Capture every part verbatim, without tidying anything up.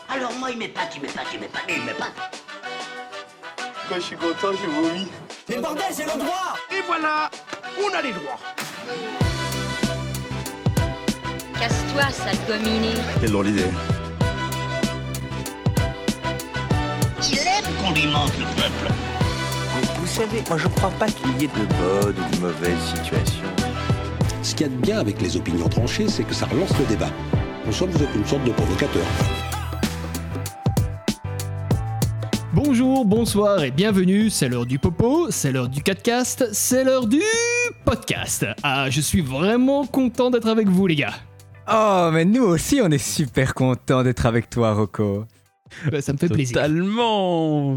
Alors moi, il m'épate, il m'épate, il m'épate, il m'épate. Quand je suis content, je vomis. Mais bordel, c'est le droit. Et voilà, on a les droits. Casse-toi, sale gominé. Quelle drôle d'idée. Il aime qu'on lui mente, le peuple. Vous savez, moi je crois pas qu'il y ait de bonnes ou de mauvaises situations. Ce qu'il y a de bien avec les opinions tranchées, c'est que ça relance le débat. En somme, vous êtes une sorte de provocateur. Bonjour, bonsoir et bienvenue, c'est l'heure du popo, c'est l'heure du catcast, c'est l'heure du podcast. Ah, je suis vraiment content d'être avec vous les gars. Oh, mais nous aussi on est super contents d'être avec toi, Rocco. Bah, ça me fait plaisir. Totalement.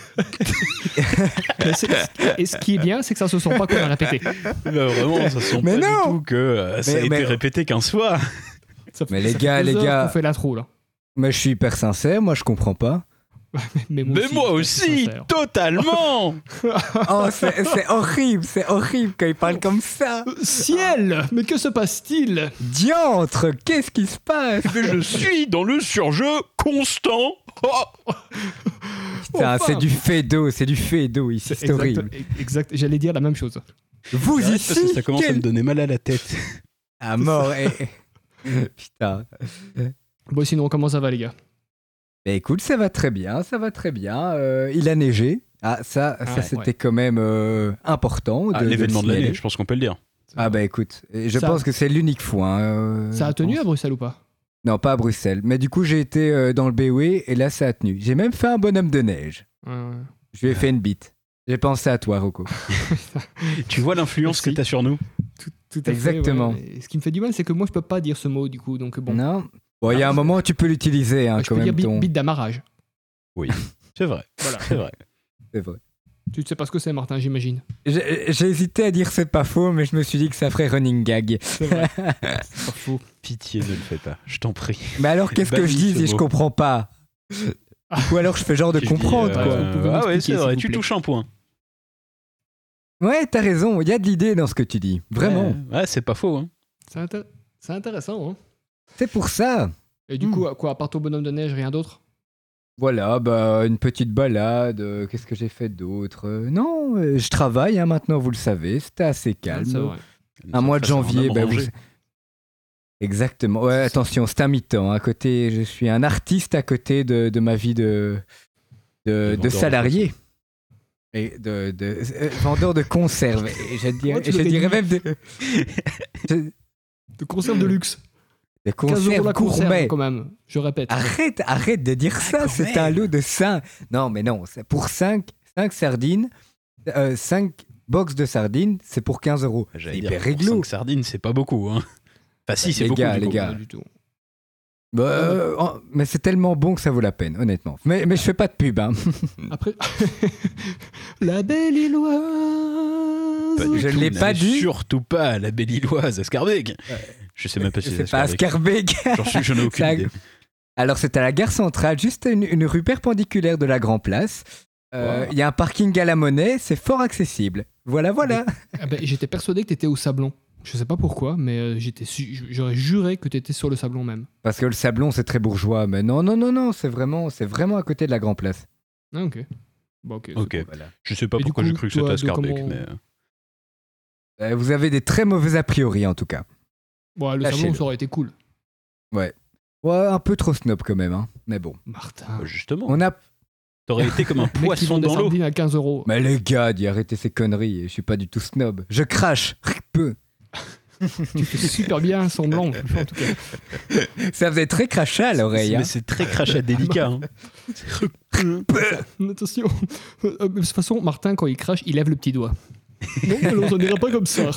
Et ce qui est bien, c'est que ça se sent pas qu'on a répété. Bah, vraiment, ça sent mais pas non. du tout que euh, ça mais, a été mais... répété quinze fois. Ça fait, mais les ça gars, fait deux les heures gars, qu'on fait l'intro là. Mais je suis hyper sincère, moi je comprends pas. mais moi mais aussi, moi aussi totalement. Oh, c'est, c'est horrible, c'est horrible quand il parle comme ça. Ciel, mais que se passe-t-il? Diantre, qu'est-ce qui se passe? Mais je suis dans le surjeu constant. Oh. Putain, enfin. c'est du fait d'eau, c'est du fait d'eau ici, c'est, c'est exact, horrible. Exact, j'allais dire la même chose. Vous Arrête, ici, parce que ça commence quel... à me donner mal à la tête. À mort, et... Putain. Bon, sinon, comment ça va les gars? Bah écoute, ça va très bien, ça va très bien. Euh, il a neigé. Ah, ça, ah ça ouais, c'était ouais. quand même euh, important. De, Ah, l'événement de, de de l'année, je pense qu'on peut le dire. Ah bah écoute, je ça... pense que c'est l'unique fois. Hein, euh, ça a tenu à Bruxelles ou pas? Non, pas à Bruxelles. Mais du coup, j'ai été euh, dans le B O E et là, ça a tenu. J'ai même fait un bonhomme de neige. Ouais, ouais. Je lui ai fait une bite. J'ai pensé à toi, Rocco. Tu vois l'influence Merci. que t'as sur nous? Tout, tout à Exactement. Fait, ouais. Ce qui me fait du mal, c'est que moi, je peux pas dire ce mot, du coup. Donc bon. Non. Bon, il y a un moment où tu peux l'utiliser, hein, Ah, je quand peux même. dire Ton... bite d'amarrage. Oui, c'est vrai. Voilà. C'est vrai. C'est vrai. Tu ne sais pas ce que c'est, Martin, j'imagine. J'ai, j'ai hésité à dire c'est pas faux, mais je me suis dit que ça ferait running gag. C'est vrai. C'est pas faux. Pitié, ne le fais pas. Je t'en prie. Mais alors, qu'est-ce que je dis si je comprends pas? Ou alors, je fais genre de Je comprendre, dis, euh, quoi. Vous pouvez Ah ouais, m'expliquer, c'est vrai, s'il vous tu plaît. touches un point. Ouais, t'as raison. Il y a de l'idée dans ce que tu dis. Vraiment. Ouais, ouais, c'est pas faux. Hein. C'est, intér- c'est intéressant, hein. C'est pour ça. Et du Hmm. coup, quoi, à part ton bonhomme de neige, rien d'autre? Voilà, bah, une petite balade. euh, Qu'est-ce que j'ai fait d'autre? Euh, Non, euh, je travaille hein, maintenant, vous le savez. C'était assez calme. C'est vrai. Un mois de Face à un janvier, homme bah, rangé. vous... Exactement. Ouais, attention, c'est un mi-temps. À côté, je suis un artiste à côté de, de ma vie de, de, De de vendeur de salarié. Et de, de euh, vendeur de conserve. Et je dirais, Oh, tu je le dirais dénies. même de, de, De conserve de luxe. de quinze euros conserve la conserve, gourmet. quand même. Je répète. Arrête, arrête de dire ça, quand c'est même. un lot de cinq. Non, mais non, c'est pour cinq sardines, euh, cinq box de sardines, c'est pour quinze euros. C'est J'allais hyper dire, pour réglo. cinq sardines, c'est pas beaucoup. Hein. Enfin, si, c'est Les beaucoup. gars, du les coup. gars. Pas du tout. Bah, euh, oh, mais c'est tellement bon que ça vaut la peine, honnêtement. Mais, mais je fais pas de pub, hein. Après, la belle Illoise. Pas du Je tout, l'ai n'allez pas dit. Surtout pas la belle Illoise à Scarbeck. Je sais même pas si c'est, C'est pas à Scarbeck. Scarbeck. J'en, suis, j'en ai aucune Ça- idée. Alors, c'est à la gare centrale, juste une, une rue perpendiculaire de la Grand Place. Il euh, Wow. y a un parking à la monnaie, c'est fort accessible. Voilà, voilà. Ah ben, j'étais persuadé que t'étais au Sablon. Je sais pas pourquoi, mais euh, j'étais su- j'aurais juré que t'étais sur le Sablon même. Parce que le Sablon, c'est très bourgeois. Mais non, non, non, non, c'est vraiment, c'est vraiment à côté de la Grand Place. Ah, ok. Bon, ok. c'est Ok. cool. Voilà. Je sais pas Et du pourquoi coup, j'ai cru que toi, c'était à de Scarbeck, comment- mais... Euh, vous avez des très mauvais a priori, en tout cas. Bon, le Lâchez-le. Sablon, ça aurait été cool. Ouais, un peu trop snob quand même, hein. Mais bon. Martin. Bah, justement, On a... t'aurais été comme un Le mec qui poisson vend des dans l'eau. sardines à quinze euros. Mais les gars, dis arrêtez ces conneries. Je suis pas du tout snob. Je crache. Peu. Tu fais super bien semblant, en tout cas. Ça faisait très crachat à l'oreille. Mais Hein. c'est très crachat délicat. Hein. Attention. Euh, De toute façon, Martin, quand il crache, il lève le petit doigt. Non, alors on dirait pas comme ça.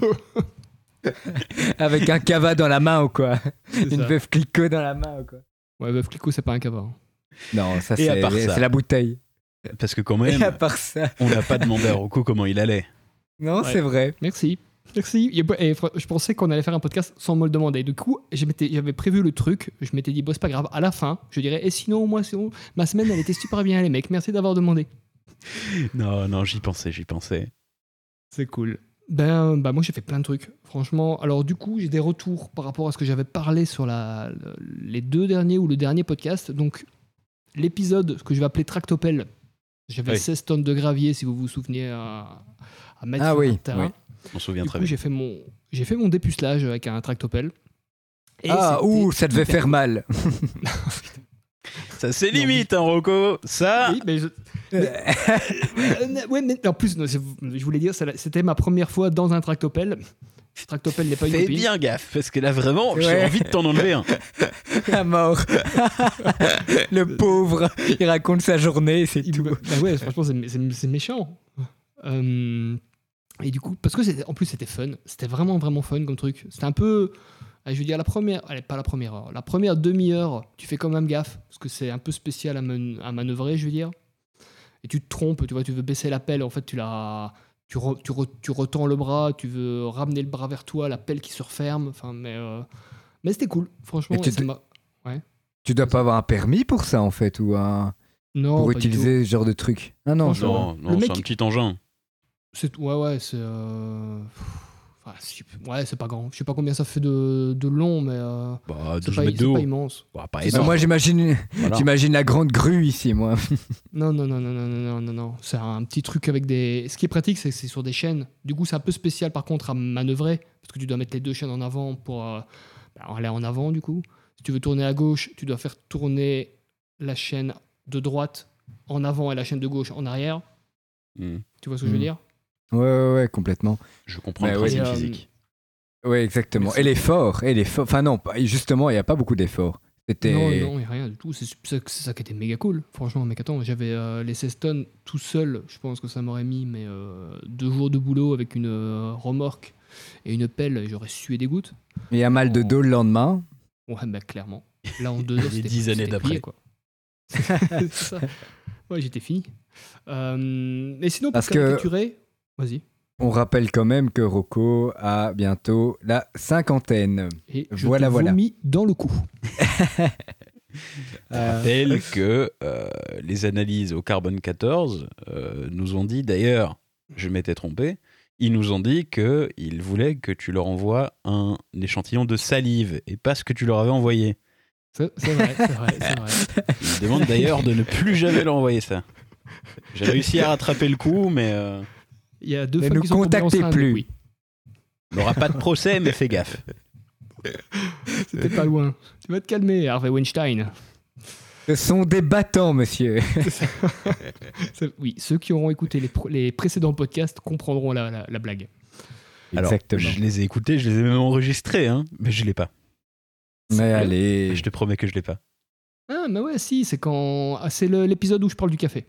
Avec un cava dans la main ou quoi. C'est Une ça. veuve Clicquot dans la main ou quoi. Ouais, Veuve Clicquot, c'est pas un cava. hein. Non, ça Et à c'est, part ça. c'est la bouteille. Parce que quand Et même, à part ça. on n'a pas demandé à Rocco comment il allait. Non, Ouais. c'est vrai. Merci. Merci. Et, et fr- je pensais qu'on allait faire un podcast sans me le demander. Du coup, je m'étais- j'avais prévu le truc. Je m'étais dit, bon, c'est pas grave. À la fin, je dirais, et sinon, moi, sinon, ma semaine, elle était super bien, les mecs. Merci d'avoir demandé. Non, non, j'y pensais, j'y pensais. C'est cool. Ben, bah moi j'ai fait plein de trucs, franchement. Alors du coup j'ai des retours par rapport à ce que j'avais parlé sur la, le- les deux derniers ou le dernier podcast. Donc l'épisode, ce que je vais appeler Tractopelle, j'avais Oui. seize tonnes de gravier, si vous vous souvenez, à, à mettre Ah sur oui, un terrain. oui. On se souvient Du très coup bien. j'ai fait, mon, j'ai fait mon dépucelage avec un Tractopelle. Et Ah, c'était ouh, ça devait hyper faire cool. mal. Ça, c'est Non, limite, hein, Rocco. Ça. Oui, mais je- mais- Euh, ouais, mais en plus, non, c'est- je voulais dire, c'est la- c'était ma première fois dans un tractopelle. Tractopelle n'est pas une Fais copine. bien gaffe, parce que là, vraiment, j'ai Ouais. envie de t'en enlever un. À mort. Le pauvre, il raconte sa journée, c'est Il tout. me- bah ouais, franchement, c'est, c'est- c'est méchant. Euh, et du coup, parce que c'était, en plus, c'était fun. C'était vraiment, vraiment fun comme truc. C'était un peu. allez, Je veux dire, la première. Allez, pas la première heure. La première demi-heure, tu fais quand même gaffe. Parce que c'est un peu spécial à, man- à manœuvrer, je veux dire. Et tu te trompes, tu vois, tu veux baisser la pelle. En fait, tu la. Tu, re- tu, re- tu retends le bras, tu veux ramener le bras vers toi, la pelle qui se referme. Enfin, mais. euh, Mais c'était cool, franchement. Et tu et ça te- m'a- Tu dois pas avoir un permis pour ça, en fait, ou un... Non, pour pas du tout. utiliser ce genre de truc. Ah non, ça va. Non, non, Le c'est mec- un petit engin. C'est, ouais, ouais, c'est. euh, enfin, c'est- ouais, c'est pas grand. Je sais pas combien ça fait de, de long, mais. euh, Bah, c'est douze pas, mètres de c'est haut. pas immense. Bah, pas C'est Bah, énorme. moi, j'imagine, Voilà. j'imagine la grande grue ici, moi. Non, non, non, non, non, non, non, non, non. C'est un petit truc avec des. Ce qui est pratique, c'est que c'est sur des chaînes. Du coup, c'est un peu spécial par contre à manœuvrer, parce que tu dois mettre les deux chaînes en avant pour euh, bah, aller en avant, du coup. Si tu veux tourner à gauche, tu dois faire tourner la chaîne de droite en avant et la chaîne de gauche en arrière. Hmm, Tu vois ce que je veux Hmm. dire? Ouais, ouais, ouais, complètement. Je comprends Bah, le ouais. principe Et, euh, physique. Ouais, exactement. Merci. Et l'effort, et l'effort. Enfin non, pas- justement, il n'y a pas beaucoup d'efforts. C'était... Non, non, il n'y a rien du tout. C'est, c'est, c'est ça qui était méga cool. Franchement, mec, attends, j'avais euh, les seize tonnes tout seul. Je pense que ça m'aurait mis mais, euh, deux jours de boulot avec une euh, remorque et une pelle et j'aurais sué des gouttes. Il y a mal de dos le lendemain. Ouais, bah clairement. Là, en deux heures, Des c'était dix années c'était d'après. plié, quoi. C'est ça. Ouais, j'étais fini. Euh, et sinon, pour Parce que- caricaturer... Vas-y. On rappelle quand même que Rocco a bientôt la cinquantaine. Et je Voilà, te voilà. vomis dans le cou. Je rappelle que euh, les analyses au carbone quatorze euh, nous ont dit, d'ailleurs, je m'étais trompé, ils nous ont dit qu'ils voulaient que tu leur envoies un échantillon de salive et pas ce que tu leur avais envoyé. C'est, c'est vrai, c'est vrai, c'est vrai. Ils demandent d'ailleurs de ne plus jamais leur envoyer ça. J'ai réussi à rattraper le coup, mais euh, Il y a deux Ne femmes nous qui sont tombées contactez enceintes plus. depuis. on n'aura pas de procès, mais fais gaffe. C'était pas loin. Tu vas te calmer, Harvey Weinstein. Ce sont des battants, monsieur. C'est- Oui, ceux qui auront écouté les, pr- les précédents podcasts comprendront la, la, la blague. Alors, Exactement. je les ai écoutés, je les ai même enregistrés, hein, mais je l'ai pas. Mais allez. Je te promets que je l'ai pas. Ah, mais ouais, si, c'est quand. Ah, c'est le- l'épisode où je parle du café.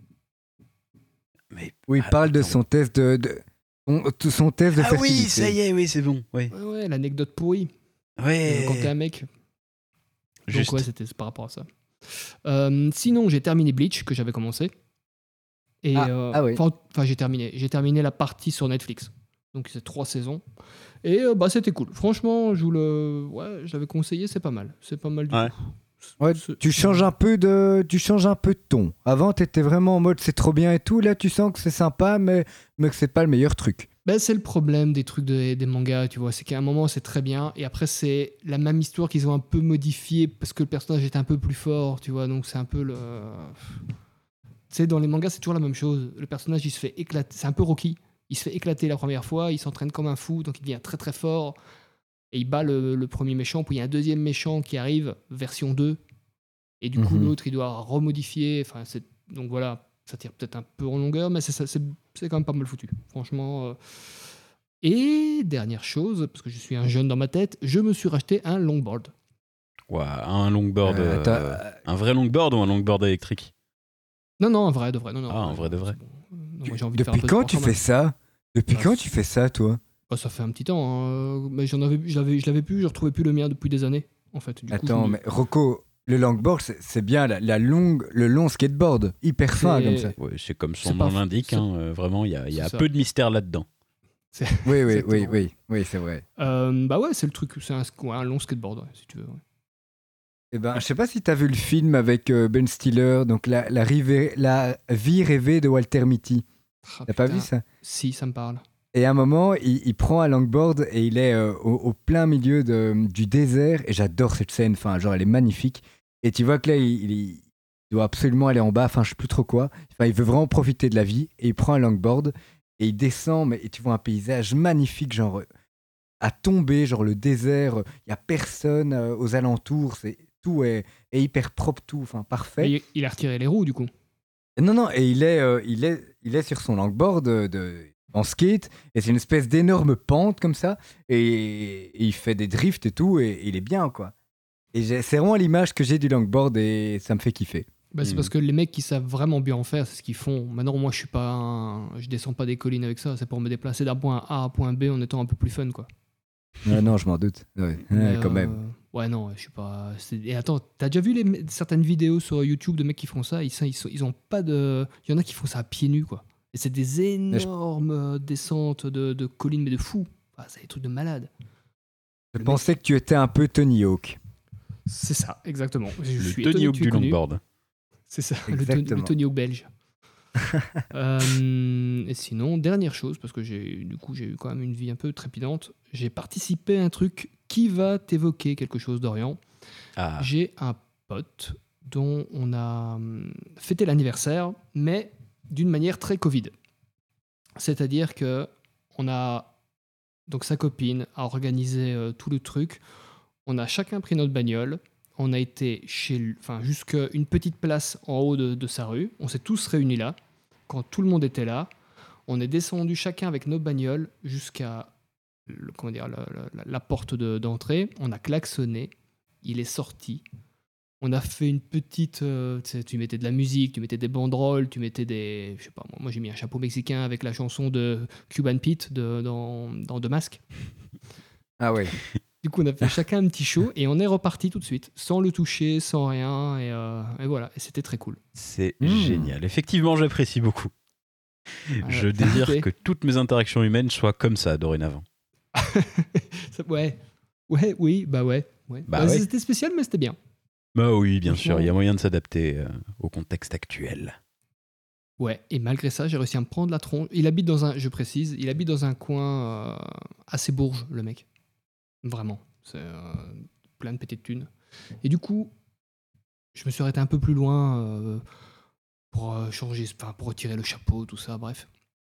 Mais Oui, il parle de Attends. son test de... de- son- son test de Ah oui, fertilité. ça y est, oui, c'est bon. Ouais. Ouais, ouais, l'anecdote pourrie. Ouais. Euh, Quand t'es un mec. Donc, Juste. ouais, c'était c'est par rapport à ça. Euh, sinon, j'ai terminé Bleach, que j'avais commencé. Et, Ah, euh, ah oui. Enfin, enfin, j'ai terminé. J'ai terminé la partie sur Netflix. Donc, c'est trois saisons. Et euh, bah, c'était cool. Franchement, je vous le. Ouais, je l'avais conseillé, c'est pas mal. C'est pas mal du Ouais. tout. Ouais, C'est- tu changes un peu de, tu changes un peu de ton. Avant, t'étais vraiment en mode c'est trop bien et tout. Là, tu sens que c'est sympa, mais, mais que c'est pas le meilleur truc. Ben, c'est le problème des trucs de- des mangas, tu vois. C'est qu'à un moment, c'est très bien. Et après, c'est la même histoire qu'ils ont un peu modifiée parce que le personnage est un peu plus fort, tu vois. Donc, c'est un peu le. Tu sais, dans les mangas, c'est toujours la même chose. Le personnage, il se fait éclater. C'est un peu Rocky. Il se fait éclater la première fois, il s'entraîne comme un fou, donc il devient très très fort. Et il bat le, le premier méchant. Puis il y a un deuxième méchant qui arrive, version deux. Et du coup, Mhm. l'autre, il doit remodifier. Enfin, c'est... Donc voilà, ça tire peut-être un peu en longueur, mais c'est, ça- c'est, c'est quand même pas mal foutu. Franchement. euh. Et dernière chose, parce que je suis un jeune dans ma tête, je me suis racheté un longboard. Ouais, un longboard. Euh, euh, t'as- un vrai longboard ou un longboard électrique? Non, non, un vrai, de vrai. Non, non, Ah, un vrai de vrai. c'est bon. Non, moi, j'ai envie de faire un Depuis peu de quand sport tu quand fais même. ça Depuis Bah, quand c'est- tu fais ça, toi Oh, ça fait un petit temps, hein. Mais j'en avais, je l'avais, je l'avais plus, je retrouvais plus le mien depuis des années, en fait. Du coup, Attends, je me- mais Rocco, le longboard, c'est, c'est bien la, la longue, le long skateboard, hyper fin C'est- comme ça. Ouais, c'est comme son C'est pas nom f- l'indique, c'est- hein, euh, vraiment, il y a, il y a c'est ça. peu de mystère là-dedans. Oui, oui, oui, Exactement. oui, oui, c'est vrai. Euh, bah ouais, c'est le truc, c'est un, sk- ouais, un long skateboard, ouais, si tu veux. ouais. Eh ben, je sais pas si t'as vu le film avec euh, Ben Stiller, donc la, la, rivée- la vie rêvée de Walter Mitty. Ah, T'as pas putain. vu ça Si, ça me parle. Et à un moment, il, il prend un longboard et il est euh, au, au plein milieu de, du désert. Et j'adore cette scène. Enfin, genre, elle est magnifique. Et tu vois que là, il, il doit absolument aller en bas. Enfin, je sais plus trop quoi. Enfin, il veut vraiment profiter de la vie. Et il prend un longboard et il descend. Mais et tu vois un paysage magnifique, genre à tomber, genre le désert. Il y a personne euh, aux alentours. C'est tout est, est hyper propre, tout. Enfin, parfait. Et il a retiré les roues, du coup. Non, non. Et il est, euh, il est, il est sur son longboard de. de en skate, et c'est une espèce d'énorme pente comme ça, et, et il fait des drifts et tout, et, et il est bien, quoi. Et j'ai, c'est vraiment l'image que j'ai du longboard, et ça me fait kiffer. Bah, c'est mmh. parce que les mecs qui savent vraiment bien en faire, c'est ce qu'ils font. Maintenant, moi, je suis pas, un... je descends pas des collines avec ça, c'est pour me déplacer d'un point A à un point B en étant un peu plus fun, quoi. Non, non, je m'en doute. Ouais, ouais, quand euh... même. Ouais, non, je suis pas. C'est... Et attends, t'as déjà vu les... certaines vidéos sur YouTube de mecs qui font ça, ils, ils, sont... ils ont pas de. Il y en a qui font ça à pieds nus, quoi. Et c'est des énormes je... descentes de, de collines, mais de fou. Enfin, c'est des trucs de malade. Je le pensais mec... que tu étais un peu Tony Hawk. C'est ça, exactement. Je le suis Tony Hawk du longboard. C'est ça, le, ton, le Tony Hawk belge. euh, et sinon, dernière chose, parce que j'ai, du coup, j'ai eu quand même une vie un peu trépidante. J'ai participé à un truc qui va t'évoquer quelque chose, Dorian. Ah. J'ai un pote dont on a fêté l'anniversaire, mais d'une manière très Covid. C'est-à-dire que on a donc sa copine a organisé euh, tout le truc. On a chacun pris notre bagnole. On a été chez, enfin jusqu'à une petite place en haut de, de sa rue. On s'est tous réunis là. Quand tout le monde était là, on est descendu chacun avec nos bagnoles jusqu'à le, comment dire la, la, la porte de, d'entrée. On a klaxonné. Il est sorti. On a fait une petite... Euh, tu mettais de la musique, tu mettais des banderoles, tu mettais des... Je sais pas, moi, moi j'ai mis un chapeau mexicain avec la chanson de Cuban Pete de, dans, dans The Mask. Ah ouais. Du coup, on a fait chacun un petit show et on est reparti tout de suite, sans le toucher, sans rien. Et, euh, et voilà, et c'était très cool. C'est mmh. génial. Effectivement, j'apprécie beaucoup. Euh, Je désire fait. que toutes mes interactions humaines soient comme ça, dorénavant. ouais. Ouais, oui, bah ouais. ouais. Bah bah, ouais. C'était spécial, mais c'était bien. Bah oui, bien sûr, il y a moyen de s'adapter euh, au contexte actuel. Ouais, et malgré ça, j'ai réussi à me prendre la tronche. Il habite dans un, je précise, il habite dans un coin euh, assez bourge, le mec. Vraiment, c'est euh, plein de petites thunes. Et du coup, je me suis arrêté un peu plus loin euh, pour euh, changer, enfin pour retirer le chapeau, tout ça, bref.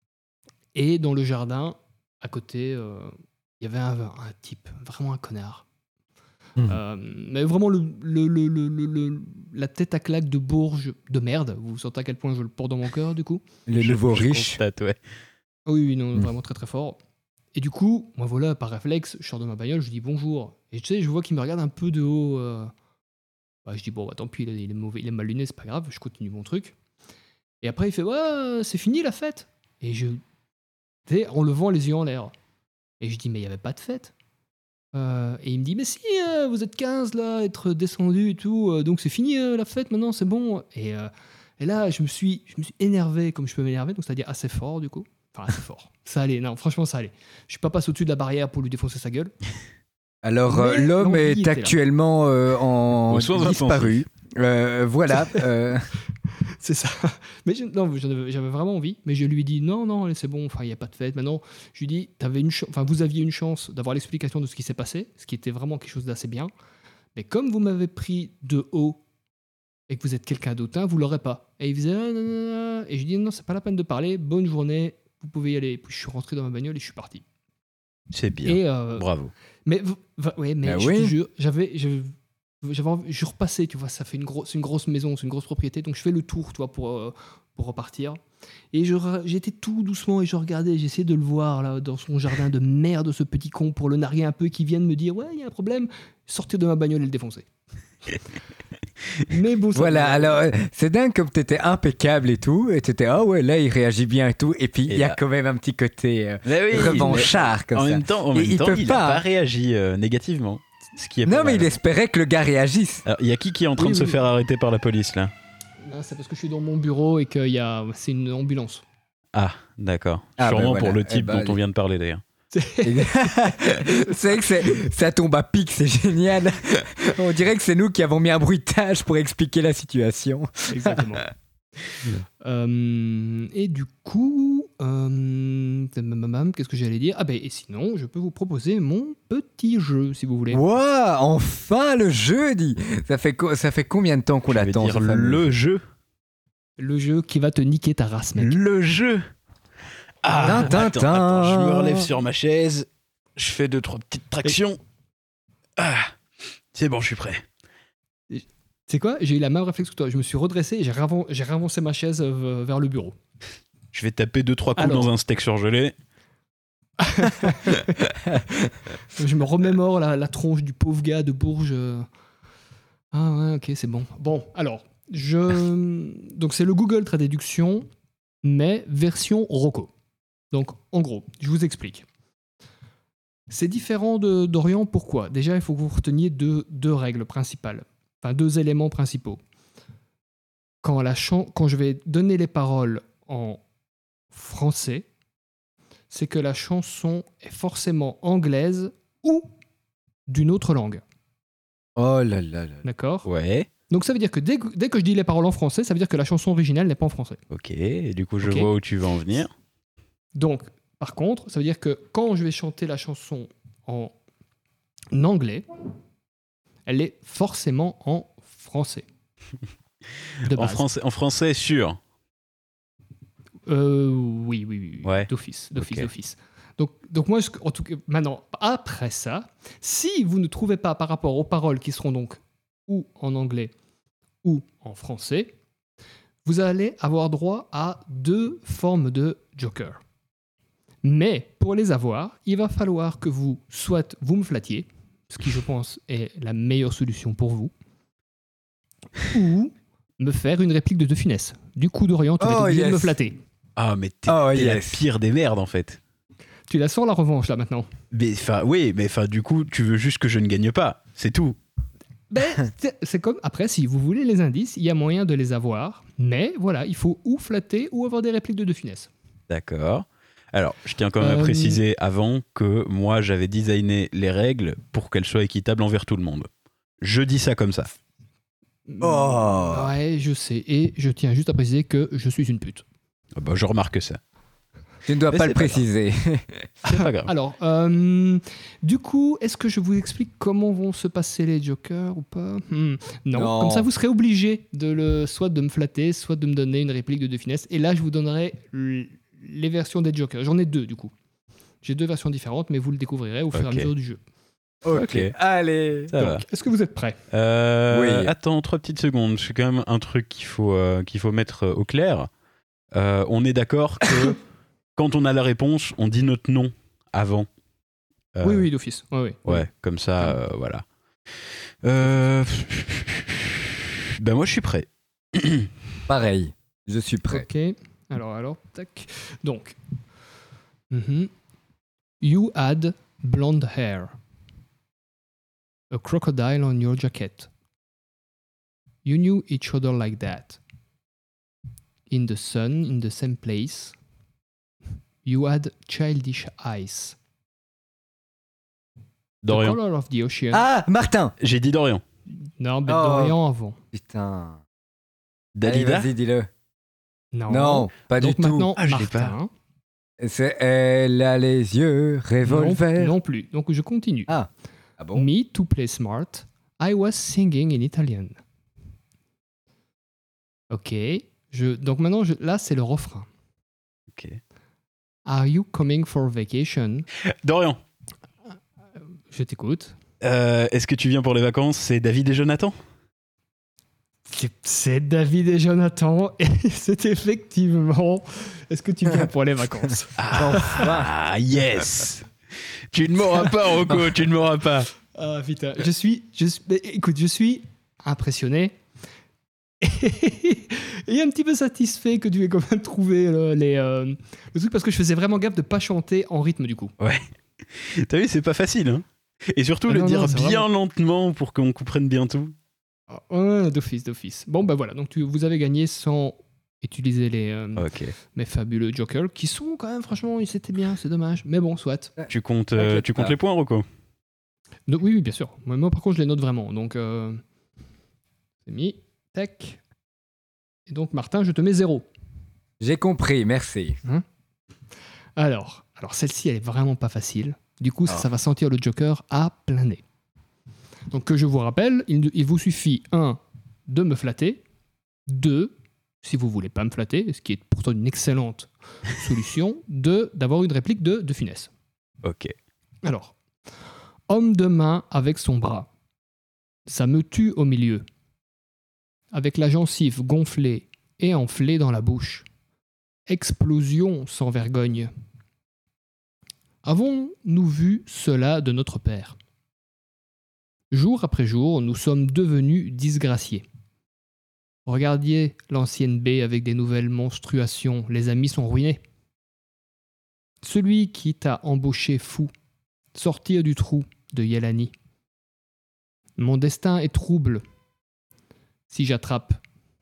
Et dans le jardin, à côté, il euh, y avait un, un type, vraiment un connard. Mmh. Euh, mais vraiment le, le, le, le, le, la tête à claque de bourge de merde. Vous sentez à quel point je le porte dans mon cœur, du coup. Les nouveaux riches. Constate, ouais. Oui, oui, non, mmh. vraiment très très fort. Et du coup, moi voilà, par réflexe, je sors de ma bagnole, je dis bonjour. Et tu sais, je vois qu'il me regarde un peu de haut. Euh... Bah, je dis bon, bah, tant pis, il est, il est mauvais, il est mal luné, c'est pas grave, je continue mon truc. Et après, il fait ouais, c'est fini la fête. Et je. Tu sais, en levant les yeux en l'air. Et je dis mais il n'y avait pas de fête. Euh, et il me dit mais si euh, vous êtes quinze là être descendu et tout euh, donc c'est fini euh, la fête maintenant c'est bon et, euh, et là je me suis je me suis énervé comme je peux m'énerver donc c'est à dire assez fort du coup enfin assez fort ça allait non franchement ça allait je suis pas passé au-dessus de la barrière pour lui défoncer sa gueule. Alors euh, l'homme est actuellement euh, en disparu euh, voilà euh... c'est ça mais je, non j'avais, j'avais vraiment envie mais je lui ai dit non non c'est bon enfin il y a pas de fête maintenant je lui ai dit t'avais une ch- enfin vous aviez une chance d'avoir l'explication de ce qui s'est passé ce qui était vraiment quelque chose d'assez bien mais comme vous m'avez pris de haut et que vous êtes quelqu'un d'autre vous l'aurez pas et il faisait ah, non, non, non. Et je lui ai dit non c'est pas la peine de parler bonne journée vous pouvez y aller. Puis je suis rentré dans ma bagnole et je suis parti. C'est bien et euh, bravo mais ouais mais bah je oui. te jure j'avais je, J'avais envie, je repassais, tu vois, ça fait une, gros, c'est une grosse maison, c'est une grosse propriété, donc je fais le tour, tu vois, pour, euh, pour repartir. Et je, j'étais tout doucement et je regardais, j'essayais de le voir, là, dans son jardin de merde, ce petit con, pour le narguer un peu, qui vient de me dire, ouais, il y a un problème, sortir de ma bagnole et le défoncer. Mais bon, ça voilà, va. alors, c'est dingue comme t'étais impeccable et tout, et t'étais, ah oh ouais, là, il réagit bien et tout, et puis il y a là... quand même un petit côté euh, oui, revanchard, comme en ça. Même temps, en même il temps, il n'a pas, pas réagi euh, négativement. Ce qui est non, mais mal. il espérait que le gars réagisse. Alors, il y a qui qui est en train oui, de oui. se faire arrêter par la police, là ? Non, c'est parce que je suis dans mon bureau et que y a... c'est une ambulance. Ah, d'accord. Ah, Sûrement ben pour voilà. le type eh ben, dont on vient de parler, d'ailleurs. c'est vrai que c'est, ça tombe à pic, c'est génial. On dirait que c'est nous qui avons mis un bruitage pour expliquer la situation. Exactement. euh, et du coup, euh, qu'est-ce que j'allais dire? Ah ben, et sinon, je peux vous proposer mon petit jeu, si vous voulez. Waouh, enfin le jeudi. Ça fait, co- ça fait combien de temps qu'on Je vais l'attend dire ce fameux le jeu. Le jeu qui va te niquer ta race, mec. Le jeu. Ah, Tintin, attends, attends, je me relève sur ma chaise. Je fais deux, trois petites tractions. Ah, c'est bon, je suis prêt. C'est quoi? J'ai eu la même réflexe que toi. Je me suis redressé et j'ai, ravan- j'ai ravancé ma chaise euh, vers le bureau. Je vais taper deux, trois coups Alors. dans un steak surgelé. Je me remémore la, la tronche du pauvre gars de Bourges. euh. Ah ouais, ok, c'est bon. Bon, alors, je... Donc c'est le Google Traduction, mais version Rocco. Donc, en gros, je vous explique. C'est différent de, d'Orient, pourquoi? Déjà, il faut que vous reteniez deux, deux règles principales. Enfin, deux éléments principaux. Quand, la chan- quand je vais donner les paroles en français, c'est que la chanson est forcément anglaise ou d'une autre langue. Oh là là là. D'accord? Ouais. Donc ça veut dire que dès, que dès que je dis les paroles en français, ça veut dire que la chanson originale n'est pas en français. Ok, et du coup, je Ok. vois où tu vas en venir. Donc, par contre, ça veut dire que quand je vais chanter la chanson en anglais, elle est forcément en français. De En base. français, en français, sûr. Euh, oui, oui, oui, oui. Ouais. D'office, d'office, Ok. d'office. Donc, donc moi, je- en tout cas, maintenant, après ça, si vous ne trouvez pas par rapport aux paroles qui seront donc ou en anglais ou en français, vous allez avoir droit à deux formes de joker. Mais pour les avoir, il va falloir que vous, soit vous me flattiez, ce qui je pense est la meilleure solution pour vous, ou me faire une réplique de De Funès. Du coup d'Orient, tu vas être Oh, obligé de yes. me flatter. Ah, mais t'es, Oh, t'es yes. la pire des merdes, en fait. Tu la sens la revanche là maintenant. Mais enfin, oui, mais enfin, du coup, tu veux juste que je ne gagne pas. C'est tout. Ben, c'est- c'est comme, après, si vous voulez les indices, il y a moyen de les avoir. Mais voilà, il faut ou flatter ou avoir des répliques de De Funès. D'accord. Alors, je tiens quand même à Euh, préciser avant que moi, j'avais designé les règles pour qu'elles soient équitables envers tout le monde. Je dis ça comme ça. Oh. Ouais, je sais. Et je tiens juste à préciser que je suis une pute. Ah bah, je remarque ça. Tu ne dois Mais pas c'est le pas préciser. C'est pas grave. Alors, euh, du coup, est-ce que je vous explique comment vont se passer les jokers ou pas? Hmm, non. Non. Comme ça, vous serez obligé de le, soit de me flatter, soit de me donner une réplique de De Funès. Et là, je vous donnerai l- les versions des jokers. J'en ai deux, du coup. J'ai deux versions différentes, mais vous le découvrirez au fur et à Ok. mesure du jeu. Ok. Allez. Ça va. Donc, est-ce que vous êtes prêts? Euh, Oui. Attends, trois petites secondes. C'est quand même un truc qu'il faut, euh, qu'il faut mettre euh, au clair. Euh, on est d'accord que quand on a la réponse, on dit notre nom avant. Euh, Oui, oui, d'office. Ouais, ouais. Ouais, comme ça, euh, voilà. Euh... Ben moi, je suis prêt. Pareil. Je suis prêt. Ok. Alors, alors, tac. Donc, mhm. You had blonde hair. A crocodile on your jacket. You knew each other like that. In the sun, in the same place. You had childish eyes. The Dorian. color of the ocean. Ah, Martin. J'ai dit Dorian. Non, mais Oh. Dorian avant. Putain. Dalida. Allez, vas-y, dis-le. Non. Non, pas Donc du tout. maintenant, Ah, je l'ai Martin. C'est elle a les yeux Non, revolver. non plus. Donc je continue. Ah. Ah bon? Me to play smart, I was singing in Italian. Ok. Je, donc maintenant, je, là, c'est le refrain. Ok. Are you coming for vacation? Dorian. Je t'écoute. Euh, Est-ce que tu viens pour les vacances? C'est David et Jonathan? C'est- C'est David et Jonathan. Et c'est effectivement. Est-ce que tu viens pour les vacances? Ah, yes. Tu ne m'auras pas, Rocco, tu ne m'auras pas. Ah putain. Je suis. Je suis mais écoute, je suis impressionné. Et un petit peu satisfait que tu aies quand même trouvé euh, les, euh, le truc parce que je faisais vraiment gaffe de pas chanter en rythme du coup. T'as vu, c'est pas facile, hein. Et surtout Ah le non, dire non, c'est bien vraiment- lentement pour qu'on comprenne bien tout. Ah, ouais, d'office, d'office. Bon, ben voilà, donc tu, vous avez gagné sans utiliser les, euh, Ok. mes fabuleux jokers, qui sont quand même, franchement, ils étaient bien, c'est dommage. Mais bon, soit. Tu comptes, euh, T'inquiète tu comptes pas. les points, Rocco? Donc, oui, oui, bien sûr. Moi, moi, par contre, je les note vraiment. Donc, euh, c'est mis. Tac. Et donc, Martin, je te mets zéro. J'ai compris, merci. Alors, alors celle-ci, elle est vraiment pas facile. Du coup, ça, Ah. ça va sentir le Joker à plein nez. Donc, que je vous rappelle, il, il vous suffit, un, de me flatter, deux, si vous voulez pas me flatter, ce qui est pourtant une excellente solution, deux, d'avoir une réplique de, de finesse. Ok. Alors, homme de main avec son bras, ça me tue au milieu. Avec la gencive gonflée et enflée dans la bouche. Explosion sans vergogne. Avons-nous vu cela de notre père ? Jour après jour, nous sommes devenus disgraciés. Regardiez l'ancienne baie avec des nouvelles menstruations, les amis sont ruinés. Celui qui t'a embauché fou, sortir du trou de Yelani. Mon destin est trouble. Si j'attrape.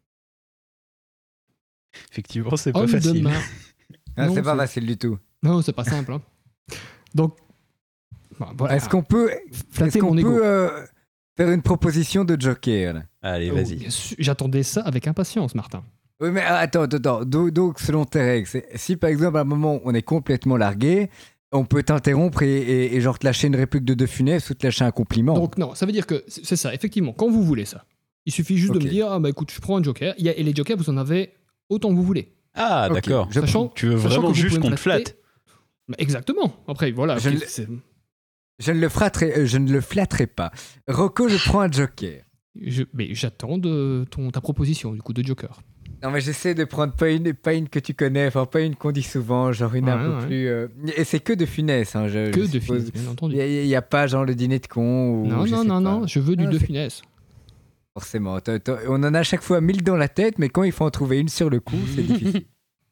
Effectivement, c'est pas Homme de facile. main. Ah, Non, c'est pas c'est- facile du tout. Non, c'est pas simple. hein. Donc, bah, voilà. Est-ce qu'on peut, Flatter est-ce qu'on mon ego. peut euh, faire une proposition de Joker là? Allez, Oh, vas-y. bien sûr, j'attendais ça avec impatience, Martin. Oui, mais attends, attends, attends. Do- Donc, selon tes règles, c'est- si par exemple à un moment on est complètement largué, on peut t'interrompre et, et- et genre te lâcher une réplique de De Funès ou te lâcher un compliment. Donc, non, ça veut dire que c'est c'est ça, effectivement, quand vous voulez ça. Il suffit juste Ok. de me dire, ah bah écoute, je prends un joker. Il y a- et les jokers, vous en avez autant que vous voulez. Ah, Ok, d'accord. je Sachant, Tu veux sachant vraiment que vous juste pouvez qu'on me te flatte. flatter. Bah, exactement. Après, voilà. Je ok, ne- c'est- Je ne le flatterai, euh, je ne le flatterai pas. Rocco, je prends un Joker. je- mais j'attends de ton, ta proposition, du coup, de joker. Non, mais j'essaie de prendre pas une, pas une que tu connais, enfin pas une qu'on dit souvent, genre une un Ouais, peu ouais. plus. euh, Et c'est que de Funès, hein, je, Que je de suppose. finesse, bien entendu. Il n'y a, pas genre le dîner de con ou. Non, je non, sais non, pas. non, je veux du Ah, de c'est- finesse. Forcément. T'as- t'as- On en a à chaque fois mille dans la tête, mais quand il faut en trouver une sur le coup, c'est difficile.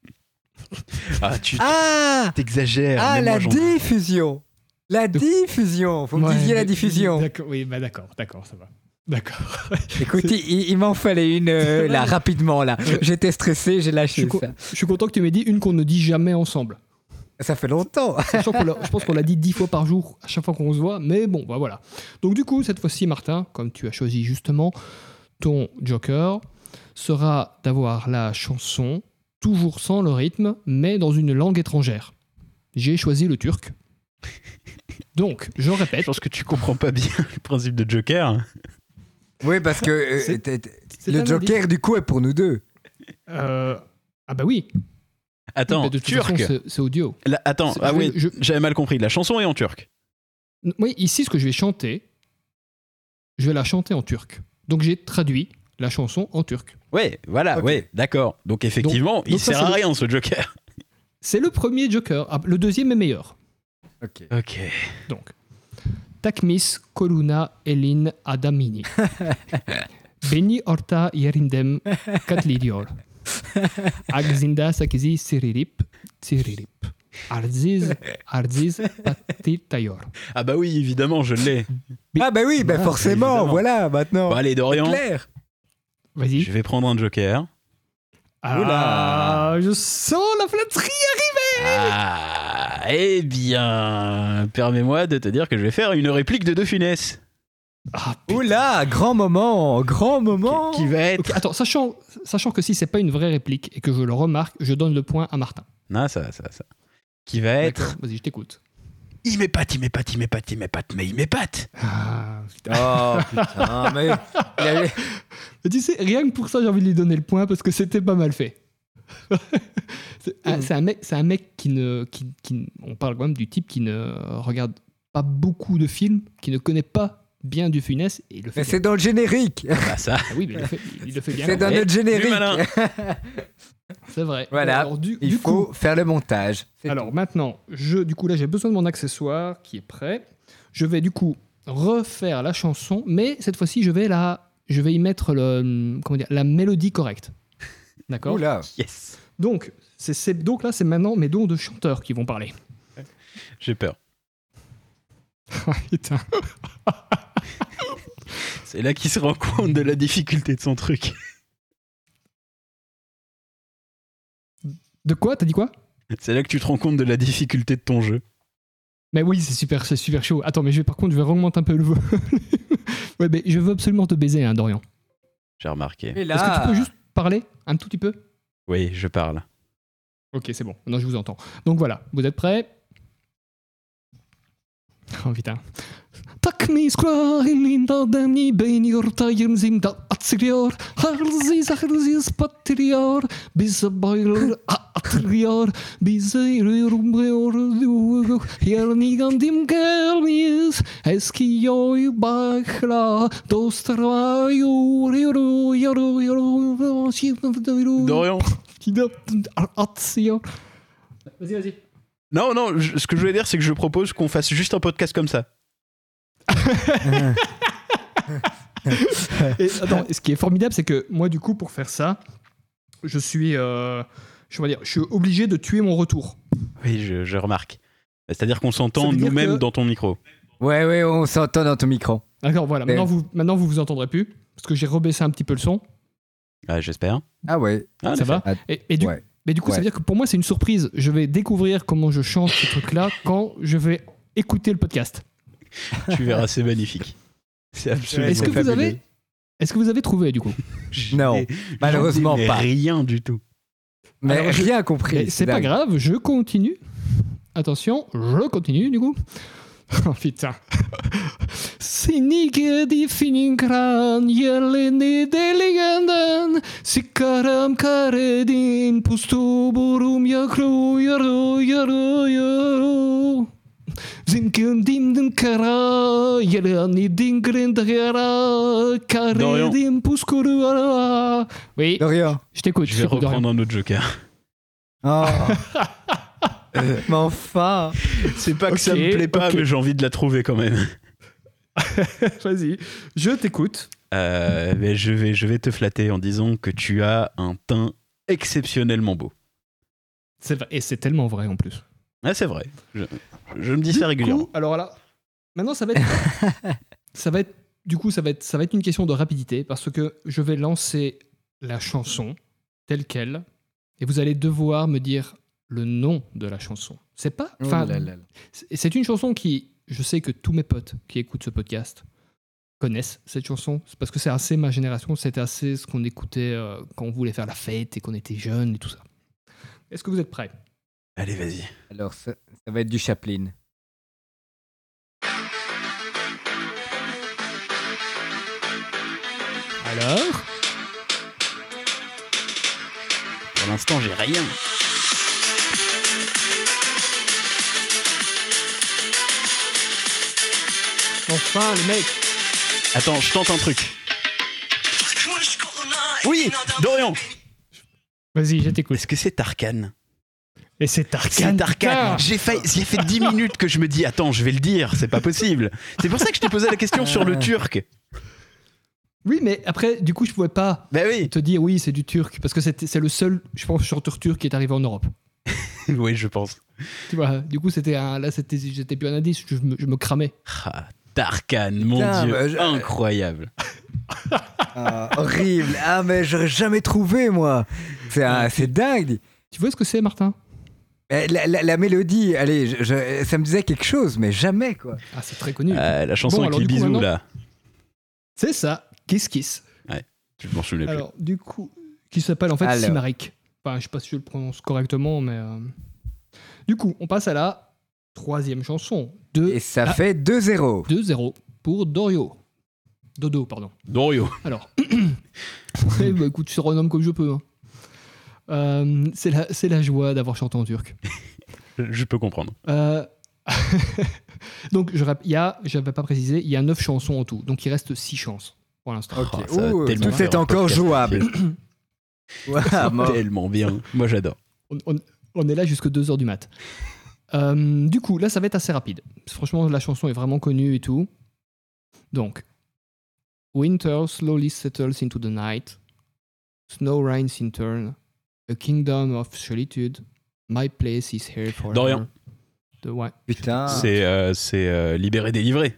Ah, tu Ah t'exagères. Ah, même la moi, j'en- diffusion La diffusion Vous me Ouais, disiez la mais- diffusion. D'accord, oui, bah d'accord, d'accord, ça va. D'accord. Écoute, il, il- il m'en fallait une euh, là, rapidement là. J'étais stressé, j'ai Je lâché suis, co- ça. je suis content que tu m'aies dit une qu'on ne dit jamais ensemble. Ça fait longtemps. Sachant qu'on l'a- je pense qu'on l'a dit dix fois par jour à chaque fois qu'on se voit, mais bon, bah voilà. Donc du coup, cette fois-ci, Martin, comme tu as choisi justement, ton joker sera d'avoir la chanson toujours sans le rythme, mais dans une langue étrangère. J'ai choisi le turc. Donc, je Je répète, pense que tu comprends pas bien le principe de Joker. Oui, parce que euh, C'est- t'es- t'es- c'est le un Joker du coup est pour nous deux. euh, ah bah oui, Attends, mais de toute turc. façon, c'est- c'est audio. La- attends, C'est- ah je vais- oui, je- j'avais mal compris. La chanson est en turc. Oui, ici, ce que je vais chanter, je vais la chanter en turc. Donc j'ai traduit la chanson en turc. Ouais, voilà, Ok. ouais, d'accord. Donc effectivement, Donc- il donc ça, sert c'est à le- rien ce Joker. C'est le premier joker. Ah, le deuxième est meilleur. Ok. Ok. Donc, Takmis Koluna Elin Adamini. Beni orta yerindem katlidior. Agzinda sakizi siririp siririp. Arziz Arziz patitayor. Ah bah oui, évidemment, je l'ai. Ah bah oui, bah Ah, forcément, évidemment. voilà, maintenant. Bon, allez, Dorian, Claire. Vas-y. je vais prendre un Joker. Ah, je sens la flatterie arriver. Ah, eh bien, permets-moi de te dire que je vais faire une réplique de De Funès. Ah, putain. Oula, grand moment, grand moment. Qui va être... Ok, attends, sachant, sachant que si c'est pas une vraie réplique et que je le remarque, je donne le point à Martin. Non, ça, ça, ça. Qui va être... D'accord, vas-y, je t'écoute. Il m'épate, il m'épate, il m'épate, il m'épate, mais il m'épate. Ah, putain. Oh putain, mais il avait- Mais tu sais, rien que pour ça, j'ai envie de lui donner le point parce que c'était pas mal fait. c'est un, c'est un mec, c'est un mec qui ne, qui, qui- on parle quand même du type qui ne regarde pas beaucoup de films, qui ne connaît pas bien du Funès et il le fait. mais bien. c'est dans le générique. Bah ça. Ah oui, mais il le fait, il le fait bien. C'est dans Eh, notre du générique. malin. C'est vrai. Voilà, Alors, du, Il du faut coup, faire le montage. C'est alors tout. maintenant, je, du coup là, j'ai besoin de mon accessoire qui est prêt. Je vais du coup refaire la chanson, mais cette fois-ci, je vais la, je vais y mettre le, comment dire, la mélodie correcte. D'accord. Oula. Yes. Donc, c'est, c'est- donc là, c'est maintenant mes dons de chanteurs qui vont parler. J'ai peur. Putain. C'est là qu'il se rend compte de la difficulté de son truc. De quoi? T'as dit quoi? C'est là que tu te rends compte de la difficulté de ton jeu. Mais oui, c'est super, c'est super chaud. Attends, mais je vais, par contre, je vais augmenter un peu le volume. Ouais, mais je veux absolument te baiser, hein, Dorian. J'ai remarqué. Et Est-ce que tu peux juste parler un tout petit peu? Oui, je parle. Ok, c'est bon. Maintenant, je vous entends. Donc voilà, vous êtes prêts? Oh putain. Tak mi skroin in da demni benior tajem zim da atsrior harzi zahrzi spatrior bis boiler atrior bis rumbeor hier nigandim gelmis eskioi bachla dostraio yoro yoro yoro Dorian. Atsrior. Vas-y, vas-y. Non, non, je- ce que je voulais dire, c'est que je propose qu'on fasse juste un podcast comme ça. Et, attends, et ce qui est formidable, c'est que moi, du coup, pour faire ça, je suis, euh, je, vais dire, je suis obligé de tuer mon retour. Oui, je, je remarque. C'est-à-dire qu'on Ça s'entend veut dire nous-mêmes que- dans ton micro. Ouais, ouais, on s'entend dans ton micro. D'accord, voilà. Mais- Maintenant, vous, maintenant, vous vous entendrez plus parce que j'ai rebaissé un petit peu le son. Ah, j'espère. Ah ouais. Ah, en Ça effet. va Ah, et, et du, ouais. Mais du coup, ça veut Ouais. dire que pour moi, c'est une surprise. Je vais découvrir comment je chante ce truc-là quand je vais écouter le podcast. Tu verras, c'est magnifique. C'est absolument Est-ce que vous fabuleux. avez, est-ce que vous avez trouvé du coup? Je Non, n'ai- malheureusement j'en ai pas. Rien du tout. Mais Alors, je- rien compris. Mais c'est pas dingue. grave, je continue. Attention, je continue du coup. Oh putain. Sinige di fininkran jelene deliganden sikaram karedin pustu burum yakro yaro yaro yaro Zinken dimden kara jelani dingren dagara karedin puskuru ara. Oui, Dorian. je t'écoute. Je vais t'écoute, Dorian. reprendre un autre joker. Oh. Mais enfin. C'est pas que Ok, ça me plaît pas, ok. mais j'ai envie de la trouver quand même. Vas-y, je t'écoute. Euh, mais je vais, je vais te flatter en disant que tu as un teint exceptionnellement beau. C'est vrai, et c'est tellement vrai en plus. Ah, c'est vrai. Je, je me dis ça régulièrement. Du coup, alors là, maintenant ça va être, ça va être, du coup ça va être, ça va être une question de rapidité parce que je vais lancer la chanson telle quelle et vous allez devoir me dire le nom de la chanson. C'est pas, Oh enfin, là là. c'est- c'est une chanson qui, je sais que tous mes potes qui écoutent ce podcast connaissent cette chanson. C'est parce que c'est assez ma génération, c'était assez ce qu'on écoutait euh, quand on voulait faire la fête et qu'on était jeunes et tout ça. Est-ce que vous êtes prêts? Allez, vas-y. Alors, ça, ça va être du Chaplin. Alors, Pour l'instant, j'ai rien. enfin les mecs. Attends, je tente un truc. Oui, Dorian. Vas-y, je t'écoute. Est-ce que c'est Tarkan? Et c'est Tarkan. C'est Tarkan. putain. J'ai failli. Il y a fait dix minutes que je me dis, attends, je vais le dire, c'est pas possible. C'est pour ça que je t'ai posé la question sur le turc. Oui, mais après, du coup, je pouvais pas Bah oui. te dire oui, c'est du turc parce que c'était- c'est le seul, je pense, chanteur turc qui est arrivé en Europe. Oui, je pense. Tu vois, du coup, c'était un, là, c'était, j'étais plus un indice, je me, je me cramais. Ah, Tarkan, mon Putain, dieu, bah, je- incroyable. Ah, horrible. Ah, mais j'aurais jamais trouvé, moi. C'est un- c'est dingue. Tu vois ce que c'est, Martin? Eh, La, la- la mélodie, allez, je- je- ça me disait quelque chose, mais jamais, quoi. Ah, c'est très connu. Euh, la chanson Bon, avec alors, les du coup, bisous maintenant- là. C'est ça, Kiss Kiss. Je m'en souvenais plus. Alors, du coup, qui s'appelle en fait Alors. Simarik. Enfin, je sais pas si je le prononce correctement, mais. euh, Du coup, on passe à la troisième chanson. deux Et ça Ah. fait deux zéro. deux zéro pour Dorio. Dodo, pardon. Dorio. Alors, ouais, bah, écoute, je te renomme comme je peux. hein. Euh, c'est la, c'est la joie d'avoir chanté en turc. Je peux comprendre. Euh, Donc, je rap- il y a, j'avais pas précisé, il y a neuf chansons en tout. Donc, il reste six chances pour l'instant. Ok. Oh, ça va Ouh, tellement tout faire est un encore podcast jouable. Ouah, mort. Tellement bien. Moi, j'adore. On, on- on est là jusque deux heures du mat. Euh, du coup, là, ça va être assez rapide. Franchement, la chanson est vraiment connue et tout. Donc, Winter slowly settles into the night. Snow rains in turn. A kingdom of solitude. My place is here forever. Dorian. De, ouais, Putain. C'est euh, c'est, euh, libéré, délivré.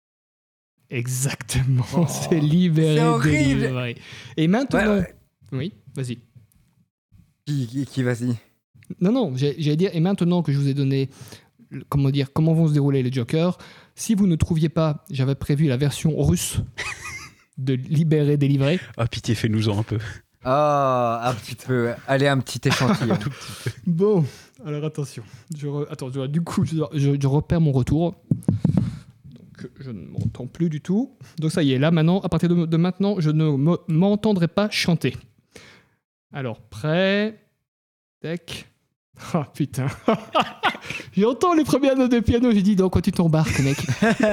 exactement. Oh, c'est libéré, c'est horrible. délivré. Et maintenant... Ouais, ouais. Oui, vas-y. Qui, qui, qui vas-y. Non, non, j'ai- j'allais dire, et maintenant que je vous ai donné, le- comment dire, comment vont se dérouler les jokers, si vous ne trouviez pas, j'avais prévu la version russe de Libéré, délivré. Oh, pitié, fais-nous-en un peu. Ah, un petit peu. Allez, un petit échantillon. Bon, alors attention. Je re- Attends, je- du coup, je, je- je repère mon retour. Donc, je ne m'entends plus du tout. Donc, ça y est, là, maintenant, à partir de, de maintenant, je ne me- m'entendrai pas chanter. Alors, prêt. Tac. Ah, putain. J'entends les premières notes de piano, j'ai dit, dans quoi tu t'embarques, mec.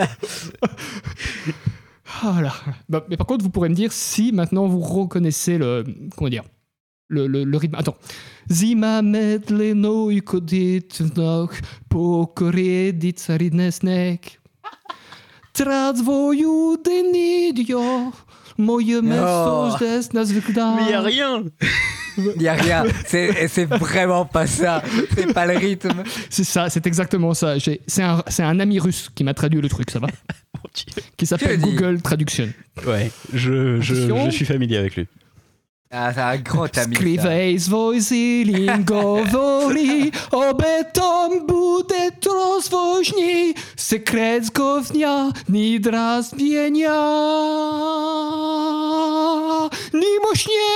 Voilà. Bah, mais par contre, vous pourrez me dire si maintenant vous reconnaissez le. Comment dire le, le, le rythme. Attends. Zima medleno ikodit nog pokoredit saridnesnek. Tradzvoju denidio. Moje mesto des nazvykda. Mais y a rien. Il n'y a rien. C'est, c'est vraiment pas ça. C'est pas le rythme. C'est ça, c'est exactement ça. J'ai- C'est un, c'est un ami russe qui m'a traduit le truc, ça va Mon Dieu. Qui s'appelle Je dis. Google Traduction. Ouais, je, je, Attention. je suis familier avec lui. Ah, c'est un grand ami. ça. Skrivej svoj zilin govori, obetom bude rozwoźni, sekret gównia, ni drażnienia, ni mośnie.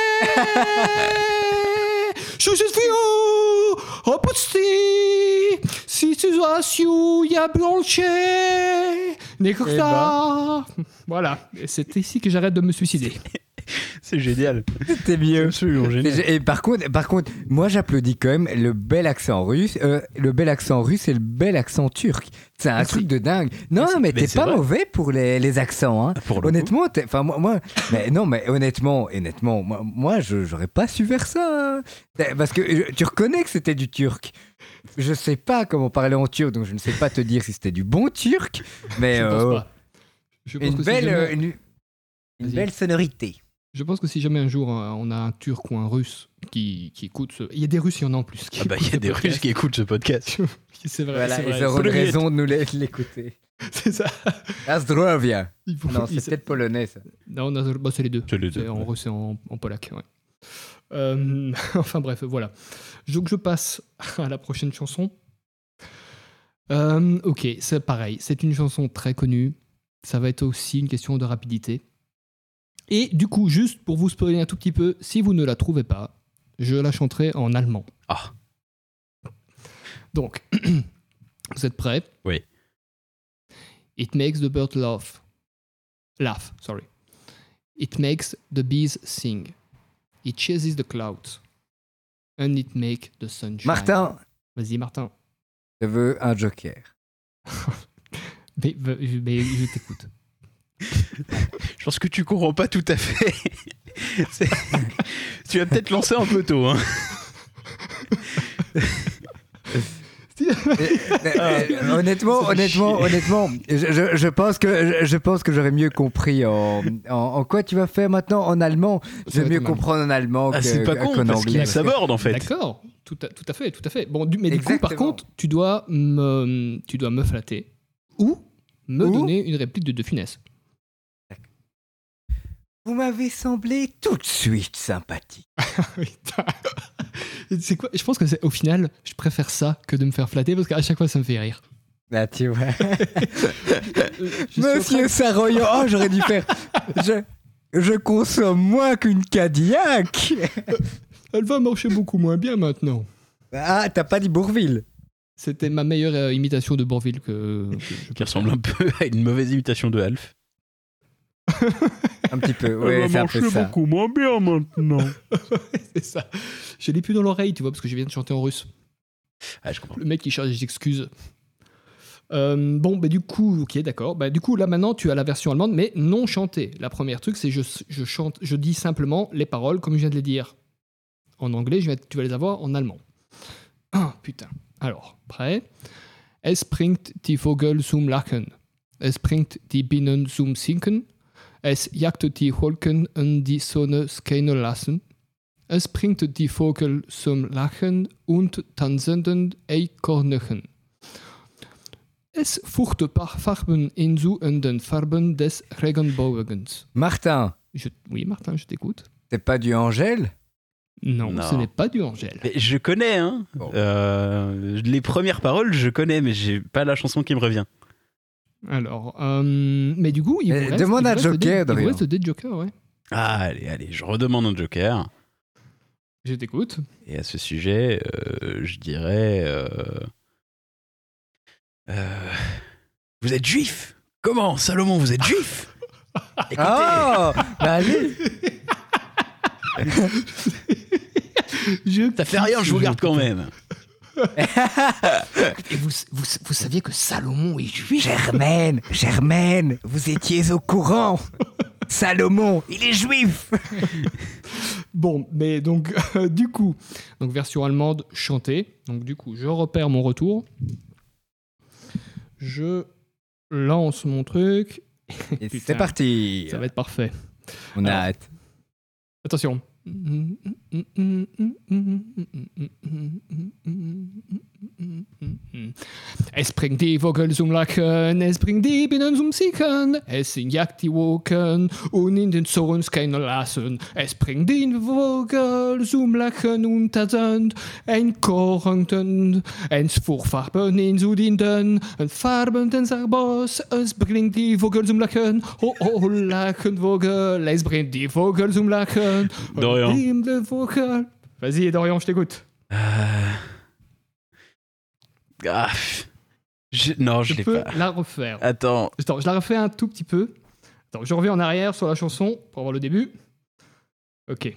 Chaussez-vous, opusти, situation ya blanche, nekokta. Voilà, et c'est ici que j'arrête de me suicider. C'est génial. C'était mieux. Absolument génial. Et par contre, par contre, moi j'applaudis quand même le bel accent russe, euh, le bel accent russe et le bel accent turc. C'est un Merci. truc de dingue. Non, Merci. mais Mais t'es c'est pas vrai. mauvais pour les, les accents. Hein. Pour le Honnêtement, t'es- enfin moi, moi, mais non, mais honnêtement, honnêtement, moi, moi je j'aurais pas su faire ça. hein. T'es- Parce que euh, tu reconnais que c'était du turc. Je sais pas comment parler en turc, donc je ne sais pas te dire si c'était du bon turc, mais Je pense euh, pas. Je pense une que si belle, jamais- euh, une, une Vas-y. belle sonorité. Je pense que si jamais un jour euh, on a un Turc ou un Russe qui, qui écoute ce... Il y a des Russes, il y en a en plus. Qui Ah bah, il y a écoutent des ce Russes podcast. qui écoutent ce podcast. C'est vrai, Voilà, c'est vrai. ils auront une Привет. raison de nous l'é- l'écouter. C'est ça. Azdrovia. Il faut- Non, il- c'est peut-être polonais ça. Non, on a- bah, c'est les deux. C'est les deux, C'est en ouais. russe et en, en polac. Ouais. Euh, enfin bref, voilà. Donc je passe à la prochaine chanson. Euh, ok, c'est pareil. C'est une chanson très connue. Ça va être aussi une question de rapidité. Et du coup, juste pour vous spoiler un tout petit peu, si vous ne la trouvez pas, je la chanterai en allemand. Ah. Donc, vous êtes prêts? Oui. It makes the bird laugh. Laugh, sorry. It makes the bees sing. It chases the clouds. And it makes the sun shine. Martin, Vas-y, Martin. je veux un joker. Mais, mais je t'écoute. Je pense que tu comprends pas tout à fait. C'est- tu vas peut-être lancer un peu tôt. Hein. Euh, euh, honnêtement, ça fait honnêtement, chier. honnêtement, je, je, je pense que je, je pense que j'aurais mieux compris en, en, en quoi tu vas faire maintenant en allemand. Je va vais mieux être en comprendre en allemand Ah, que- c'est pas qu'en con, parce anglais. qu'il s'aborde en fait. D'accord, tout à, tout à fait, tout à fait. Bon, du, mais du coup, par Exactement. contre, tu dois me, tu dois me flatter ou me Ou donner une réplique de De Funès. Vous m'avez semblé tout de suite sympathique. Putain. C'est quoi? Je pense que c'est au final, je préfère ça que de me faire flatter parce qu'à chaque fois, ça me fait rire. Ah, tu vois. Je suis en train Monsieur de- Saroyan, oh, j'aurais dû faire. Je, je consomme moins qu'une Cadillac. Elle va marcher beaucoup moins bien maintenant. Ah, t'as pas dit Bourville. C'était ma meilleure euh, imitation de Bourville que, que je Qui peux ressemble faire. un peu à une mauvaise imitation de Alf. Un petit peu, ouais, c'est un peu ça. moins bien maintenant. C'est ça. Je l'ai plus dans l'oreille, tu vois, parce que je viens de chanter en russe. Ah, je comprends. Le mec qui cherche des excuses. Euh, bon, bah du coup, ok, d'accord. Bah du coup, là maintenant, tu as la version allemande, mais non chantée. La première truc, c'est je, je chante, je dis simplement les paroles comme je viens de les dire. En anglais, je vais, tu vas les avoir en allemand. Ah, putain. Alors, prêt? Es springt die Vogel zum Lachen. Es springt die Bienen zum Sinken. Es jagt die Wolken und die Sonne scheinen lassen. Es bringt die Vogel zum Lachen und tanzenden Eichhörnchen. Es fucht par Farben in zu den Farben des Regenbogens. Martin, Je, oui, Martin, je t'écoute. c'est pas du Angèle? Non, Non. ce n'est pas du Angèle. Mais je connais, hein. Bon. Euh, les premières paroles, je connais, mais j'ai pas la chanson qui me revient. Alors, euh, mais du coup, il vous Euh, reste, demande il vous un reste joker, des, il vous Dorian. reste des jokers, ouais. Ah, allez, allez, je redemande un joker. Je t'écoute. Et à ce sujet, euh, je dirais... Euh... Euh... Vous êtes juif? Comment, Salomon, vous êtes juif? Écoutez. Oh, bah allez. je Ça fait rien, je vous garde quand même. Et vous, vous, vous saviez que Salomon est juif? Germaine, Germaine, vous étiez au courant. Salomon, il est juif. Bon, mais donc, euh, du coup, donc version allemande chantée. Donc, du coup, je repère mon retour. Je lance mon truc. Et Putain, c'est parti. Ça va être parfait. On a Alors, hâte. Attention. Es bringt die Vogel zum Lachen, es bringt die Bienen zum Sicken, es sind Jagd die Woken und in den Zorns keiner lassen. Es bringt die Vogel zum Lachen und Tanzen, ein Korrenten, ein Furfarben in Sudinden, ein farbenden Sarbos, es bringt die Vogel zum Lachen, oh oh Lachen Vogel, es bringt die Vogel zum Lachen. Dorian. De Vogel. Vas-y Dorian, je t'écoute. Euh... Ah, je... Non, je, Je l'ai peux pas. la refaire. Attends. Attends, je la refais un tout petit peu. Attends, je reviens en arrière sur la chanson pour avoir le début. Ok.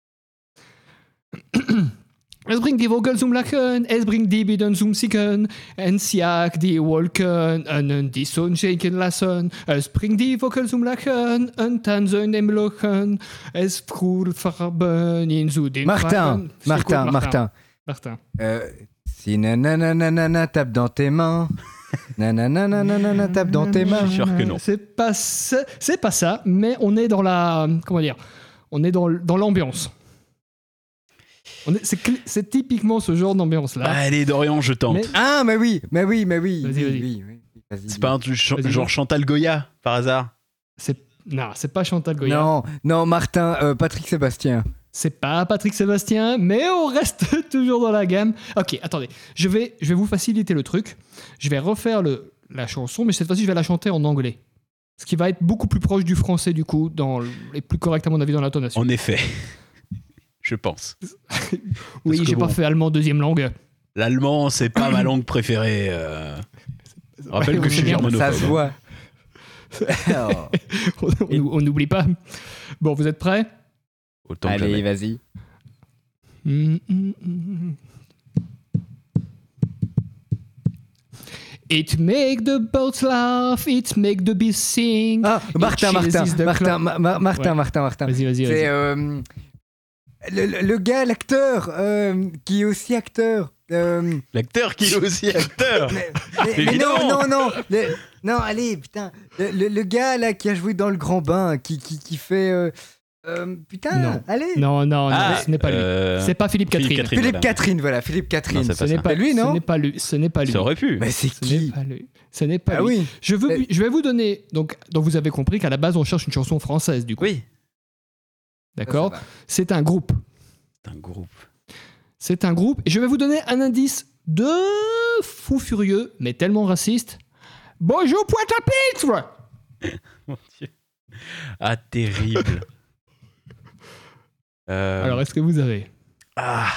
Es bringt die Vogel zum Lachen, es bringt die Bienen zum Sicken, es jagt die Wolken, und die Sonne schenken lassen. Es bringt die Vogel zum Lachen, und tanzen im Lochen, es Farben in zu den Martin, Farben. Je t'écoute, Martin, Martin. Martin. Euh, si nanana tape dans tes mains. Nanana tape dans tes mains. Je suis sûr que non. C'est pas ça, c'est pas ça, mais on est dans la, comment dire, on est dans, dans l'ambiance. On est, c'est, cl- c'est typiquement ce genre d'ambiance-là. Allez, Dorian, je tente. Mais- Ah, mais oui, mais oui, mais oui. Vas-y, oui, vas-y. oui, oui. Vas-y, C'est pas un truc ch- Vas-y, genre vas-y. Chantal Goya, par hasard? C'est, non, c'est pas Chantal Goya. Non, non, Martin, euh, Patrick Sébastien. C'est pas Patrick Sébastien, mais on reste toujours dans la gamme. Ok, attendez. Je vais, je vais vous faciliter le truc. Je vais refaire le, la chanson, mais cette fois-ci, je vais la chanter en anglais. Ce qui va être beaucoup plus proche du français, du coup, dans, le- et plus correct, à mon avis, dans l'intonation. En effet. Je pense. Oui, que j'ai bon. pas fait allemand deuxième langue. L'allemand, c'est pas ma langue préférée. euh. Je rappelle Ouais, que on je suis sait bien, germanophobe. Ça se voit. Oh. on on n'oublie pas. Bon, vous êtes prêts? Autant que Allez, jamais. vas-y. It make the birds laugh, it make the bees sing. Ah, Martin, It Martin, chases the Martin, cloud. Ma- Ma- Martin, Ouais. Martin, Martin. Vas-y, vas-y, vas-y. C'est euh, le, le- le gars, l'acteur, euh, qui est aussi acteur. euh, L'acteur qui est aussi acteur. mais, mais- mais non, Évidemment. non, non, le- non, allez, putain, le, le- le gars là qui a joué dans Le Grand Bain, qui, qui, qui fait, euh, euh, putain, Non. allez, Non, non, non, Ah, ce n'est pas lui. euh, C'est pas Philippe Philippe Catherine. Catherine. Philippe voilà. Catherine, voilà, Philippe Catherine. Non, c'est Ce pas n'est ça. pas C'est lui, non Ce n'est pas lui. Ce n'est pas lui. Ça aurait pu. Mais c'est Ce n'est qui? pas lui. Ce n'est pas Ah lui. oui, Je, veux, Mais- je vais vous donner. Donc, donc, vous avez compris qu'à la base, on cherche une chanson française, du coup. Oui. D'accord. Ça, ça va. C'est un groupe. C'est un groupe. C'est un groupe. Et je vais vous donner un indice de fou furieux, mais tellement raciste. Bonjour, Pointe-à-Pitre. Mon Dieu. Ah, terrible. Euh, Alors, est-ce que vous avez? Ah.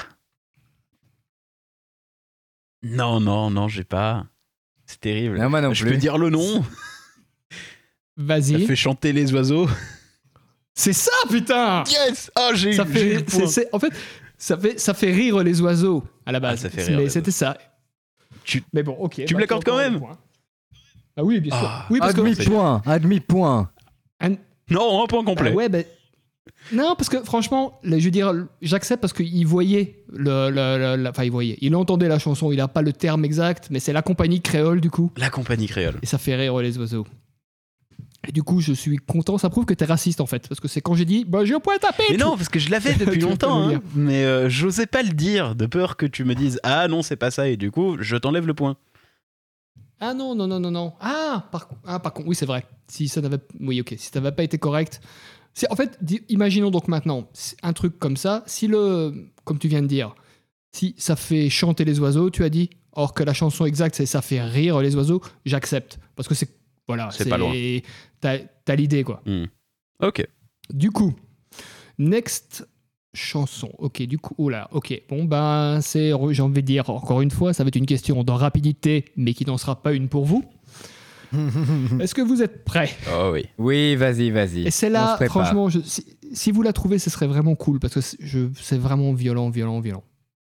Non, non, non, j'ai pas. C'est terrible. Non, moi non Je plus. peux dire le nom. Ça Vas-y. fait chanter les oiseaux. C'est ça, putain. Yes. Ah, j'ai Ça eu j'ai eu fait, le point. c'est- c'est- en fait, ça fait, ça fait rire les oiseaux à la base. Ah, ça fait rire Mais les c'était ça. Tu- Mais bon, ok. Tu me l'accordes quand même? Ah oui, bien sûr. Ah. Oui, parce que Demi-point, à demi-point. Non, un point complet. Ah ouais, ben. Non, parce que franchement, le- je veux dire, j'accepte parce qu'il voyait le, le- le- la- enfin, il voyait, il entendait la chanson, il n'a pas le terme exact, mais c'est la compagnie créole du coup, La compagnie créole. et ça fait rire les oiseaux. Et du coup, je suis content, ça prouve que t'es raciste en fait, parce que c'est quand j'ai dit, bah je pointe à Mais non, parce que je l'avais depuis Tu peux longtemps, le hein, mais euh, j'osais pas le dire, de peur que tu me dises « Ah non, c'est pas ça », et du coup, je t'enlève le point. Ah non, non, non, non, non. Ah, par, ah, par contre, oui, c'est vrai. Si ça n'avait, oui, ok, si ça n'avait pas été correct. C'est, en fait, di- imaginons donc maintenant c'est un truc comme ça. Si le, comme tu viens de dire, si ça fait chanter les oiseaux, tu as dit, or que la chanson exacte c'est ça fait rire les oiseaux, j'accepte parce que c'est, voilà, C'est pas loin. T'as, t'as l'idée quoi. Hmm. Ok. Du coup, next chanson. Ok, du coup, oula, ok. Bon, ben, c'est, j'ai envie de dire, encore une fois, ça va être une question de rapidité, mais qui n'en sera pas une pour vous. Est-ce que vous êtes prêts ? Oh oui. Oui, vas-y, vas-y. Et c'est là, franchement, je, si, si vous la trouvez, ce serait vraiment cool, parce que c'est, je, c'est vraiment violent, violent, violent.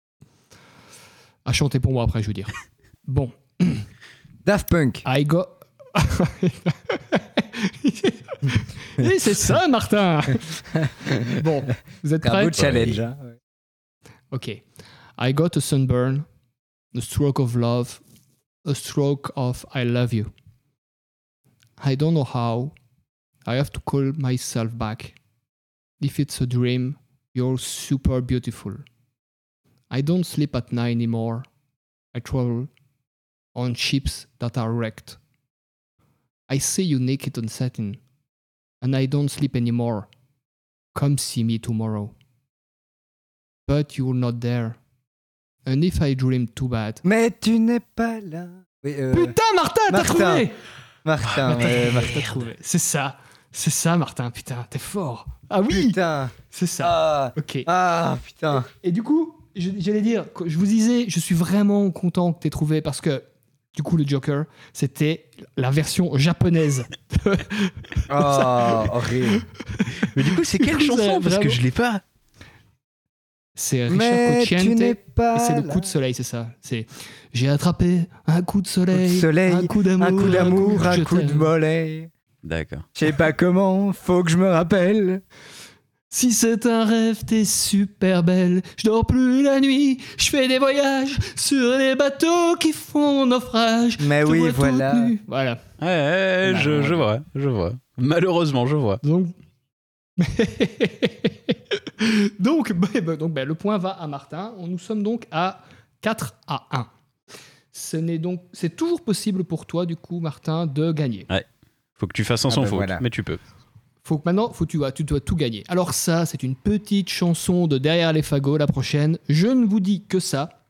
À chanter pour moi après, je veux dire. Bon. Daft Punk. I go... Et c'est ça, Martin. Bon, vous êtes prêts ? Un beau challenge. Hein. Ok. I got a sunburn, a stroke of love, a stroke of I love you. I don't know how. I have to call myself back. If it's a dream, you're super beautiful. I don't sleep at night anymore. I travel on ships that are wrecked. I see you naked on satin, and I don't sleep anymore. Come see me tomorrow. But you're not there. And if I dream too bad... Mais tu n'es pas là. Oui, euh... Putain, Martin, t'as Martin. trouvé Martin, ouais, Martin. T'as trouvé. C'est ça. C'est ça, Martin. Putain, t'es fort. Ah oui. Putain. C'est ça. Ah, ok. Ah, putain. Et, et du coup, je- j'allais dire, je vous disais, je suis vraiment content que t'aies trouvé parce que, du coup, le Joker, c'était la version japonaise. Oh, horrible. Mais du coup, c'est quelle Du coup, chanson c'est Parce que vraiment- je l'ai pas. C'est Richard Mais Cocciante. tu n'es Et pas c'est le là. coup de soleil, c'est ça. C'est j'ai attrapé un coup de soleil, Coup de soleil, un coup d'amour, Un coup d'amour, un je coup de t'aime. mollet. D'accord. Je sais pas comment, faut que je me rappelle. Si c'est un rêve, t'es super belle. Je dors plus la nuit, je fais des voyages sur les bateaux qui font naufrage. Mais Je te oui, vois toute voilà. nue. Voilà. Ouais, ouais, Bah, je, je vois, je vois. Malheureusement, je vois. Donc, donc, bah, bah, donc bah, le point va à Martin. Nous sommes donc à quatre à un. Ce n'est donc, c'est toujours possible pour toi, du coup, Martin, de gagner. Faut que tu fasses un Ah sans bah faute, voilà. mais tu peux. Faut que maintenant, faut que tu, vois, tu dois tout gagner. Alors ça, c'est une petite chanson de Derrière les fagots, la prochaine. Je ne vous dis que ça.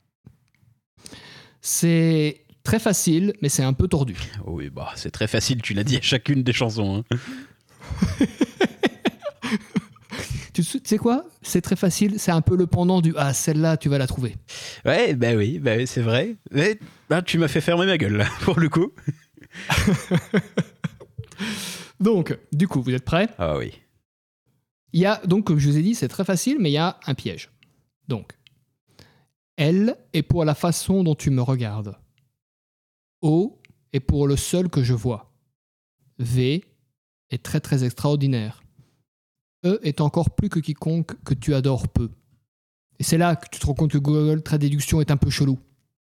C'est très facile, mais c'est un peu tordu. Oui, bah, c'est très facile, tu l'as dit à chacune des chansons. Hein. Tu sais tu sais quoi ? C'est très facile, c'est un peu le pendant du « Ah, celle-là, tu vas la trouver Ouais, bah oui, bah oui, c'est vrai. Mais bah, tu m'as fait fermer ma gueule, là, pour le coup. ». Donc, du coup, vous êtes prêts ? Ah oui. Il y a, donc, comme je vous ai dit, c'est très facile, mais il y a un piège. Donc, L est pour la façon dont tu me regardes. O est pour le seul que je vois. V est très très extraordinaire. E est encore plus que quiconque que tu adores peu. Et c'est là que tu te rends compte que Google Traduction est un peu chelou.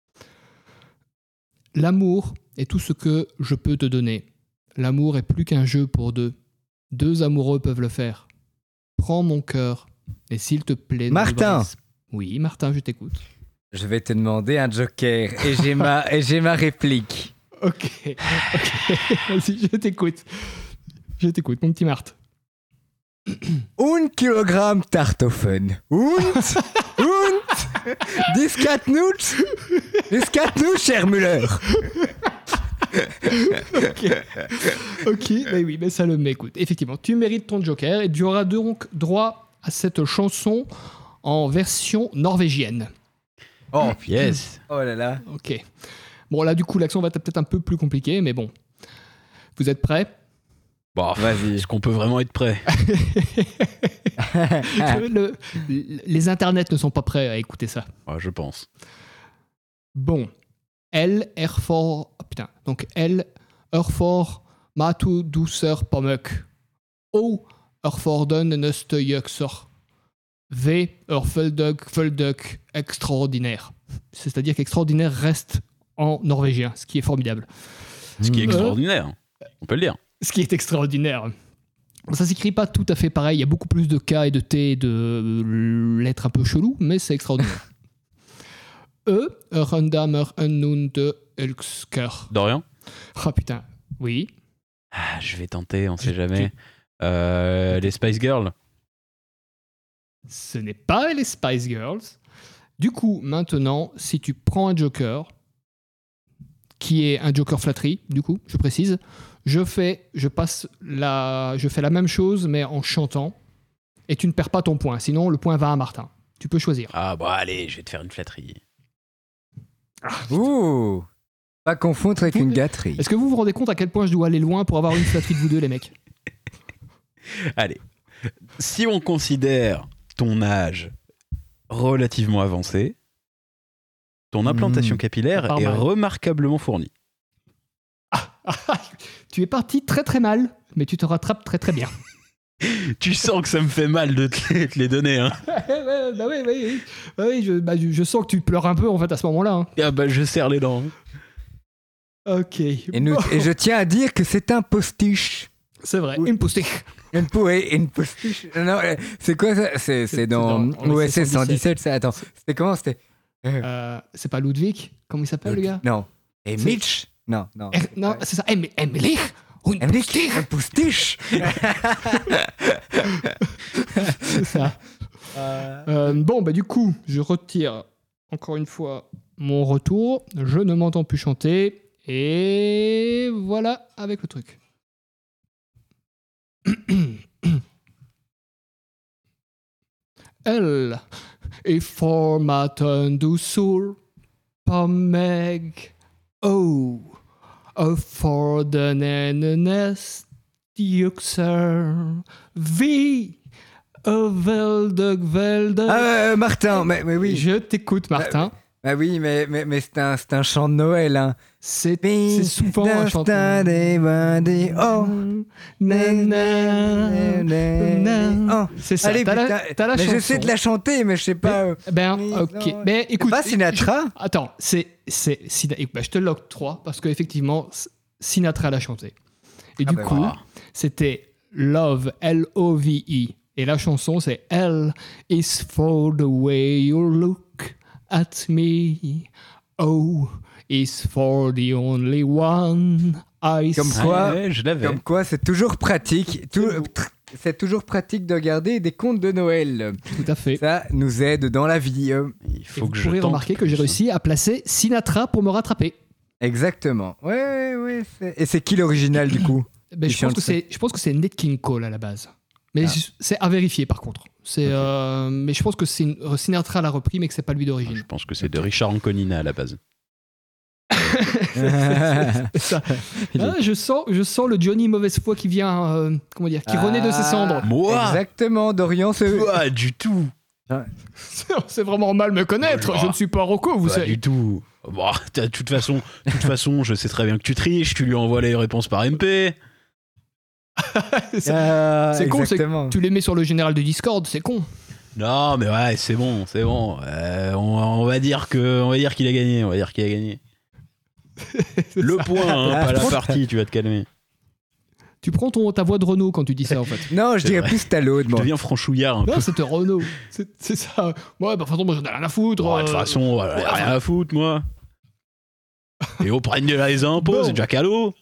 L'amour est tout ce que je peux te donner. L'amour est plus qu'un jeu pour deux. Deux amoureux peuvent le faire. Prends mon cœur et s'il te plaît... ne Martin. le brise- Oui, Martin, je t'écoute. Je vais te demander un joker et j'ai ma, et j'ai ma réplique. Ok, ok. Vas-y, je t'écoute. Je t'écoute, mon petit Marthe. Un kilogramme Tartoffen. Und, und, Discatnut, Discatnut, cher Müller. Ok, ok, mais oui, mais ça le met. Écoute, effectivement, tu mérites ton joker et tu auras donc droit à cette chanson en version norvégienne. Oh, Yes. oh là là. Ok. Bon, là, du coup, l'accent va être peut-être un peu plus compliqué, mais bon. Vous êtes prêts ? Bon, Vas-y. est-ce qu'on peut vraiment être prêt ? Le- le- les internets ne sont pas prêts à écouter ça. Ouais, je pense. Bon. L, erfor... oh, putain. Donc, L, erfor, matu, douceur, pomuk. O, erforden, neste, yuxor. V, erfeldug, feldug, extraordinaire. C'est-à-dire qu'extraordinaire reste en norvégien, ce qui est formidable. Ce qui est Euh. extraordinaire, on peut le dire. Ce qui est extraordinaire. Ça s'écrit pas tout à fait pareil. Il y a beaucoup plus de K et de T et de lettres un peu cheloues, mais c'est extraordinaire. E, Rundamer, Unnund, Elksker. Dorian ? Ah putain, oui. Ah, je vais tenter, on sait Je- jamais. Euh, les Spice Girls ? Ce n'est pas les Spice Girls. Du coup, maintenant, si tu prends un joker, qui est un Joker flattery, du coup, je précise. Je fais, je passe la, je fais la même chose, mais en chantant. Et tu ne perds pas ton point. Sinon, le point va à Martin. Tu peux choisir. Ah bon, allez, je vais te faire une flatterie. Ouh. Pas confondre avec une gâterie. Est-ce que vous vous rendez compte à quel point je dois aller loin pour avoir une flatterie de vous deux, les mecs? Allez, si on considère ton âge relativement avancé, ton implantation Mmh. capillaire Pas est mal. remarquablement fournie. Tu es parti très très mal, mais tu te rattrapes très très bien. Tu sens que ça me fait mal de te les, te les donner, hein. ouais, bah oui, oui, oui. Bah oui, je, bah, je, je sens que tu pleures un peu en fait à ce moment-là. hein. Ah bah je serre les dents. Ok. Et, nous- et je tiens à dire que c'est un postiche. C'est vrai, Oui. une postiche. Une poé, une postiche. Non, euh, c'est quoi ça? C'est, c'est dans, c'est dans O S S O S S cent dix-sept, ça. Attends, c'était comment? C'était. Euh, Euh, c'est pas Ludwig? Comment il s'appelle le gars? Non. Et C'est- Mitch? Non, non. Er- Non, c'est ça. Em- Emmerich und Emmerich, Postiche. un postiche. C'est ça. Euh, bon, bah du coup, je retire encore une fois mon retour. Je ne m'entends plus chanter. Et voilà avec le truc. Elle est formaten du sur på meg. Oh, för den ännes juxer. Vi är väldigt, väldigt... Ah, euh, Martin, mais, mais oui. Je t'écoute, Martin. Bah oui, mais, mais, mais c'est, un, c'est un chant de Noël, hein. C'est, c'est souvent un chant de Des bandits, oh. Na, na, na. Oh. C'est ça, Allez, t'as la, putain, t'as la mais chanson. je sais de la chanter, mais je sais pas. euh, Ben, Oui, ok. non, Ben, écoute. pas Sinatra? je- Attends, c'est. c'est Sina- écoute, ben, je te l'octroie parce qu'effectivement, Sinatra l'a chanté. Et Ah du ben coup, voilà. c'était Love, L O V E. Et la chanson, c'est L is for the way you look at me. O is for the only one I Comme see. quoi, Ouais, ouais, je l'avais. Comme quoi, c'est toujours pratique. Tout- c'est toujours pratique de regarder des contes de Noël. Tout à fait. Ça nous aide dans la vie. euh. Il Et faut vous que je pourrez tente remarquer que j'ai plus. réussi à placer Sinatra pour me rattraper. Exactement. Ouais, ouais, ouais. c'est- Et c'est qui l'original du coup? Ben, Il je, pense chante que ça. c'est, je pense que c'est Nat King Cole à la base. Mais Ah. c'est- c'est à vérifier par contre. C'est, euh, mais je pense que c'est une- Sinatra l'a repris, mais que c'est pas lui Je d'origine. pense que c'est de Richard Anconina à la base. C'est ça. Ah, je, sens, je sens le Johnny mauvaise foi qui vient, euh, comment dire, qui renaît de ses cendres. Moi Exactement, Dorian. C'est... Pas du tout. C'est vraiment mal me connaître. Oh. Je ne suis pas Rocco, vous Pas savez. du tout. Bon, de toute façon, de toute façon, je sais très bien que tu triches. Tu lui envoies les réponses par M P. C'est Ah, c'est con, c'est exactement. que tu les mets sur le général de Discord, c'est con. Non, mais ouais, c'est bon, c'est bon. Euh, on, on va dire que, on va dire qu'il a gagné. On va dire qu'il a gagné. Le point, hein, Ah, pas la je pense- partie. Tu vas te calmer. Tu prends ton, ta voix de Renault quand tu dis ça en fait. Non, je C'est dirais vrai. plus Stallone. Je moi. deviens franchouillard un peu. Non, c'était Renault. C'est c'est ça. Ouais, bah, de toute façon, moi j'en ai rien à foutre. Bon, de toute euh. façon, voilà, ouais, rien à foutre, moi. Et on prenne de les impôts, Bon. c'est déjà cadeau.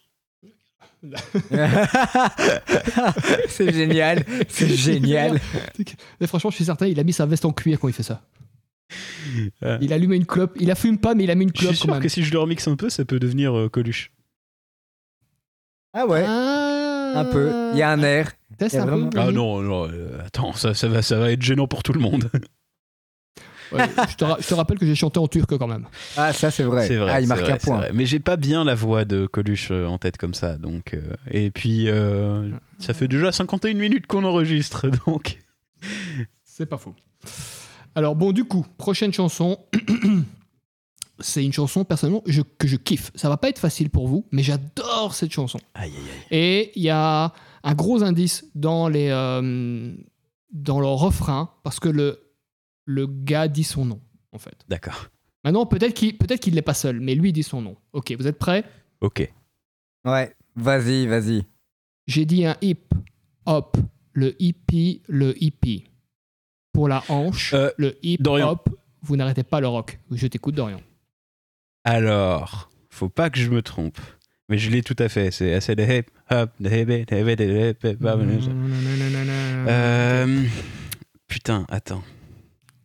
C'est génial. C'est génial. Mais franchement, je suis certain, il a mis sa veste en cuir quand il fait ça. Ouais. Il a allumé une clope. Il la fume pas, mais il a mis une Je suis clope quand sûr même. que si je le remixe un peu, ça peut devenir euh, Coluche. Ah ouais, Ah, un peu. Il y a un air. Teste il y a un vraiment- peu. Ah vas-y. non, non, euh, attends, ça, ça, va, ça va être gênant pour tout le monde. Ouais, je, te ra- je te rappelle que j'ai chanté en turc quand même. Ah, ça c'est vrai. C'est vrai. Ah, il c'est marque vrai, un c'est point. vrai. Mais j'ai pas bien la voix de Coluche euh, en tête comme ça. Donc, euh, et puis, euh, ça fait déjà cinquante et une minutes qu'on enregistre. Donc, C'est pas faux. Alors bon, du coup, prochaine chanson. C'est une chanson personnellement je- que je kiffe. Ça va pas être facile pour vous, mais j'adore cette chanson. aïe, aïe, aïe. Et il y a un gros indice dans, les, euh, dans le refrain, parce que le, le gars dit son nom, en fait. D'accord. Maintenant, peut-être qu'il peut-être qu'il n'est pas seul, mais lui dit son nom. Ok, vous êtes prêts? Ok. Ouais, vas-y, vas-y. J'ai dit un hip, hop, le hippie, le hippie. Pour la hanche, Euh, le hip, Dorian. hop, vous n'arrêtez pas le rock. Je t'écoute, Dorian. Alors, faut pas que je me trompe. Mais je l'ai tout à fait. C'est assez de hip hop, de hip hip, de hip hip, hip hip, hop. Euh, Putain, attends.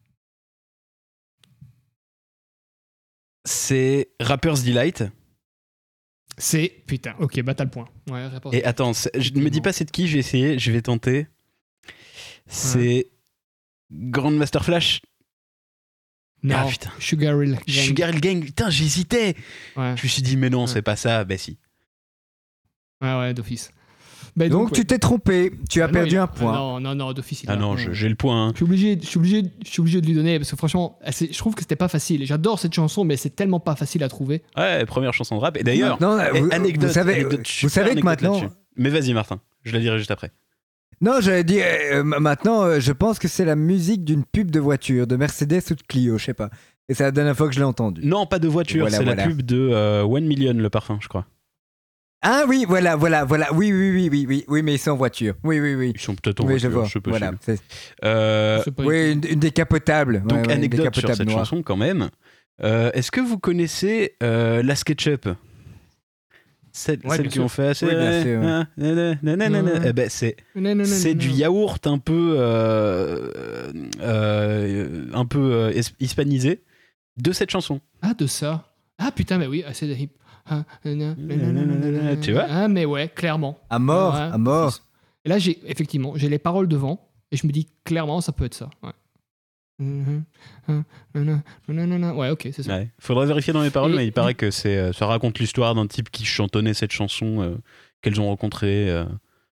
C'est Rapper's Delight. C'est. Putain, ok, bah t'as le point. Ouais, réponse. Et attends, c'est- je ne me dis pas c'est de qui, je vais essayer, je vais tenter. C'est Grandmaster Flash. Non, Ah putain. Sugar Hill Gang. Sugar Hill Gang, putain, j'hésitais. Ouais, Je me suis dit, mais non, Ouais. c'est pas ça. Bah si. ouais, ouais, d'office. Bah, Donc, ouais. tu t'es trompé, tu as Ah non, perdu il a- un point. ah non, non, non, d'office. il Ah a- non, je- j'ai le point. hein. Je suis obligé, je suis obligé, je suis obligé de lui donner parce que franchement, c'est- je trouve que c'était pas facile. J'adore cette chanson, mais c'est tellement pas facile à trouver. Ouais, première chanson de rap. Et d'ailleurs, Non, eh, vous, anecdote, vous savez, anecdote, vous super savez que anecdote maintenant, là-dessus. Mais vas-y, Martin, je la dirai juste après. non, j'allais dire, euh, m- maintenant, euh, je pense que c'est la musique d'une pub de voiture, de Mercedes ou de Clio, je sais pas. Et c'est la dernière fois que je l'ai entendue. Non, pas de voiture, Voilà, c'est voilà. la pub de euh, One Million, le parfum, je crois. Ah oui, voilà, voilà, voilà. Oui, oui, oui, oui, oui, oui, mais ils sont en voiture. Oui, oui, oui. Ils sont peut-être en Oui, je voiture, vois. je sais pas. Voilà. si- c'est- Euh, C'est pas- Oui, une, une décapotable. Ouais, donc, ouais, une anecdote sur décapotable cette noire. chanson quand même. Euh, Est-ce que vous connaissez euh, la SketchUp Celles, Ouais, celles bien qui sûr. ont fait assez. Oui, bien sûr, ouais. Ah, nanana, nanana. Ouais. Eh ben, c'est Non, non, non, c'est non, du non. yaourt un peu euh, euh, un peu euh, es- hispanisé de cette chanson. Ah, de ça. Ah putain, mais oui, ah, c'est de hip. Ah, nanana, Tu vois Ah, mais ouais, clairement. À mort, Ouais, à mort. Et là, j'ai effectivement, j'ai les paroles devant et je me dis clairement, ça peut être ça. Ouais. Mhm. Ah, nanana, nanana. Ouais, ok, c'est ça. Ouais. Faudrait vérifier dans les paroles, Et- mais il paraît que c'est, euh, ça raconte l'histoire d'un type qui chantonnait cette chanson euh, qu'elles ont rencontrée euh,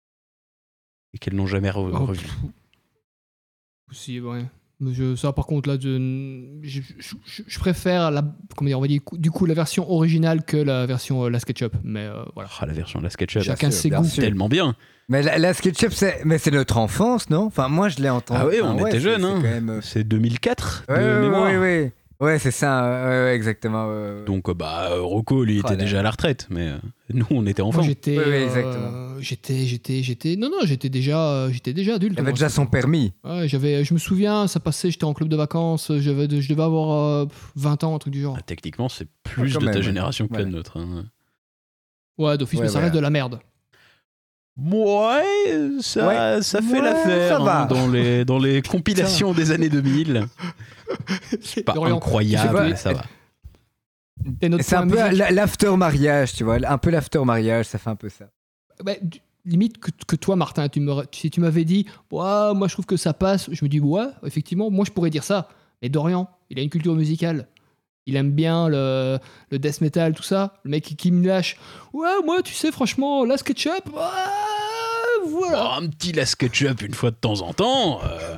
et qu'elles n'ont jamais re- Oh, revue. pff. Si, ouais. Mais je- ça, par contre, là, je, je, je- je préfère la, comment dire, on va dire, du coup, la version originale que la version euh, la SketchUp. Mais euh, voilà. Ah, la version de la SketchUp, Chacun sûr, ses bien goûts. sûr. tellement bien. Mais la, la SketchUp, c'est, mais c'est notre enfance, non? Enfin, moi, je l'ai entendu. Ah oui, Enfin, on ouais, était c'est- jeunes. c'est Hein. quand même, euh, C'est deux mille quatre de Ouais, ouais, mémoire. ouais, ouais. Ouais, c'est ça. Ouais, ouais, exactement. ouais, ouais. Donc, euh, bah, euh, Rocco, lui, Oh était là. déjà à la retraite, mais euh, nous, on était enfants. Moi, j'étais, Oui, oui, euh, exactement. j'étais, j'étais, j'étais, non, non, j'étais déjà, euh, j'étais déjà adulte. Il avait moi, déjà ça. son permis. Ouais, j'avais, je me souviens, ça passait, j'étais en club de vacances, j'avais, je devais avoir euh, vingt ans, un truc du genre. Ah, techniquement, c'est plus Ah, quand de ta même, ouais. génération que la Ouais. nôtre. Hein. Ouais, d'office, Ouais, mais ça voilà. reste de la merde. Ouais, ça, Ouais. ça fait Ouais, l'affaire ça va. hein, dans les, dans les compilations des années deux mille. Pas Dorian, incroyable, je sais pas, mais ça va. t'es notre C'est un point peu musique. la- l'after mariage, tu vois. Un peu l'after mariage, ça fait un peu ça. Bah, du- limite que, que toi, Martin, tu me, si tu m'avais dit, ouais, moi je trouve que ça passe, je me dis, ouais, effectivement, moi je pourrais dire ça. Mais Dorian, il a une culture musicale. Il aime bien le, le death metal, tout ça. Le mec qui, qui me lâche, ouais, moi, tu sais, franchement, la SketchUp, ouais, voilà. Oh, un petit la SketchUp une fois de temps en temps. euh,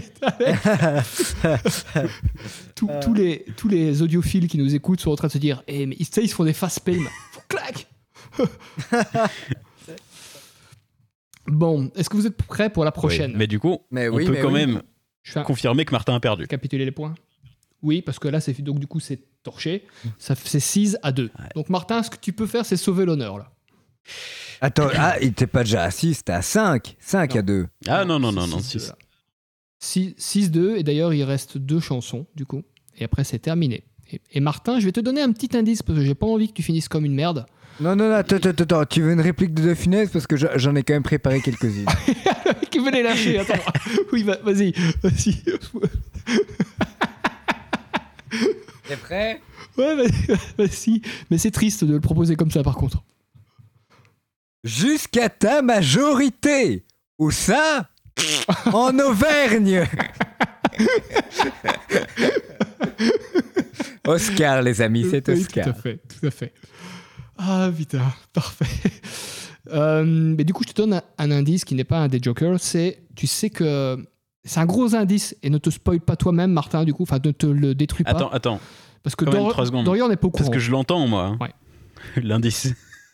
Tous- tous, les, tous les audiophiles qui nous écoutent sont en train de se dire, eh, mais ils, tu sais, ils se font des fast pain. Clac. Bon, est-ce que vous êtes prêts pour la prochaine ouais. Mais du coup, Mais on oui, peut mais quand oui. même Je fais un- confirmer que Martin a perdu. récapituler les points. Oui, parce que là, c'est donc du coup, c'est torché. Ça, f- c'est six à deux. Donc, Martin, ce que tu peux faire, c'est sauver l'honneur, là. Attends, ah, il était pas déjà à six, c'était à cinq. cinq Non. à deux. Ah non, non, non, C'est non. six deux, si- là. six- six deux, et d'ailleurs, il reste deux chansons, du coup. Et après, c'est terminé. Et, et Martin, je vais te donner un petit indice, parce que j'ai pas envie que tu finisses comme une merde. Non, non, non, attends, attends, attends. Tu veux une réplique de De Funès? Parce que je- j'en ai quand même préparé quelques-unes. Qui veut les lâcher, attends. Oui, va- vas-y, vas-y. T'es prêt? Ouais, vas- vas-y. Mais c'est triste de le proposer comme ça, par contre. Jusqu'à ta majorité. Où ça? En Auvergne. Oscar, les amis, c'est Oui, Oscar. Tout à fait, tout à fait. Ah putain, parfait. Euh, mais du coup, je te donne un, un indice qui n'est pas un des jokers. C'est, tu sais que c'est un gros indice et ne te spoil pas toi-même, Martin. Du coup, enfin, ne te le détruis pas. Attends, attends. parce que quand même Dor- trois secondes. Dorian n'est pas au courant. Parce que je l'entends, moi. hein. Ouais. L'indice.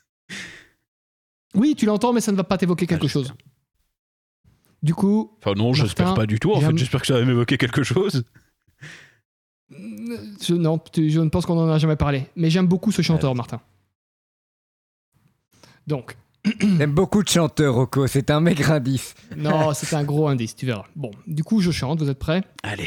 Oui, tu l'entends, mais ça ne va pas t'évoquer quelque Ah, chose. Du coup, Enfin, non, j'espère Martin, pas du tout. En j'aime- fait, j'espère que ça va m'évoquer quelque chose. je, non, tu- je ne pense qu'on en a jamais parlé. Mais j'aime beaucoup ce chanteur, Martin. Donc, J'aime beaucoup de chanteurs, Rocco. C'est un maigre indice. non, c'est un gros indice, tu verras. Bon, du coup, je chante. Vous êtes prêts? Allez.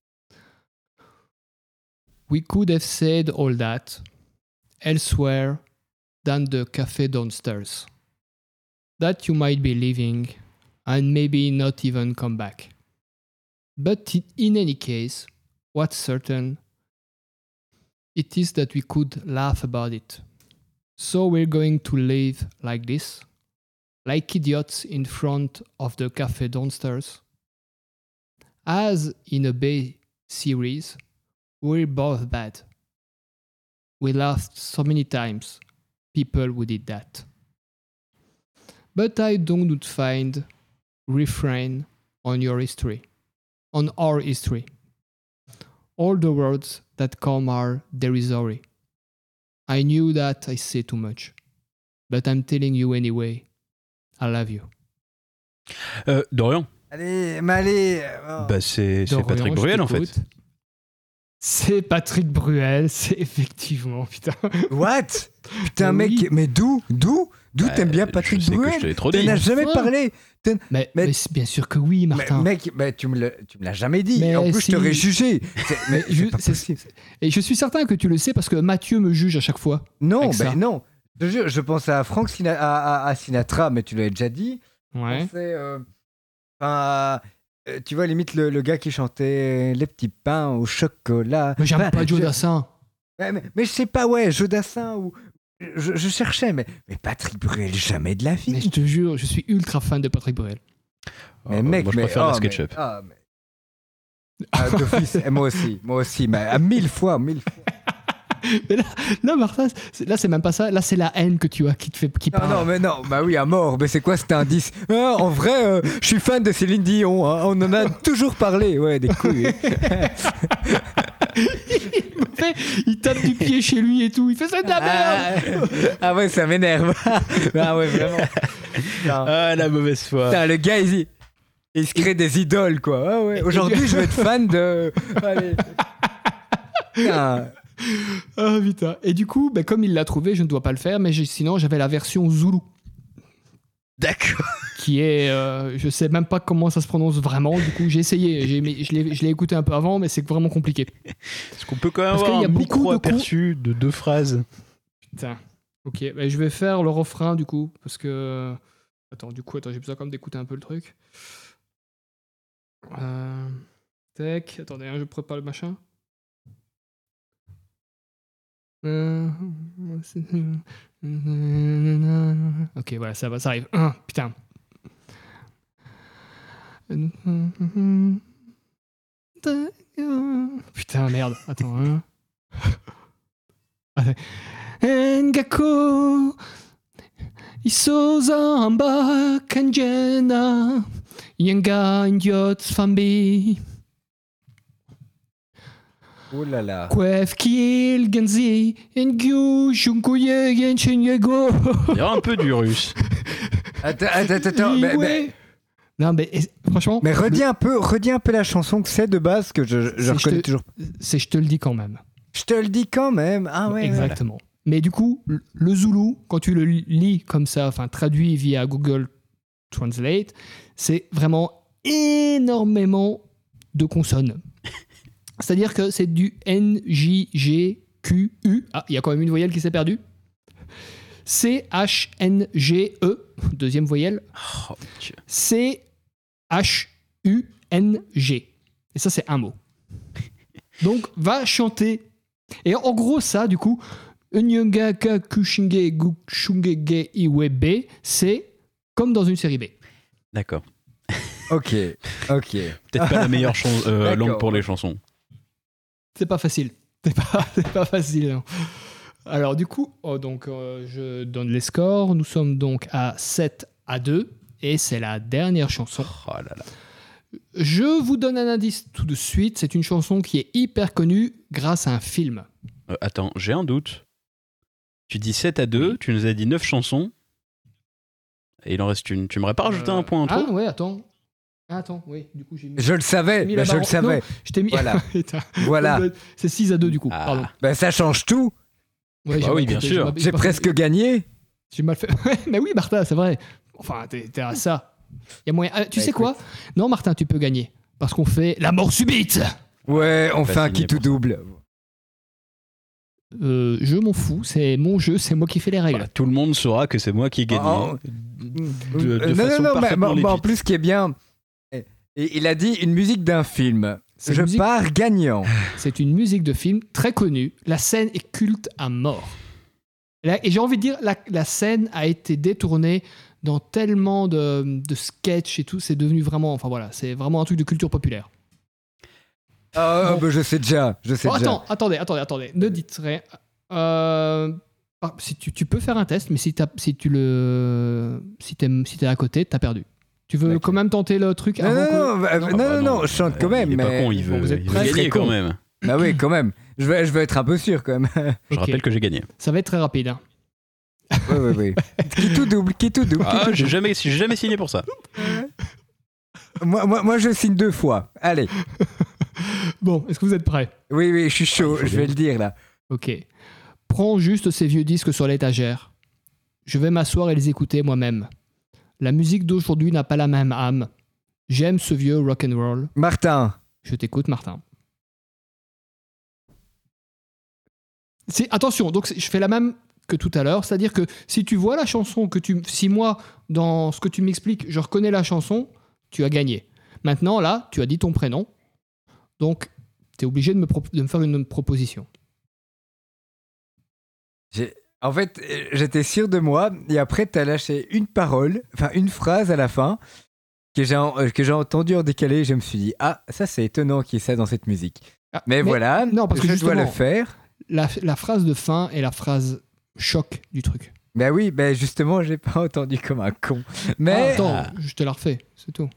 We could have said all that elsewhere than the cafe downstairs. That you might be leaving and maybe not even come back. But i- in any case, what's certain, it is that we could laugh about it. So we're going to live like this, like idiots in front of the cafe downstairs. As in a Bay series, we're both bad. We laughed so many times, people who did that. But I don't find refrain on your history, on our history. All the words that come are derisory. I knew that I say too much, but I'm telling you anyway, I love you. Euh, Dorian. Allez, mais allez. Oh. Bah c'est, c'est Dorian, Patrick je Bruel en t'écoute. fait. C'est Patrick Bruel, c'est effectivement, putain. What? Putain, Oui. mec, mais d'où? D'où? D'où Bah, t'aimes bien Patrick je sais que Bruel? je te l'ai trop T'en dit. as jamais Ouais. parlé. T'en- Mais, Mais- mais c'est bien sûr que oui, Mais, Martin. mec, bah, tu, me l'as, tu me l'as jamais dit. Mais Et en plus, si. je t'aurais jugé. C'est- mais Je- c'est pas c'est- possible. Et je suis certain que tu le sais parce que Mathieu me juge à chaque fois. Non, avec ben ça. non. Je te jure, je pense à Frank Sina- à, à- à Sinatra, mais tu l'avais déjà dit. Ouais. Je pensais, euh, enfin, euh, tu vois, limite le, le gars qui chantait Les petits pains au chocolat. Mais j'aime Enfin, pas Joe je- Dassin. Ouais, mais, mais je sais pas, ouais, Joe Dassin ou. Je, je cherchais, mais, mais Patrick Bruel, jamais de la vie. Mais je te jure, je suis ultra fan de Patrick Bruel. Mais Euh, mec, moi je mais, préfère la oh, SketchUp. mais- ah, mais- Ah, d'office, et moi aussi, moi aussi, mais à mille fois, mille fois. Mais là, là, Martin, c'est- là, c'est même pas ça. Là, c'est la haine que tu as qui te fait qui Non, parle. non, mais non, bah oui, à mort, mais c'est quoi cet indice? Ah, en vrai, euh, je suis fan de Céline Dion, hein, on en a toujours parlé, ouais, des couilles. il, me fait- il tape du pied chez lui et tout. Il fait ça de la merde. Ah, ah ouais, ça m'énerve. Ah ouais, vraiment. Putain. Ah la mauvaise foi. Putain, le gars, il, il se crée des idoles, quoi. Ah ouais. Aujourd'hui, je vais être fan de. Allez. Putain. Ah putain. Et du coup, ben, comme il l'a trouvé, je ne dois pas le faire. Mais j'ai- sinon, j'avais la version Zulu, D'accord. qui est, euh, je sais même pas comment ça se prononce vraiment. Du coup, j'ai essayé. J'ai, mais je l'ai, je l'ai écouté un peu avant, mais c'est vraiment compliqué. Est-ce qu'on peut quand même Parce avoir qu'il y a un beaucoup de micro aperçu de deux phrases? Putain. Ok, ben, je vais faire le refrain du coup, parce que. Attends, du coup, attends, j'ai besoin quand même d'écouter un peu le truc. Euh... Tac, attendez, hein, je prépare le machin. Euh, Ok, voilà, ça va, ça arrive. Ah, putain. Putain, merde. Attends, hein. Attends. Ngako Isozamba Kanjena Yanga Indiot Fambi Oh là là. Kwef Kiel Genzi Ngyu Shunkuye Genshinyego. Il y a un peu du russe. Attends, attends, attends. Mais, mais, Non, mais et- franchement, mais redis un peu, redis un peu la chanson que c'est de base, que je, je, je C'est reconnais je te- toujours. c'est je te le dis quand même. Je te le dis quand même. Ah ouais. Exactement. Mais du coup, le- le Zoulou, quand tu le lis comme ça, enfin traduit via Google Translate, c'est vraiment énormément de consonnes. C'est-à-dire que c'est du N, J, G, Q, U. Ah, il y a quand même une voyelle qui s'est perdue. C, H, N, G, E. Deuxième voyelle. Oh, mon Dieu. C, H, U, N, G. Et ça, c'est un mot. Donc, va chanter. Et en gros, ça, du coup, Unyunga ka kushinge gushunge ge iwebe, c'est comme dans une série B. D'accord. Ok, ok. Peut-être pas la meilleure chan- euh, D'accord. langue pour les chansons. C'est pas facile. C'est pas, c'est pas facile. Non. Alors, du coup, oh, donc, euh, je donne les scores. Nous sommes donc à sept à deux. Et c'est la dernière chanson. Oh là là. Je vous donne un indice tout de suite. C'est une chanson qui est hyper connue grâce à un film. Euh, attends, j'ai un doute. Tu dis sept à deux, tu nous as dit neuf chansons. Et il en reste une. Tu m'aurais pas rajouté Euh, un point en trop? Ah ouais, attends. Ah, attends, oui, du coup j'ai mis. Je le savais, j'ai mis bah, la je barre le en- savais. Non, je t'ai mis. Voilà. Putain. Voilà. C'est six à deux du coup, Ah. pardon. Bah, ça change tout. Ouais, Bah j'ai oui, mal bien compté, sûr. mal- J'ai pas- presque gagné. J'ai mal fait. Ouais, mais oui, Martin, c'est vrai. Enfin, t'es, t'es à ça. Il y a moyen. Ah, tu Bah, sais quoi? Non, Martin, tu peux gagner. Parce qu'on fait la mort subite. Ouais, on Pas fait un signé qui tout pour ça. double. Euh, je m'en fous, c'est mon jeu, c'est moi qui fais les règles. Voilà, tout le monde saura que c'est moi qui ai gagné. Oh, de, de Euh, non, façon non, non, mais, parfaitement mais- mais en légitime. plus, ce qui est bien, et- et il a dit une musique d'un film. C'est Je une musique- pars gagnant. C'est une musique de film très connue. La scène est culte à mort. Et, là, et j'ai envie de dire, la, la scène a été détournée dans tellement de, de sketchs et tout, c'est devenu vraiment, enfin voilà, c'est vraiment un truc de culture populaire. Ah, Bon. bah, je sais déjà, je sais Oh, déjà. attends, attendez, attendez, attendez, ne dites rien. Euh, ah, si tu, tu peux faire un test, mais si, t'as, si tu le, si t'es, si t'es à côté, t'as perdu. Tu veux D'accord. quand même tenter le truc Non, avant non, que... non, bah, Ah non, bah non, non, je chante quand même, Il est mais... pas con, il veut, Bon, vous êtes il veut prêts, gagner c'est quand con. même. Bah oui, quand même. Je veux, je veux être un peu sûr, quand même. Je Ok. rappelle que j'ai gagné. Ça va être très rapide. Hein. Oui, oui, oui. Qui tout double, qui tout double. Ah, j'ai jamais, j'ai jamais signé pour ça. Moi, moi, moi, je signe deux fois. Allez. Bon, est-ce que vous êtes prêts? Oui, oui, je suis chaud, Ah, il faut je vais bien. le dire, là. Ok. Prends juste ces vieux disques sur l'étagère. Je vais m'asseoir et les écouter moi-même. La musique d'aujourd'hui n'a pas la même âme. J'aime ce vieux rock'n'roll. Martin. Je t'écoute, Martin. C'est, attention, donc c'est- je fais la même que tout à l'heure, c'est-à-dire que si tu vois la chanson, que tu, si moi, dans ce que tu m'expliques, je reconnais la chanson, tu as gagné. Maintenant, là, tu as dit ton prénom, donc tu es obligé de me, pro- de me faire une proposition. J'ai- En fait, euh, j'étais sûr de moi, et après, t'as lâché une parole, enfin, une phrase à la fin, que j'ai, en- euh, que j'ai entendu en décalé, et je me suis dit, ah, ça, c'est étonnant qu'il y ait ça dans cette musique. Ah, Mais, voilà, non, parce que je dois le justement- faire. La, la phrase de fin est la phrase choc du truc. Ben oui, ben justement, j'ai pas entendu comme un con. Ah, Mais attends, je te la refais, c'est tout.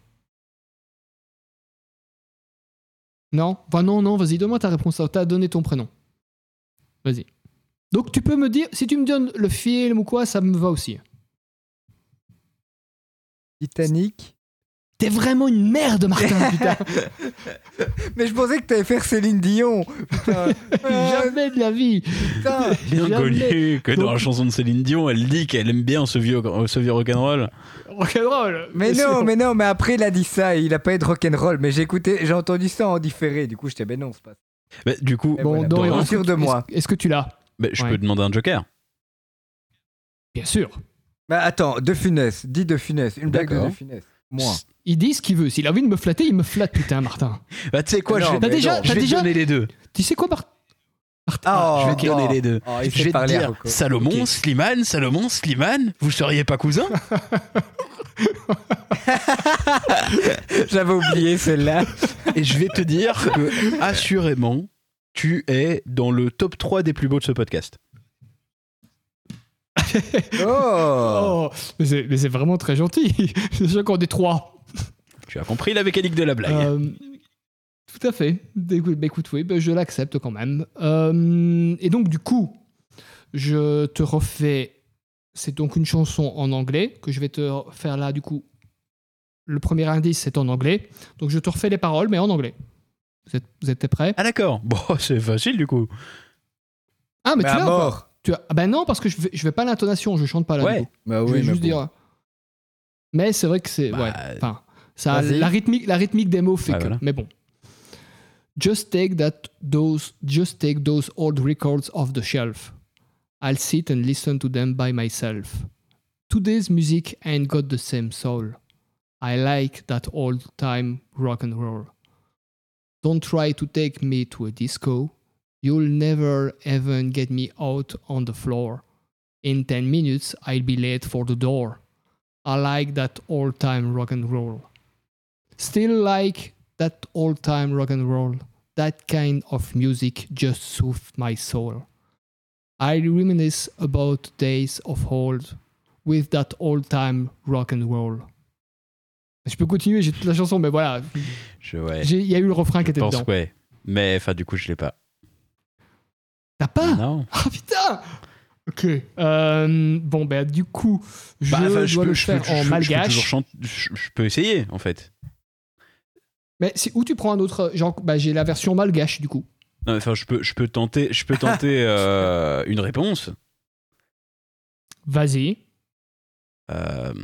Non, enfin non, non, vas-y, donne-moi ta réponse. T'as donné ton prénom. Vas-y. Donc tu peux me dire, si tu me donnes le film ou quoi, ça me va aussi. Titanic. T'es vraiment une merde, Martin, putain. Mais je pensais que t'allais faire Céline Dion. Putain. Ah, Jamais de la vie. putain. Bien Jamais. connu que dans Donc- la chanson de Céline Dion, elle dit qu'elle aime bien ce vieux, ce vieux rock'n'roll. Rock'n'roll. Mais bien non, sûr. mais non, mais après il a dit ça, il a pas eu de rock'n'roll. Mais j'ai écouté, j'ai entendu ça en différé. Du coup, j'étais ben non, c'est pas ça. Bah, du coup, Et Bon, voilà. Dorian, Bon, est-ce sûr que- de moi. Est-ce, est-ce que tu l'as? bah, je Ouais. peux demander un joker. Bien sûr. Bah attends, De Funès, dis De Funès, une blague de D'accord. De Funès. Moi. Il dit ce qu'il veut. S'il a envie de me flatter, il me flatte, putain, Martin. Bah, tu sais quoi, Non, je vais, mais T'as déjà, non. je t'as vais te déjà... donner les deux. Tu sais quoi, Martin? Oh, je vais te donner non. les deux. Oh, il Je sait vais te parler à dire, Rocco. Salomon, Ok. Slimane, Salomon, Slimane, vous seriez pas cousins? J'avais oublié celle-là. Et je vais te dire que, assurément, tu es dans le top trois des plus beaux de ce podcast. Oh. Oh, mais c'est, mais c'est vraiment très gentil. C'est sûr qu'on est trois. Tu as compris la mécanique de la blague. Euh, tout à fait. Écoute, bah, écoute, oui, bah, je l'accepte quand même. Euh, et donc, du coup, je te refais. C'est donc une chanson en anglais que je vais te faire là, du coup. Le premier indice, c'est en anglais. Donc, je te refais les paroles, mais en anglais. Vous êtes, vous êtes prêts? Ah d'accord, bon, c'est facile du coup. Ah, mais Mais tu à l'as ou pas? mort. Tu as... Ah, ben non, parce que je vais, je vais pas l'intonation, je chante pas là. Ouais. Du coup. Bah Je oui, vais mais juste bon. dire. Mais c'est vrai que c'est. Bah, ouais. Enfin, ça, vas-y. la rythmique, la rythmique des mots fait Ouais, que. voilà. Mais bon. Just take that those just take those old records off the shelf. I'll sit and listen to them by myself. Today's music ain't got the same soul. I like that old time rock and roll. Don't try to take me to a disco. You'll never even get me out on the floor. In ten minutes, I'll be late for the door. I like that old time rock and roll. Still like that old time rock and roll. That kind of music just soothes my soul. I reminisce about days of old with that old time rock and roll. Je peux continuer, j'ai toute la chanson, mais voilà. Je, ouais. J'ai- Il y a eu le refrain qui Je était pense dedans. que ouais. Mais enfin, du coup, je l'ai pas. T'as pas? Non. Ah putain! Ok. Euh, bon, ben du coup, je Bah, enfin, dois je peux, le je peux- faire je en peux- je peux malgache. toujours chanter- je, je peux essayer, en fait. Mais c'est où tu prends un autre. Genre, bah, j'ai la version malgache du coup. Non, enfin, je peux, je peux tenter, je peux tenter euh, une réponse. Vas-y. Euh,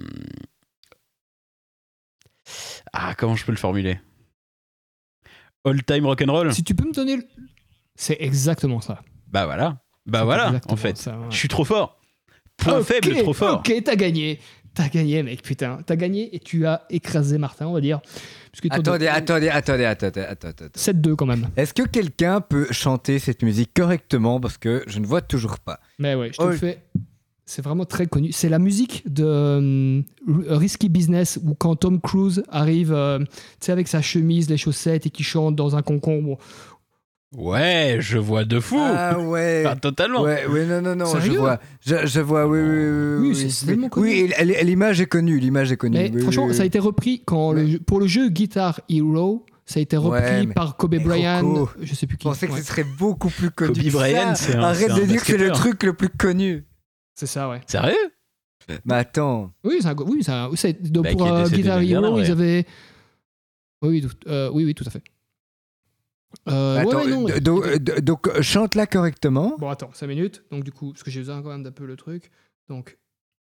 Ah, comment je peux le formuler? All time rock'n'roll? Si tu peux me donner. le- C'est exactement ça. Bah voilà. Bah C'est voilà, exactement en fait. ça, ouais. Je suis trop fort. Point Ok, faible, trop fort. Ok, t'as gagné. T'as gagné, mec, putain. T'as gagné et tu as écrasé Martin, on va dire. Puisque toi, Attendez, de- attendez, attendez, attendez, attendez, attendez. sept deux quand même. Est-ce que quelqu'un peut chanter cette musique correctement parce que je ne vois toujours pas. Mais ouais, je te Oh, le fais. C'est vraiment très connu. C'est la musique de euh, Risky Business où quand Tom Cruise arrive, euh, tu sais, avec sa chemise, les chaussettes et qui chante dans un concombre. Ouais, je vois de fou. Ah ouais. Pas totalement. Ouais, ouais, non, non, non, je Sérieux vois. Je, je vois, oui, oui, oui. Oui, c'est- c'est tellement connu. Oui, et- et- et l'image est connue, l'image est connue. Mais oui, franchement, oui, oui. ça a été repris quand le jeu- pour le jeu Guitar Hero. Ça a été repris Ouais, mais- par Kobe mais Bryant. Rocco, Je sais plus Je qui. pensais que Ouais. ce serait beaucoup plus connu. Kobe que ça. Bryant, c'est un- Arrête c'est de un dire que c'est le basketteur. truc le plus connu. C'est ça, ouais. Sérieux? Mais attends. Oui, c'est un, oui, c'est un- c'est- donc Bah, pour qui est euh, décédé Guitar l'année Hero, dernière, ils ouais. avaient. Oui, oui, tout, euh, oui, oui, tout à fait. Euh, Mais ouais, attends, ouais, non, d- donc, il- d- donc, euh, chante-la correctement. Bon, attends, cinq minutes. Donc, du coup, parce que j'ai besoin quand même d'un peu le truc. Donc.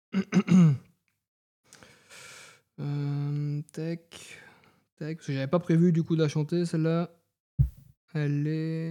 euh, tac. Tac. Parce que j'avais pas prévu, du coup, de la chanter, celle-là. Elle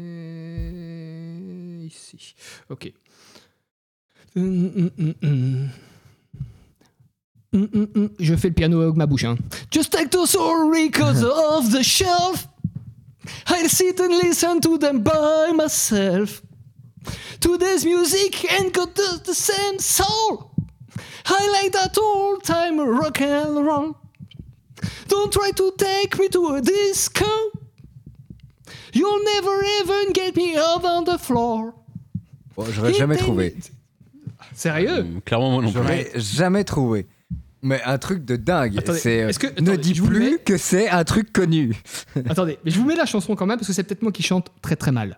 est. Ici. Ok. Hum, hum, hum, hum. Hum, hum, hum. Je fais le piano avec ma bouche. Hein. Just take those old records off the shelf. I'll sit and listen to them by myself. Today's music ain't got the, the same soul. I like that old time rock and roll. Don't try to take me to a disco. You'll never even get me out on the floor. Bon, j'aurais jamais trouvé. Sérieux? Hum, Clairement, moi non plus. J'aurais jamais trouvé. Mais un truc de dingue. Attendez, C'est, euh, est-ce que- ne attendez, dis je vous le plus mets. que c'est un truc connu. Attendez, mais je vous mets la chanson quand même parce que c'est peut-être moi qui chante très très mal.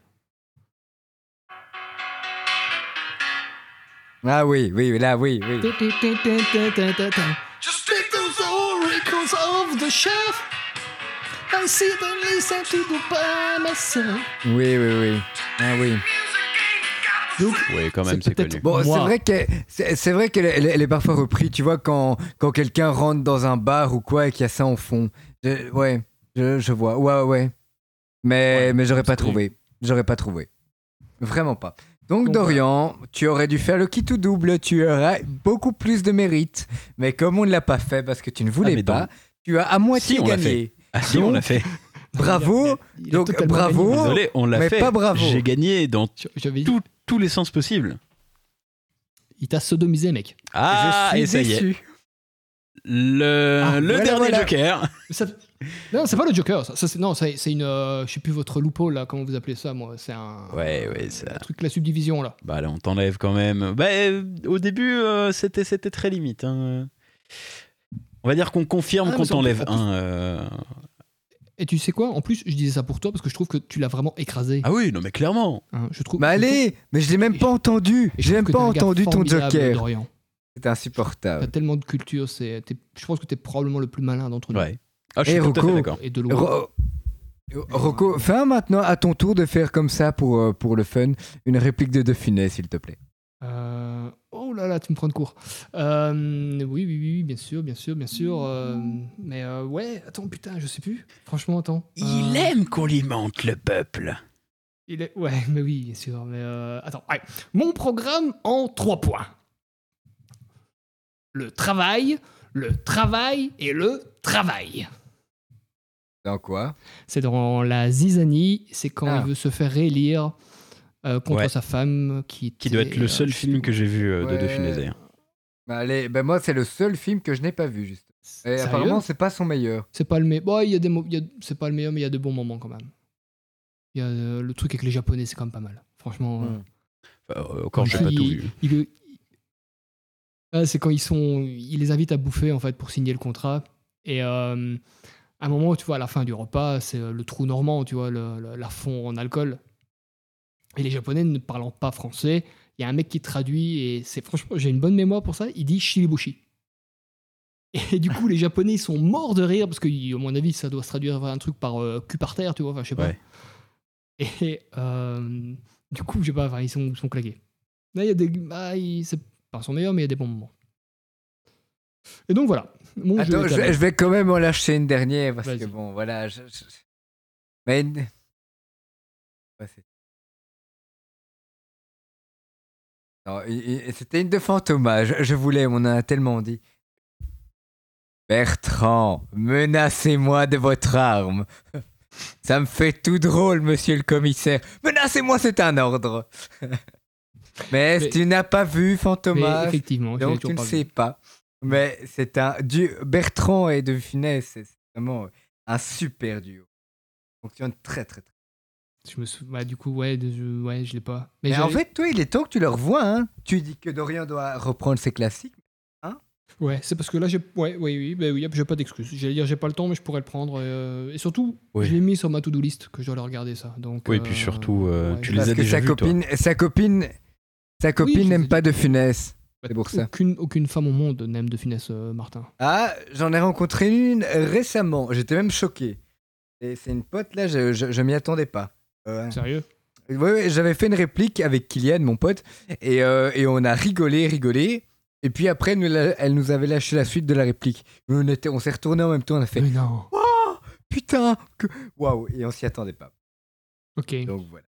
Ah oui, oui, là, oui, oui. Just take those old records off the shelf. I sit and listen to the by myself. Oui, oui, oui. Ah oui. Donc, Oui, quand même, c'est c'est peut-être- connu. Bon, Moi. c'est vrai que c'est, c'est vrai qu'elle elle, elle est parfois reprise. Tu vois, quand, quand quelqu'un rentre dans un bar ou quoi et qu'il y a ça en fond. Je- ouais, je, je vois. Ouais, ouais. Mais, Ouais, mais j'aurais pas c'est- trouvé. J'aurais pas trouvé. Vraiment pas. Donc, Donc, Dorian, tu aurais dû faire le kit ou double. Tu aurais beaucoup plus de mérite. Mais comme on ne l'a pas fait parce que tu ne voulais Ah, mais pas, donc- tu as à moitié Si, on l'a gagné. Ah si, on l'a fait. Bravo. il a Donc, totalement bravo. gagné. Désolé, on l'a mais fait. pas bravo. J'ai gagné dans J'avais dit, tout- tous les sens possibles. il t'a sodomisé, mec. Ah, je suis et ça y est. déçu. Le, Ah, le voilà, dernier voilà. Joker. Ça- Non, c'est pas le Joker. Ça, ça, c'est... Non, c'est, c'est une. euh, Je sais plus votre loophole là. Comment vous appelez ça, moi? C'est un. Ouais, ouais, ça. Un truc la subdivision là. Bah là, on t'enlève quand même. Bah, euh, au début, euh, c'était, c'était très limite. hein. On va dire qu'on confirme Ah, mais qu'on ça, on t'enlève peut- on peut- un. euh. Et tu sais quoi? En plus, je disais ça pour toi parce que je trouve que tu l'as vraiment écrasé. Ah oui, non mais clairement. Hein, je trouve. Mais allez, mais je l'ai même pas entendu. Et je J'ai trouve même que pas t'es un gars entendu ton formidable, Joker. Dorian. C'est T'as insupportable. tellement de culture. C'est... t'es- Je pense que t'es probablement le plus malin d'entre nous. Ouais. Ah, je suis Eh, tout à fait Rocco. d'accord. Et de loin. Ro- Rocco, fais un maintenant à ton tour de faire comme ça pour, euh, pour le fun une réplique de De Funès, s'il te plaît. Euh, Oh là là, tu me prends de court. Euh, Oui, oui, oui, bien sûr, bien sûr, bien sûr. euh, Mais euh, ouais, attends, putain, je sais plus. Franchement, attends. Il Euh, aime qu'on lui mente le peuple. Il est... Ouais, mais oui, bien sûr. Mais euh, attends, allez. Mon programme en trois points. Le travail, le travail et le travail. Dans quoi? C'est dans la zizanie, c'est quand Ah. il veut se faire réélire euh, contre Ouais. sa femme qui Qui doit était, être le euh, seul je sais film plus. que j'ai vu euh, de Ouais. De Funès d'ailleurs. Bah, allez, ben moi, c'est le seul film que je n'ai pas vu, juste. Et Sérieux apparemment, c'est pas son meilleur. C'est pas le meilleur. Bon, il y a des mo- il y a- c'est pas le meilleur, mais il y a de bons moments quand même. Il y a euh, le truc avec les Japonais, c'est quand même pas mal. Franchement. euh, Hmm. Enfin, euh, encore, j'ai il- pas tout vu. il- il- Ah, c'est quand ils sont, il les invite à bouffer en fait pour signer le contrat. Et euh, à un moment, tu vois, à la fin du repas, c'est euh, le trou normand, tu vois, le, le- la fond en alcool. Et les Japonais ne parlant pas français, il y a un mec qui traduit et c'est franchement, j'ai une bonne mémoire pour ça. Il dit shiribushi. Et du coup, les Japonais ils sont morts de rire parce que, à mon avis, ça doit se traduire vers un truc par euh, cul par terre, tu vois, enfin, je sais pas. Ouais. Et euh, du coup, je sais pas, enfin, ils sont, ils sont claqués. Là, il y a des. Ah, il- c'est pas son meilleur, mais il y a des bons moments. Et donc voilà. Mon jeu Attends, est je, à vais- je vais quand même en lâcher une dernière parce Vas-y. que bon, voilà. je- je- Mais. une- Ouais, c'est- Non, il- il- c'était une de Fantomas. Je, je voulais, on en a tellement dit. Bertrand, menacez-moi de votre arme. Ça me fait tout drôle, monsieur le commissaire. Menacez-moi, c'est un ordre. mais, mais tu n'as pas vu Fantomas. Effectivement, donc tu ne pas sais vu. pas. Mais c'est un du Bertrand et De Funès, c'est vraiment un super duo. Fonctionne très très très. Je me sou... ouais, du coup, ouais, de... je... ouais, je l'ai pas. Mais, mais en fait, toi, il est temps que tu le revois. Hein. Tu dis que Dorian doit reprendre ses classiques. Hein ouais, c'est parce que là, j'ai, ouais, oui, oui, bah oui, j'ai pas d'excuse. J'allais dire, j'ai pas le temps, mais je pourrais le prendre. Euh... Et surtout, oui. je l'ai mis sur ma to-do list que je dois le regarder ça. Donc. Oui, euh... puis surtout, euh, ouais, tu les as que déjà sa vus, copine, toi. sa copine, sa copine oui, n'aime pas De Funès. Bah, c'est pour ça. Aucune, aucune femme au monde n'aime De Funès, euh, Martin. Ah, j'en ai rencontré une récemment. J'étais même choqué. Et c'est une pote là, je, je, je m'y attendais pas. Euh... Sérieux? Oui, ouais, j'avais fait une réplique avec Kylian, mon pote, et, euh, et on a rigolé, rigolé. Et puis après, nous, la, elle nous avait lâché la suite de la réplique. On, était, on s'est retourné en même temps, on a fait. Mais non. Oh, putain, que... waouh, et on s'y attendait pas. Ok. Donc voilà.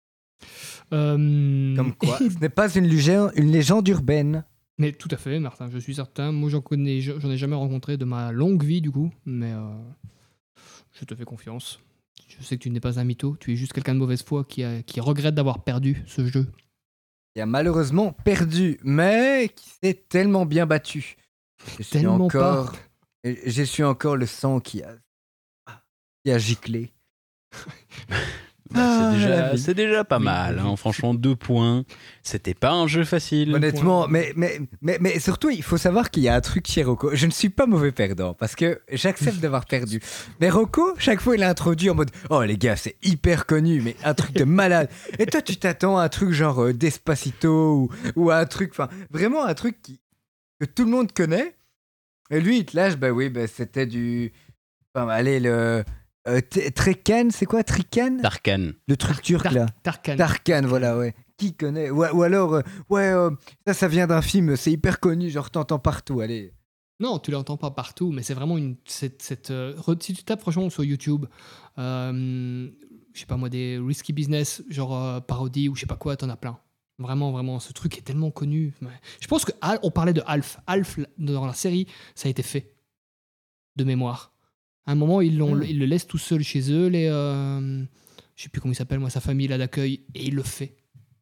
Euh... Comme quoi, ce n'est pas une légende, une légende urbaine. Mais tout à fait, Martin, je suis certain. Moi, j'en connais, j'en ai jamais rencontré de ma longue vie, du coup, mais euh, je te fais confiance. Je sais que tu n'es pas un mytho, tu es juste quelqu'un de mauvaise foi qui, a, qui regrette d'avoir perdu ce jeu. Il a malheureusement perdu, mais qui s'est tellement bien battu. Je suis Tellement encore, pas. Je suis encore le sang qui a, qui a giclé. Bah, c'est, déjà, c'est déjà pas oui, mal, hein. Franchement, deux points. C'était pas un jeu facile. Honnêtement, mais, mais, mais, mais surtout, il faut savoir qu'il y a un truc chez Rocco. Je ne suis pas mauvais perdant parce que j'accepte d'avoir perdu. Mais Rocco, chaque fois, il a introduit en mode oh les gars, c'est hyper connu, mais un truc de malade. Et toi, tu t'attends à un truc genre euh, Despacito ou, ou à un truc, enfin, vraiment un truc qui, que tout le monde connaît. Et lui, il te lâche, bah oui, bah, c'était du. Enfin, allez, le. Euh, Trecan, c'est quoi Trican Tarkan. Le truc turc Tar- là. Tarkan. Tarkan, voilà, ouais. Qui connaît ou, ou alors, euh, ouais, euh, ça, ça vient d'un film, c'est hyper connu, genre t'entends partout, allez. Non, tu l'entends pas partout, mais c'est vraiment une. Cette, cette, euh, si tu tapes franchement sur YouTube, euh, je sais pas moi, des risky business, genre euh, parodie ou je sais pas quoi, t'en as plein. Vraiment, vraiment, ce truc est tellement connu. Ouais. Je pense que Al, on parlait de Alf. Alf, dans la série, ça a été fait. De mémoire. À un moment, ils, l'ont, mmh. ils le laissent tout seul chez eux, les, euh, je sais plus comment il s'appelle, moi, sa famille là d'accueil, et il le fait.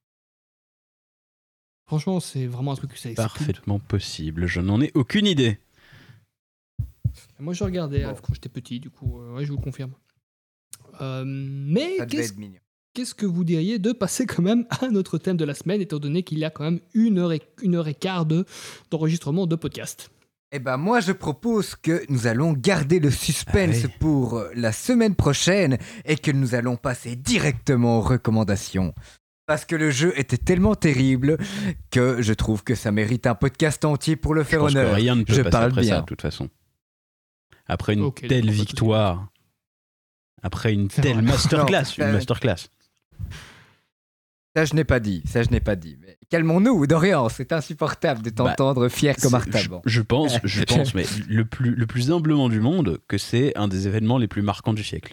Franchement, c'est vraiment un truc que c'est parfaitement possible. Je n'en ai aucune idée. Moi, je regardais bon. Alf quand j'étais petit, du coup, euh, ouais, je vous le confirme. Euh, mais qu'est-ce, qu'est-ce que vous diriez de passer quand même à notre thème de la semaine, étant donné qu'il y a quand même une heure et, une heure et quart de, d'enregistrement de podcast? Eh ben moi je propose que nous allons garder le suspense ah oui. pour la semaine prochaine et que nous allons passer directement aux recommandations. Parce que le jeu était tellement terrible que je trouve que ça mérite un podcast entier pour le faire je pense honneur. Que rien ne peut je passer parle après bien. ça de toute façon. Après une okay, telle victoire, après une telle vrai. masterclass, non, une masterclass. Ça, je n'ai pas dit. Ça, je n'ai pas dit. Mais calmons-nous, Dorian. C'est insupportable de t'entendre bah, fier comme Artaban. Je, je pense, je pense, mais le plus, le plus humblement du monde, que c'est un des événements les plus marquants du siècle.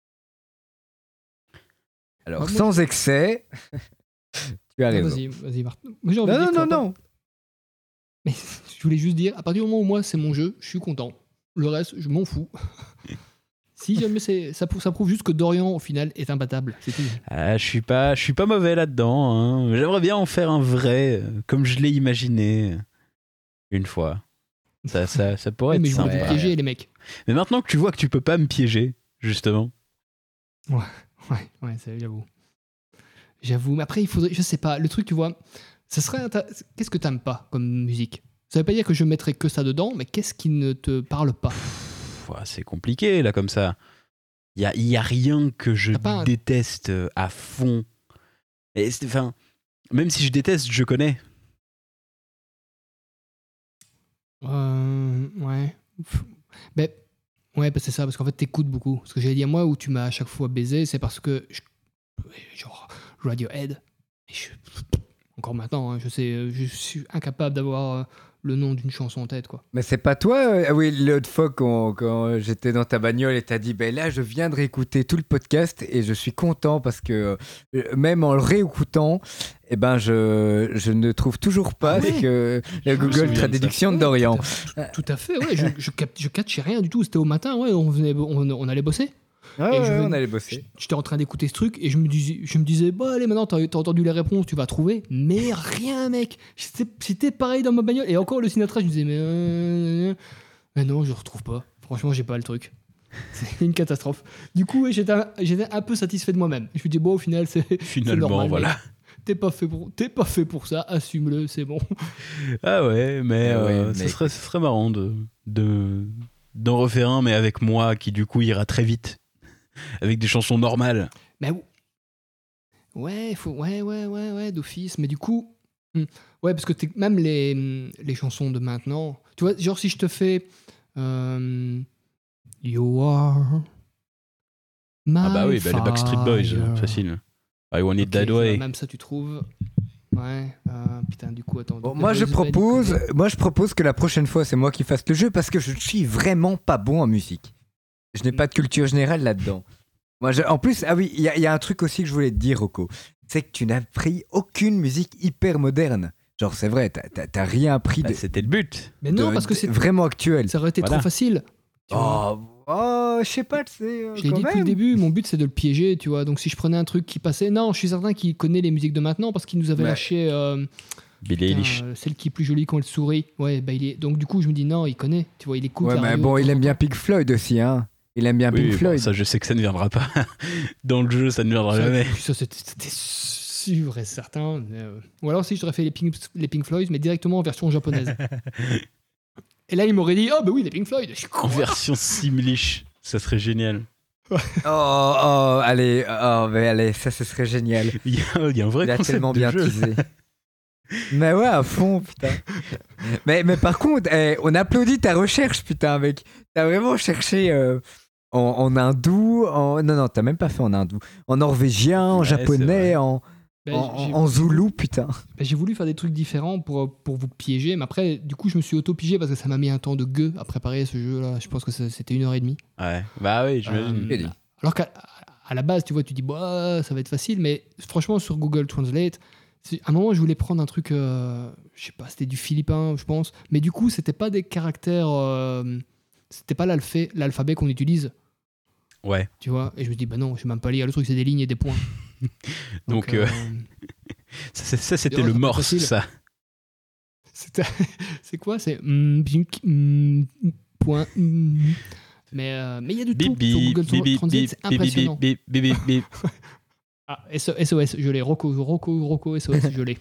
Alors, ah, sans excès, tu as raison. Vas-y, vas-y, Martin. Moi, j'ai envie non, de dire non, non, non. Mais je voulais juste dire, à partir du moment où moi, c'est mon jeu, je suis content. Le reste, je m'en fous. Si jamais c'est, ça, prouve, ça prouve juste que Dorian, au final, est imbattable. C'est tout. Ah, je suis pas, je suis pas mauvais là-dedans. Hein. J'aimerais bien en faire un vrai, comme je l'ai imaginé une fois. Ça, ça, ça pourrait ouais, être mais sympa. Mais je voulais piéger les mecs. Mais maintenant que tu vois que tu peux pas me piéger, justement. Ouais, ouais, ouais, c'est, j'avoue. J'avoue. Mais après, il faudrait, je sais pas, le truc, tu vois, ça serait, qu'est-ce que t'aimes pas comme musique? Ça veut pas dire que je mettrais que ça dedans, mais qu'est-ce qui ne te parle pas? C'est compliqué là comme ça. Il y a, y a rien que je un... déteste à fond. Et enfin, même si je déteste, je connais. Euh, ouais. Ben, ouais, bah c'est ça, parce qu'en fait, t'écoutes beaucoup. Ce que j'allais dire, moi, où tu m'as à chaque fois baisé, c'est parce que, je, genre, Radiohead, je, encore maintenant, hein, je sais, je suis incapable d'avoir le nom d'une chanson en tête, quoi. Mais c'est pas toi, euh, ah oui, l'autre fois quand, quand j'étais dans ta bagnole et t'as dit, ben là, je viens de réécouter tout le podcast et je suis content parce que euh, même en le réécoutant, eh ben, je, je ne trouve toujours pas Ah ouais. que la me Google souviens de Traduction Ouais, d'Orient. Tout à, tout à fait, ouais. Je, je, cap- je catchais rien du tout. C'était au matin, ouais. On, venait, on, on allait bosser. Ah Et ouais, je ouais, venais- on allait J- bosser. J'étais en train d'écouter ce truc et je me disais, je me disais bah allez, maintenant t'as, t'as entendu les réponses, tu vas trouver. Mais rien, mec. C'était, c'était pareil dans ma bagnole. Et encore le Sinatra, je me disais, mais, euh, mais non, je retrouve pas. Franchement, j'ai pas le truc. C'est une catastrophe. Du coup, ouais, j'étais, un- j'étais un peu satisfait de moi-même. Je me dis, bon, au final, c'est, c'est Finalement, normal, voilà. mec. T'es pas, fait pour, t'es pas fait pour ça, assume-le, c'est bon. Ah ouais, mais Ah ouais, euh, ce mais serait, ce serait marrant de, de, d'en refaire un, mais avec moi, qui du coup ira très vite. Avec des chansons normales. Mais ou- ouais, faut, ouais, ouais, ouais, ouais, d'office. Mais du coup, hmm, ouais, parce que t'es- même les, hmm, les chansons de maintenant, tu vois, genre si je te fais euh, You are my Ah bah oui, bah les Backstreet Boys, fire. facile. I Want It Ok, That ça va, Way. même ça, tu trouves. Ouais, euh, putain, du coup, attends. Bon, The moi, je Boys Band, il propose, connaît. moi, je propose que la prochaine fois, c'est moi qui fasse le jeu parce que je suis vraiment pas bon en musique. Je n'ai pas de culture générale là-dedans. Moi, je- en plus, ah oui, il y, a- il y a un truc aussi que je voulais te dire, Rocco. C'est que tu n'as pris aucune musique hyper moderne. Genre, c'est vrai, t'as- t'as t'as rien appris Bah, de, c'était le but. Mais non, de- parce que de- c'est, vraiment actuel. ça aurait été Voilà. trop facile. tu vois. Oh, oh, je sais pas, tu sais. euh, Je l'ai quand dit depuis même. le début, mon but c'est de le piéger, tu vois. Donc si je prenais un truc qui passait, non, je suis certain qu'il connaît les musiques de maintenant parce qu'il nous avait Ouais. lâché euh, Billie putain, Eilish. euh, celle qui est plus jolie quand elle sourit. Ouais, bah il est. Donc du coup je me dis non, il connaît, tu vois, il écoute. Ouais, la mais radio bon, de il temps aime en bien temps. Pink Floyd aussi, hein. Il aime bien Oui, Pink bon, Floyd. ça je sais que ça ne viendra pas. Dans le jeu, ça ne viendra Ça, jamais. ça, c'était, c'était sûr et certain. mais, euh, Ou alors si je t'aurais fait les Pink, les Pink Floyd, mais directement en version japonaise. Et là il m'aurait dit oh bah oui les Pink Floyd. Je suis En con. version Simlish, ça serait génial. Oh, oh, allez, oh, mais allez, ça, ce serait génial. Il y a, il y a un vrai Il a concept tellement de bien jeu. teasé. Mais ouais, à fond, putain. mais, mais par contre, eh, on applaudit ta recherche, putain, mec. T'as vraiment cherché euh, en, en hindou, en... Non, non, t'as même pas fait en hindou. En norvégien, en Ouais, c'est japonais, vrai. en, Bah, en, j'ai- en zoulou, putain. Bah, j'ai voulu faire des trucs différents pour, pour vous piéger, mais après, du coup, je me suis auto-piégé parce que ça m'a mis un temps de gueux à préparer ce jeu-là. Je pense que ça- c'était une heure et demie. Ouais, bah oui, j'imagine. Euh, alors qu'à à la base, tu vois, tu dis, bah, ça va être facile, mais franchement, sur Google Translate, c'est- à un moment, je voulais prendre un truc, euh, je sais pas, c'était du philippin, je pense, mais du coup, c'était pas des caractères, euh, c'était pas l'alphabet, l'alphabet qu'on utilise, Ouais. tu vois, et je me dis, bah non, je sais même pas lire le truc, c'est des lignes et des points. Donc, euh, Ça, c'est- ça, c'était Oh, le c'est pas morse, facile. ça. C'est c'est quoi C'est mm, bink, mm, point. mm. Mais euh, mais il y a de tout Bip, sur bip, Google bip, bip, Translate, bip, c'est bip, bip, impressionnant. bip, bip, bip, bip. Ah, S O S, je l'ai. Rocco, Rocco, Rocco, S O S, je l'ai.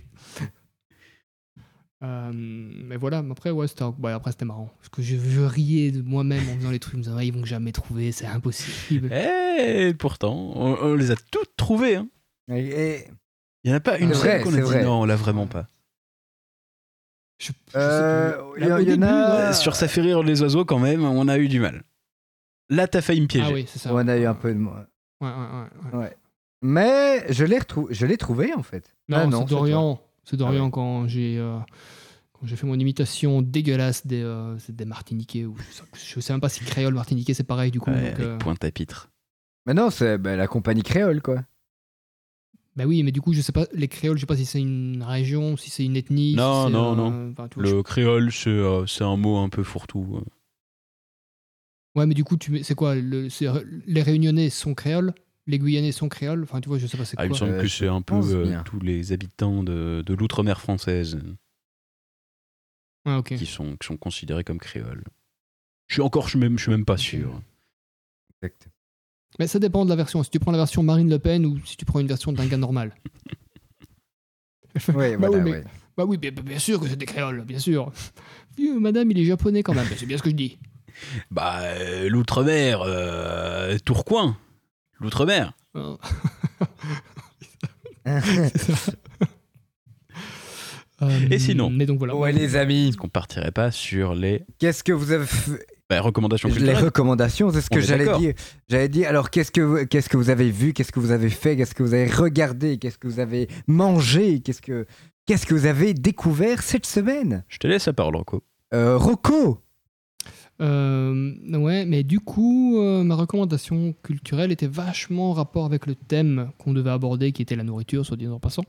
Euh, mais voilà, mais après, ouais, c'était, ouais, après, c'était marrant. Parce que je, je riais de moi-même en faisant les trucs. Je me disais, ah, ils vont jamais trouver, c'est impossible. Eh, pourtant, on, on les a toutes trouvées. Hein. Et, et- Il n'y en a pas une C'est seule vrai, qu'on a c'est dit vrai. non, on l'a vraiment pas. Je, je Euh, sais plus. il y, Là, en- au il y en début, a. Euh, Sur Ça fait rire les oiseaux, quand même, on a eu du mal. Là, t'as failli me piéger. Ah oui, c'est ça. On a eu un peu de moi. Ouais, ouais, ouais, ouais. Ouais. Mais je l'ai retrou- je l'ai trouvé en fait. Non, Ah c'est Dorian. C'est Dorian Ah ouais. quand j'ai euh, quand j'ai fait mon imitation dégueulasse des, euh, c'est des Martiniquais. Ou je, sais, je sais même pas si créole Martiniquais c'est pareil du coup. Ouais, donc, avec euh, pointe à pitre. Mais non, c'est bah, la compagnie créole quoi. bah oui, mais du coup je sais pas les créoles, je sais pas si c'est une région, si c'est une ethnie. Non, si c'est, non, euh, non. enfin, tu vois, Le créole, c'est euh, c'est un mot un peu fourre-tout. je- Ouais, mais du coup tu mets, c'est quoi le, c'est, les Réunionnais sont créoles, les Guyanais sont créoles. Enfin tu vois, je sais pas c'est Ah, il me quoi. semble Euh, que je c'est un peu pense euh, bien. tous les habitants de, de l'outre-mer française Ah ok. qui sont, qui sont considérés comme créoles. Je suis encore, je suis même, je suis même pas sûr. Exact. Mais ça dépend de la version. Si tu prends la version Marine Le Pen ou si tu prends une version d'un gars normal. Ouais, Bah voilà, oui, mais- ouais. Bah oui, bien, bien sûr que c'est des créoles, bien sûr. Vieux, madame, il est japonais quand même. Bah, c'est bien ce que je dis. Bah, euh, l'outre-mer, euh, Tourcoing, l'outre-mer. Hein. C'est ça. Euh, Et sinon Mais donc voilà. Ouais les amis, Est-ce qu'on partirait pas sur les qu'est-ce que vous avez fait bah, recommandations Les culturelles? recommandations, c'est ce On que est j'allais d'accord. dire. J'allais dire, alors qu'est-ce que, vous- qu'est-ce que vous avez vu, qu'est-ce que vous avez fait, qu'est-ce que vous avez regardé, qu'est-ce que vous avez mangé, qu'est-ce que... qu'est-ce que vous avez découvert cette semaine? Je te laisse la parole, Rocco. Euh, Rocco. Euh, ouais, mais du coup, euh, ma recommandation culturelle était vachement en rapport avec le thème qu'on devait aborder, qui était la nourriture, soit dit en passant.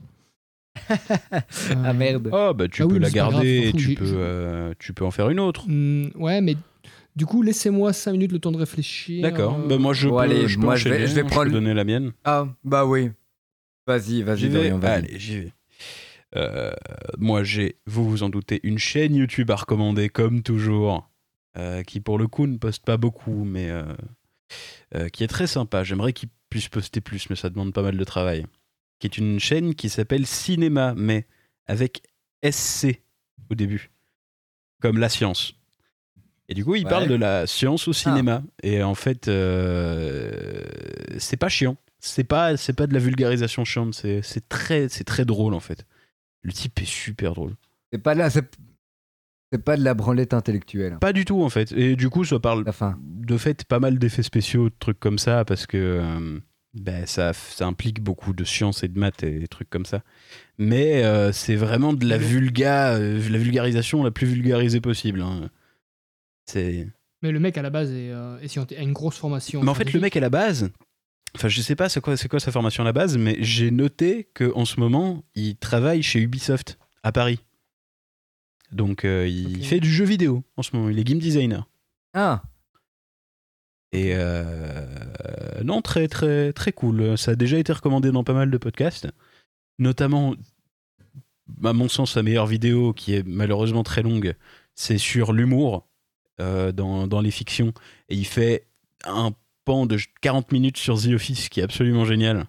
Ah merde. Oh, bah tu Ah oui, peux mais la c'est pas grave, garder je m'en et fous, tu j'ai- peux, je- euh, tu peux en faire une autre. Hmm, ouais, mais du coup, laissez-moi cinq minutes le temps de réfléchir. D'accord. euh, Bah moi, je Bon, peux, allez, je peux moi, je vais- enchaîner, je vais prendre- peux donner la mienne. Ah, bah oui. Vas-y, vas-y, J'y vais. Dorian, vas-y. Allez, j'y vais. Euh, moi, j'ai, vous vous en doutez, une chaîne YouTube à recommander, comme toujours, euh, qui pour le coup ne poste pas beaucoup, mais euh, euh, qui est très sympa. J'aimerais qu'il puisse poster plus, mais ça demande pas mal de travail. Qui est une chaîne qui s'appelle Cinéma, mais avec S C au début, comme la science. Et du coup, il Ouais. parle de la science au cinéma. Et en fait, euh, c'est pas chiant. C'est pas, c'est pas de la vulgarisation chiante. C'est, c'est, très, c'est très drôle, en fait. Le type est super drôle. C'est pas là, c'est c'est pas de la branlette intellectuelle. Pas du tout, en fait. Et du coup, ça parle La fin. de fait pas mal d'effets spéciaux, de trucs comme ça, parce que euh, ben, ça, ça implique beaucoup de sciences et de maths et des trucs comme ça. Mais euh, c'est vraiment de la, vulga, euh, la vulgarisation la plus vulgarisée possible. Hein. C'est... Mais le mec à la base est, euh, est scient- a une grosse formation. Mais en fait, le scientifique. mec à la base, enfin, je sais pas c'est quoi, c'est quoi sa formation à la base, mais j'ai noté qu'en ce moment, il travaille chez Ubisoft à Paris. Donc, euh, il Ok. fait du jeu vidéo en ce moment. Il est game designer. Ah, Et euh, non, très très très cool. Ça a déjà été recommandé dans pas mal de podcasts, notamment, à mon sens, sa meilleure vidéo, qui est malheureusement très longue, c'est sur l'humour euh, dans, dans les fictions. Et il fait un pan de quarante minutes sur The Office qui est absolument génial.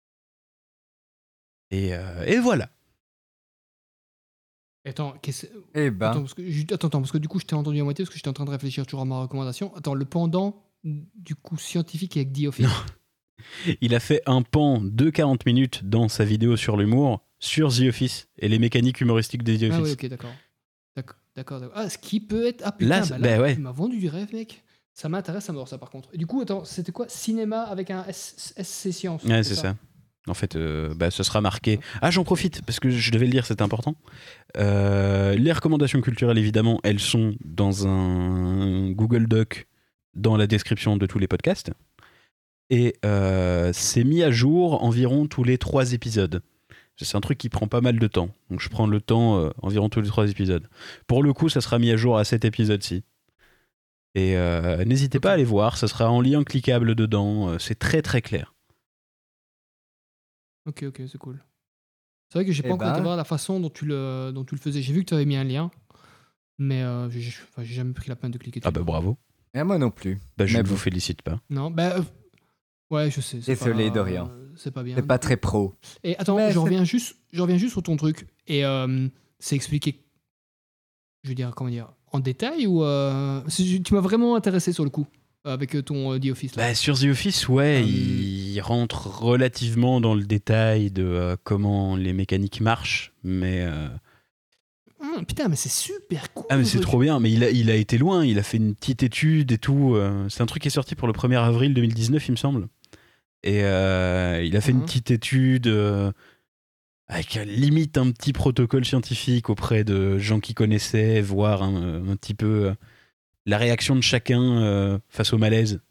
Et, euh, et voilà. Attends, qu'est-ce- eh ben. attends, parce que, ju- attends, attends, parce que du coup, je t'ai entendu à moitié, parce que j'étais en train de réfléchir toujours à ma recommandation. Attends, le pendant, du coup, scientifique avec The Office. Non. Il a fait un pan de quarante minutes dans sa vidéo sur l'humour, sur The Office et les mécaniques humoristiques de The Office. Ah oui, ok, d'accord. D'accord, d'accord. d'accord. Ah, ce qui peut être... Ah putain, Là, bah c'est- là, bah ouais. tu m'as vendu du rêve, mec. Ça m'intéresse, ça m'adore ça, par contre. Et du coup, attends, c'était quoi? Cinéma avec un S- SC Science. Ouais, c'est ça. En fait, euh, bah, ce sera marqué. Ah, j'en profite, parce que je devais le dire, c'est important. Euh, les recommandations culturelles, évidemment, elles sont dans un Google Doc dans la description de tous les podcasts. Et euh, c'est mis à jour environ tous les trois épisodes. C'est un truc qui prend pas mal de temps. Donc je prends le temps euh, environ tous les trois épisodes. Pour le coup, ça sera mis à jour à cet épisode-ci. Et euh, n'hésitez pas à aller voir, ça sera en lien cliquable dedans. Euh, c'est très très clair. Ok, ok, c'est cool. C'est vrai que j'ai Eh pas encore ben. été voir la façon dont tu le, dont tu le faisais. J'ai vu que tu avais mis un lien, mais euh, j'ai enfin, j'ai jamais pris la peine de cliquer dessus. Ah bah bravo. Et moi non plus. Bah, je Mais ne vous bon. félicite pas. Non, bah... euh, ouais, je sais. c'est Désolé, pas- Dorian. C'est pas bien. C'est pas très pro. Et attends, Mais je c'est- reviens, juste, je reviens juste sur ton truc. Et euh, c'est expliqué, je veux dire, comment dire, en détail ou... euh, c'est- tu m'as vraiment intéressé sur le coup, avec euh, ton euh, The Office. Là. Bah, sur The Office, ouais, Euh, il rentre relativement dans le détail de euh, comment les mécaniques marchent, mais... euh, Hum, putain, mais c'est super cool. Ah mais ce c'est truc. trop bien, mais il a, il a été loin, il a fait une petite étude et tout. euh, c'est un truc qui est sorti pour le premier avril deux mille dix-neuf, il me semble. Et euh, il a fait Mhm. une petite étude euh, avec euh, limite un petit protocole scientifique auprès de gens qui connaissaient, voir un, un petit peu euh, la réaction de chacun euh, face au malaise.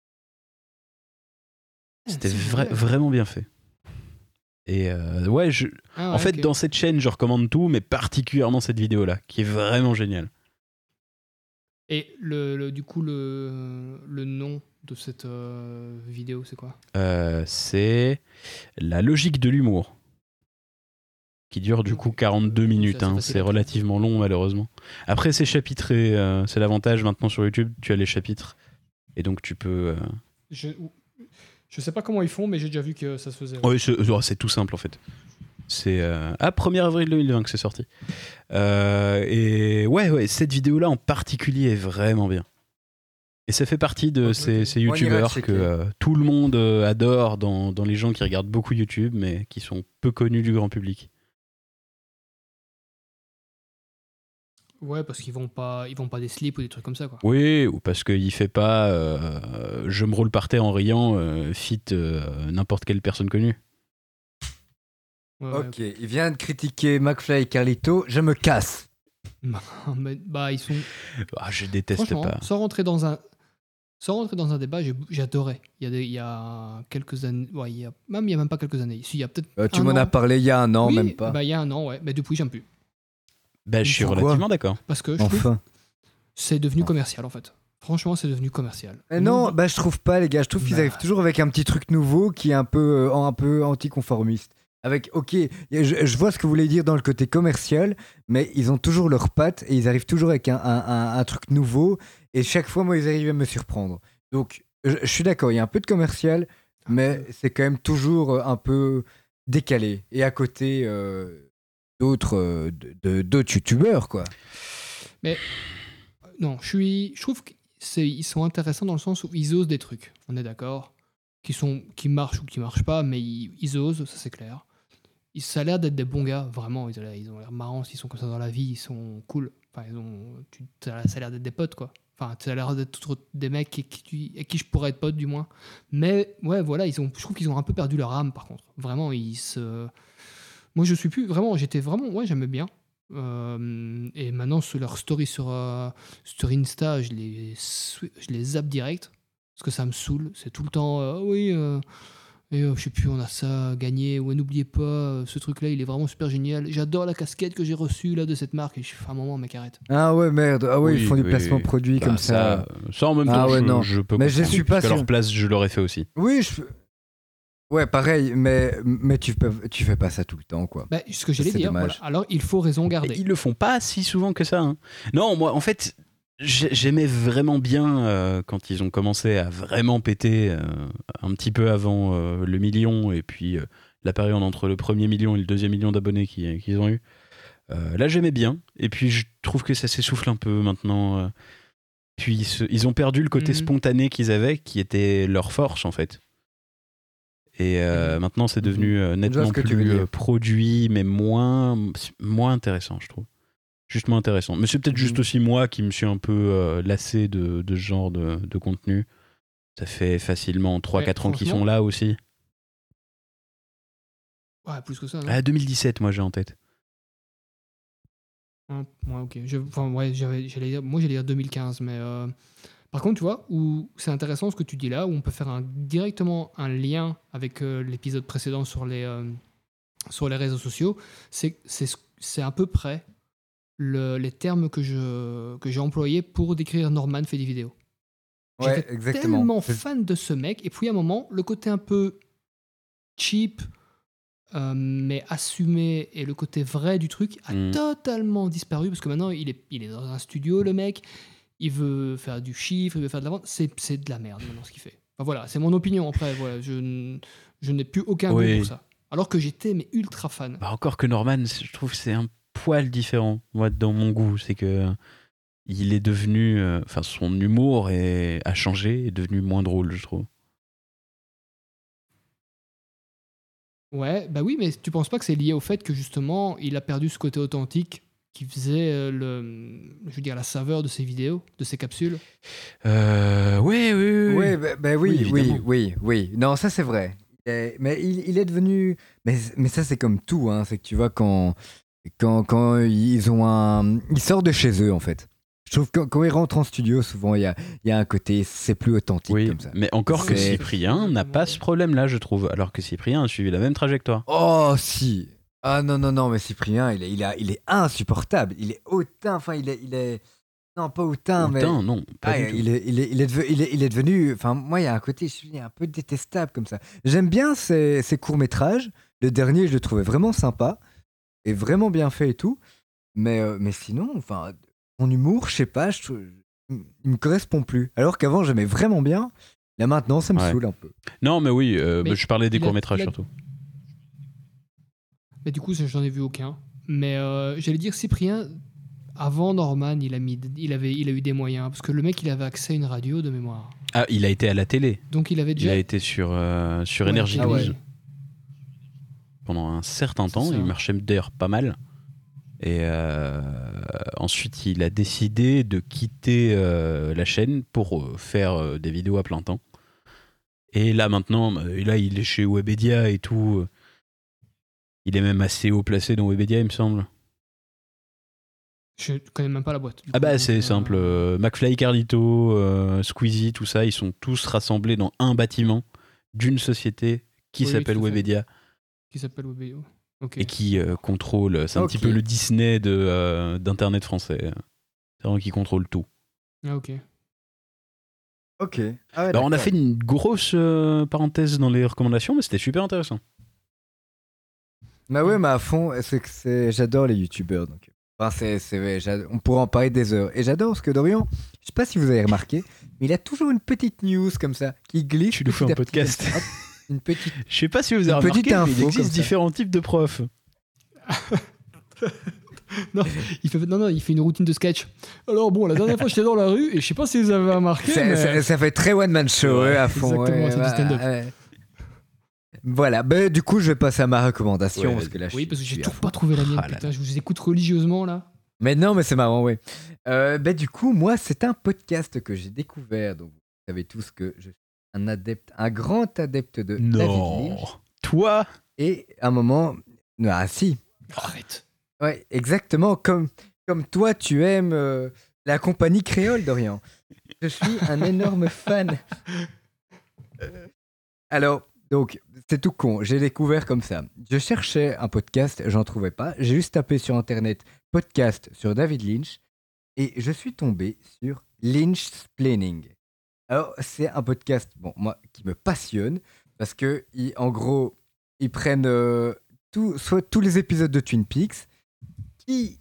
C'était C'est vra- vrai. vraiment bien fait. Et euh, ouais, je, Ah en ouais, fait, ok. dans cette chaîne, je recommande tout, mais particulièrement cette vidéo-là, qui est vraiment géniale. Et le, le- du coup, le, le nom de cette euh, vidéo, c'est quoi? Euh, c'est la logique de l'humour, qui dure du Ok. coup quarante-deux minutes. C'est assez hein. facile C'est à relativement long, malheureusement. Après, c'est chapitré. euh, c'est l'avantage maintenant sur YouTube, tu as les chapitres. Et donc, tu peux. euh, Je, je sais pas comment ils font, mais j'ai déjà vu que ça se faisait. Ouais, c'est oh, c'est tout simple en fait. C'est euh, à premier avril deux mille vingt que c'est sorti. Euh, et ouais, ouais, cette vidéo-là en particulier est vraiment bien. Et ça fait partie de Ok, ces, ok. ces On ira youtubeurs checker. que euh, tout le monde euh, adore dans, dans les gens qui regardent beaucoup YouTube, mais qui sont peu connus du grand public. Ouais, parce qu'ils vont pas, ils vont pas des slips ou des trucs comme ça, quoi. Oui, ou parce qu'il fait pas euh, je me roule par terre en riant, euh, fit euh, n'importe quelle personne connue. Ouais, ouais. Ok, il vient de critiquer McFly et Carlito, je me casse. Mais, bah, ils sont. Ah, je déteste Franchement, pas. sans rentrer dans un. Sans rentrer dans un débat, j'ai- j'adorais. Il y, a des, il y a quelques années. Ouais, il y a, même il n'y a même pas quelques années. Si, il y a peut-être. Euh, tu un m'en an. as parlé il y a un an, Oui, même pas. Bah, il y a un an, ouais. Mais depuis, j'aime plus. Bah, je suis Pourquoi relativement d'accord. Parce que je trouve Enfin. c'est devenu commercial, en fait. Franchement, c'est devenu commercial. Eh non, bah je trouve pas, les gars. Je trouve qu'ils Bah. arrivent toujours avec un petit truc nouveau qui est un peu, euh, un peu anticonformiste. Avec, ok, je, je vois ce que vous voulez dire dans le côté commercial, mais ils ont toujours leurs pattes et ils arrivent toujours avec un, un, un, un truc nouveau. Et chaque fois, moi, ils arrivent à me surprendre. Donc, je, je suis d'accord, il y a un peu de commercial, mais c'est quand même toujours euh, un peu décalé. Et à côté euh, d'autres, euh, de- de- d'autres youtubeurs, quoi. Mais non, je suis, je trouve qu'ils sont intéressants dans le sens où ils osent des trucs. On est d'accord, qui sont, qui marchent ou qui marchent pas, mais ils, ils osent, ça c'est clair. Ils, ça a l'air d'être des bons gars, vraiment. Ils ont l'air, ils ont l'air marrants, s'ils sont comme ça dans la vie, ils sont cool. Enfin, ils ont, tu, ça a l'air d'être des potes, quoi. Enfin, ça a l'air d'être tout- des mecs avec qui, tu- avec qui je pourrais être pote, du moins. Mais ouais, voilà, ils ont, je trouve qu'ils ont un peu perdu leur âme, par contre. Vraiment, ils se. Moi, je suis plus vraiment. J'étais vraiment. Ouais, j'aimais bien. Euh, et maintenant, sur leur story sur, euh, sur Insta, je les, swi- je les zappe direct. Parce que ça me saoule. C'est tout le temps. euh, Ah oui, euh, et, euh, je sais plus, on a ça gagné. Ouais, n'oubliez pas, euh, ce truc-là, il est vraiment super génial. J'adore la casquette que j'ai reçue là, de cette marque. Et je fais un moment, mec, arrête. Ah ouais, merde. Ah ouais, Oui, ils font du oui, placement oui. produit Bah, comme ça. ça. Ça, en même Ah temps, ouais, je, non. je peux Mais je comprendre, suis pas parce qu'à sûr. leur place, je l'aurais fait aussi. Oui, je. Ouais, pareil, mais, mais tu, peux, tu fais pas ça tout le temps, quoi. Bah, ce que j'allais C'est dire, dommage. voilà. Alors il faut raison garder. Et ils le font pas si souvent que ça. hein. Non, moi, en fait, j'ai- j'aimais vraiment bien euh, quand ils ont commencé à vraiment péter euh, un petit peu avant euh, le million et puis euh, la période entre le premier million et le deuxième million d'abonnés qu'ils qu'ils ont eu. Euh, là, j'aimais bien. Et puis, je trouve que ça s'essouffle un peu maintenant. euh. Puis, ils, se- ils ont perdu le côté Mhm. spontané qu'ils avaient, qui était leur force, en fait. Et euh, maintenant, c'est devenu euh, Je vois nettement ce que tu plus veux dire. euh, produit, mais moins, moins intéressant, je trouve. Juste moins intéressant. Mais c'est peut-être juste Mhm. aussi moi qui me suis un peu euh, lassé de, de ce genre de, de contenu. Ça fait facilement trois Ouais, quatre ans qu'ils franchement- sont là aussi. Ouais, plus que ça. Non Ah, deux mille dix-sept, moi, j'ai en tête. Hein, ouais, ok. Je, enfin, ouais, j'avais, j'allais dire, moi, j'allais dire deux mille quinze, mais euh, par contre, tu vois, où c'est intéressant ce que tu dis là, où on peut faire un, directement un lien avec euh, l'épisode précédent sur les, euh, sur les réseaux sociaux, c'est, c'est, ce- c'est à peu près le- les termes que, je, que j'ai employés pour décrire Norman fait des vidéos. Ouais, J'étais exactement. tellement C'est- fan de ce mec, et puis à un moment, le côté un peu cheap, euh, mais assumé, et le côté vrai du truc a Mm. totalement disparu, parce que maintenant, il est, il est dans un studio, le mec, il veut faire du chiffre, il veut faire de la vente, c'est, c'est de la merde maintenant ce qu'il fait. Enfin, voilà, c'est mon opinion, après, voilà, je, n- je n'ai plus aucun Oui. goût pour ça. Alors que j'étais mais ultra fan. Bah, encore que Norman, c'est- je trouve que c'est un poil différent, moi, dans mon goût. C'est que il est devenu. euh, Enfin, son humour est, a changé, est devenu moins drôle, je trouve. Ouais, bah oui, mais tu penses pas que c'est lié au fait que justement, il a perdu ce côté authentique qui faisait euh, le, je veux dire, la saveur de ses vidéos, de ses capsules. Euh, oui, oui, oui. Ouais, bah, bah oui, Oui, oui, évidemment. oui, oui. Non, ça c'est vrai. Et- mais il, il est devenu. Mais, mais ça c'est comme tout, hein. C'est que tu vois quand, quand, quand ils ont un. Ils sortent de chez eux en fait. Je trouve que quand, quand ils rentrent en studio, souvent il y a, il y a un côté, c'est plus authentique Oui, comme ça. mais encore que C'est- Cyprien n'a pas ce problème-là, je trouve. Alors que Cyprien a suivi la même trajectoire. Oh si. Ah non non non, mais Cyprien, il est, il a, il est insupportable. Il est hautain. Enfin, il est, il est. Non, pas hautain, mais. Putain, non, pas Ah, du tout. il, est, il, est, il, est deve- il, est, il est devenu. Enfin, moi, il y a un côté, je suis un peu détestable comme ça. J'aime bien ces, ces courts-métrages. Le dernier, je le trouvais vraiment sympa et vraiment bien fait et tout. Mais, euh, mais sinon, enfin, son humour, je sais pas, je, trouve- il me correspond plus. Alors qu'avant, j'aimais vraiment bien. Là, maintenant, ça me Ouais. saoule un peu. Non, mais oui, euh, Mais bah, je parlais des il a- courts-métrages il a- surtout. Mais du coup, ça, j'en ai vu aucun. Mais euh, j'allais dire, Cyprien, avant Norman, il a, mis, il, avait, il a eu des moyens. Parce que le mec, il avait accès à une radio de mémoire. Ah, il a été à la télé. Donc il avait Il déjà. a été sur, euh, sur Ouais, Énergie ah ouais. douze pendant un certain C'est temps. ça. Il marchait d'ailleurs pas mal. Et euh, ensuite, il a décidé de quitter euh, la chaîne pour euh, faire euh, des vidéos à plein temps. Et là, maintenant, euh, là, il est chez Webedia et tout. Il est même assez haut placé dans Webedia, il me semble. Je connais même pas la boîte. Ah bah coup, c'est euh, simple. Euh, McFly, Carlito, euh, Squeezie, tout ça, ils sont tous rassemblés dans un bâtiment d'une société qui Oui, s'appelle tout à fait. Webedia Qui s'appelle Webedia. Ok. et qui euh, contrôle. C'est un Ok. petit peu le Disney de, euh, d'Internet français. C'est vraiment qui contrôle tout. Ah, ok. Ok. Ah ouais, Bah, on a d'accord. fait une grosse euh, parenthèse dans les recommandations, mais c'était super intéressant. Bah ouais, mais à fond, c'est que c'est... j'adore les youtubeurs. Donc... Enfin, c'est, c'est... ouais, j'ad- on pourrait en parler des heures. Et j'adore ce que Dorian, je sais pas si vous avez remarqué, mais il a toujours une petite news comme ça qui glisse. Tu nous fais petit un à petit, podcast. hop, une petite. Je sais pas si vous avez Une petite remarqué, mais info il comme existe ça. différents types de profs. Non, il fait, non, non, il fait une routine de sketch. Alors bon, la dernière fois j'étais dans la rue et je sais pas si vous avez remarqué. Ça, mais... ça- ça fait très one man show Ouais, ouais, à fond. exactement, ouais, c'est du ouais, stand-up. ouais. Voilà, bah, du coup je vais passer à ma recommandation Ouais, parce que là je Oui, suis- parce que je j'ai suis à toujours fond. pas trouvé la mienne. Ah là putain, je vous écoute religieusement là. Mais non, mais c'est marrant, ouais. Euh, bah, du coup, moi, c'est un podcast que j'ai découvert. Donc, vous savez tous que je suis un adepte, un grand adepte de David Non. Lynch. Toi Et à un moment, ah si, Arrête. ouais, exactement comme comme toi, tu aimes euh, la compagnie créole, Dorian. Je suis un énorme fan. Alors, donc, c'est tout con. J'ai découvert comme ça. Je cherchais un podcast, j'en trouvais pas. J'ai juste tapé sur internet podcast sur David Lynch et je suis tombé sur Lynchsplaining. Alors, c'est un podcast, bon, moi, qui me passionne parce que, ils- en gros, ils prennent euh, tout, soit tous les épisodes de Twin Peaks qui,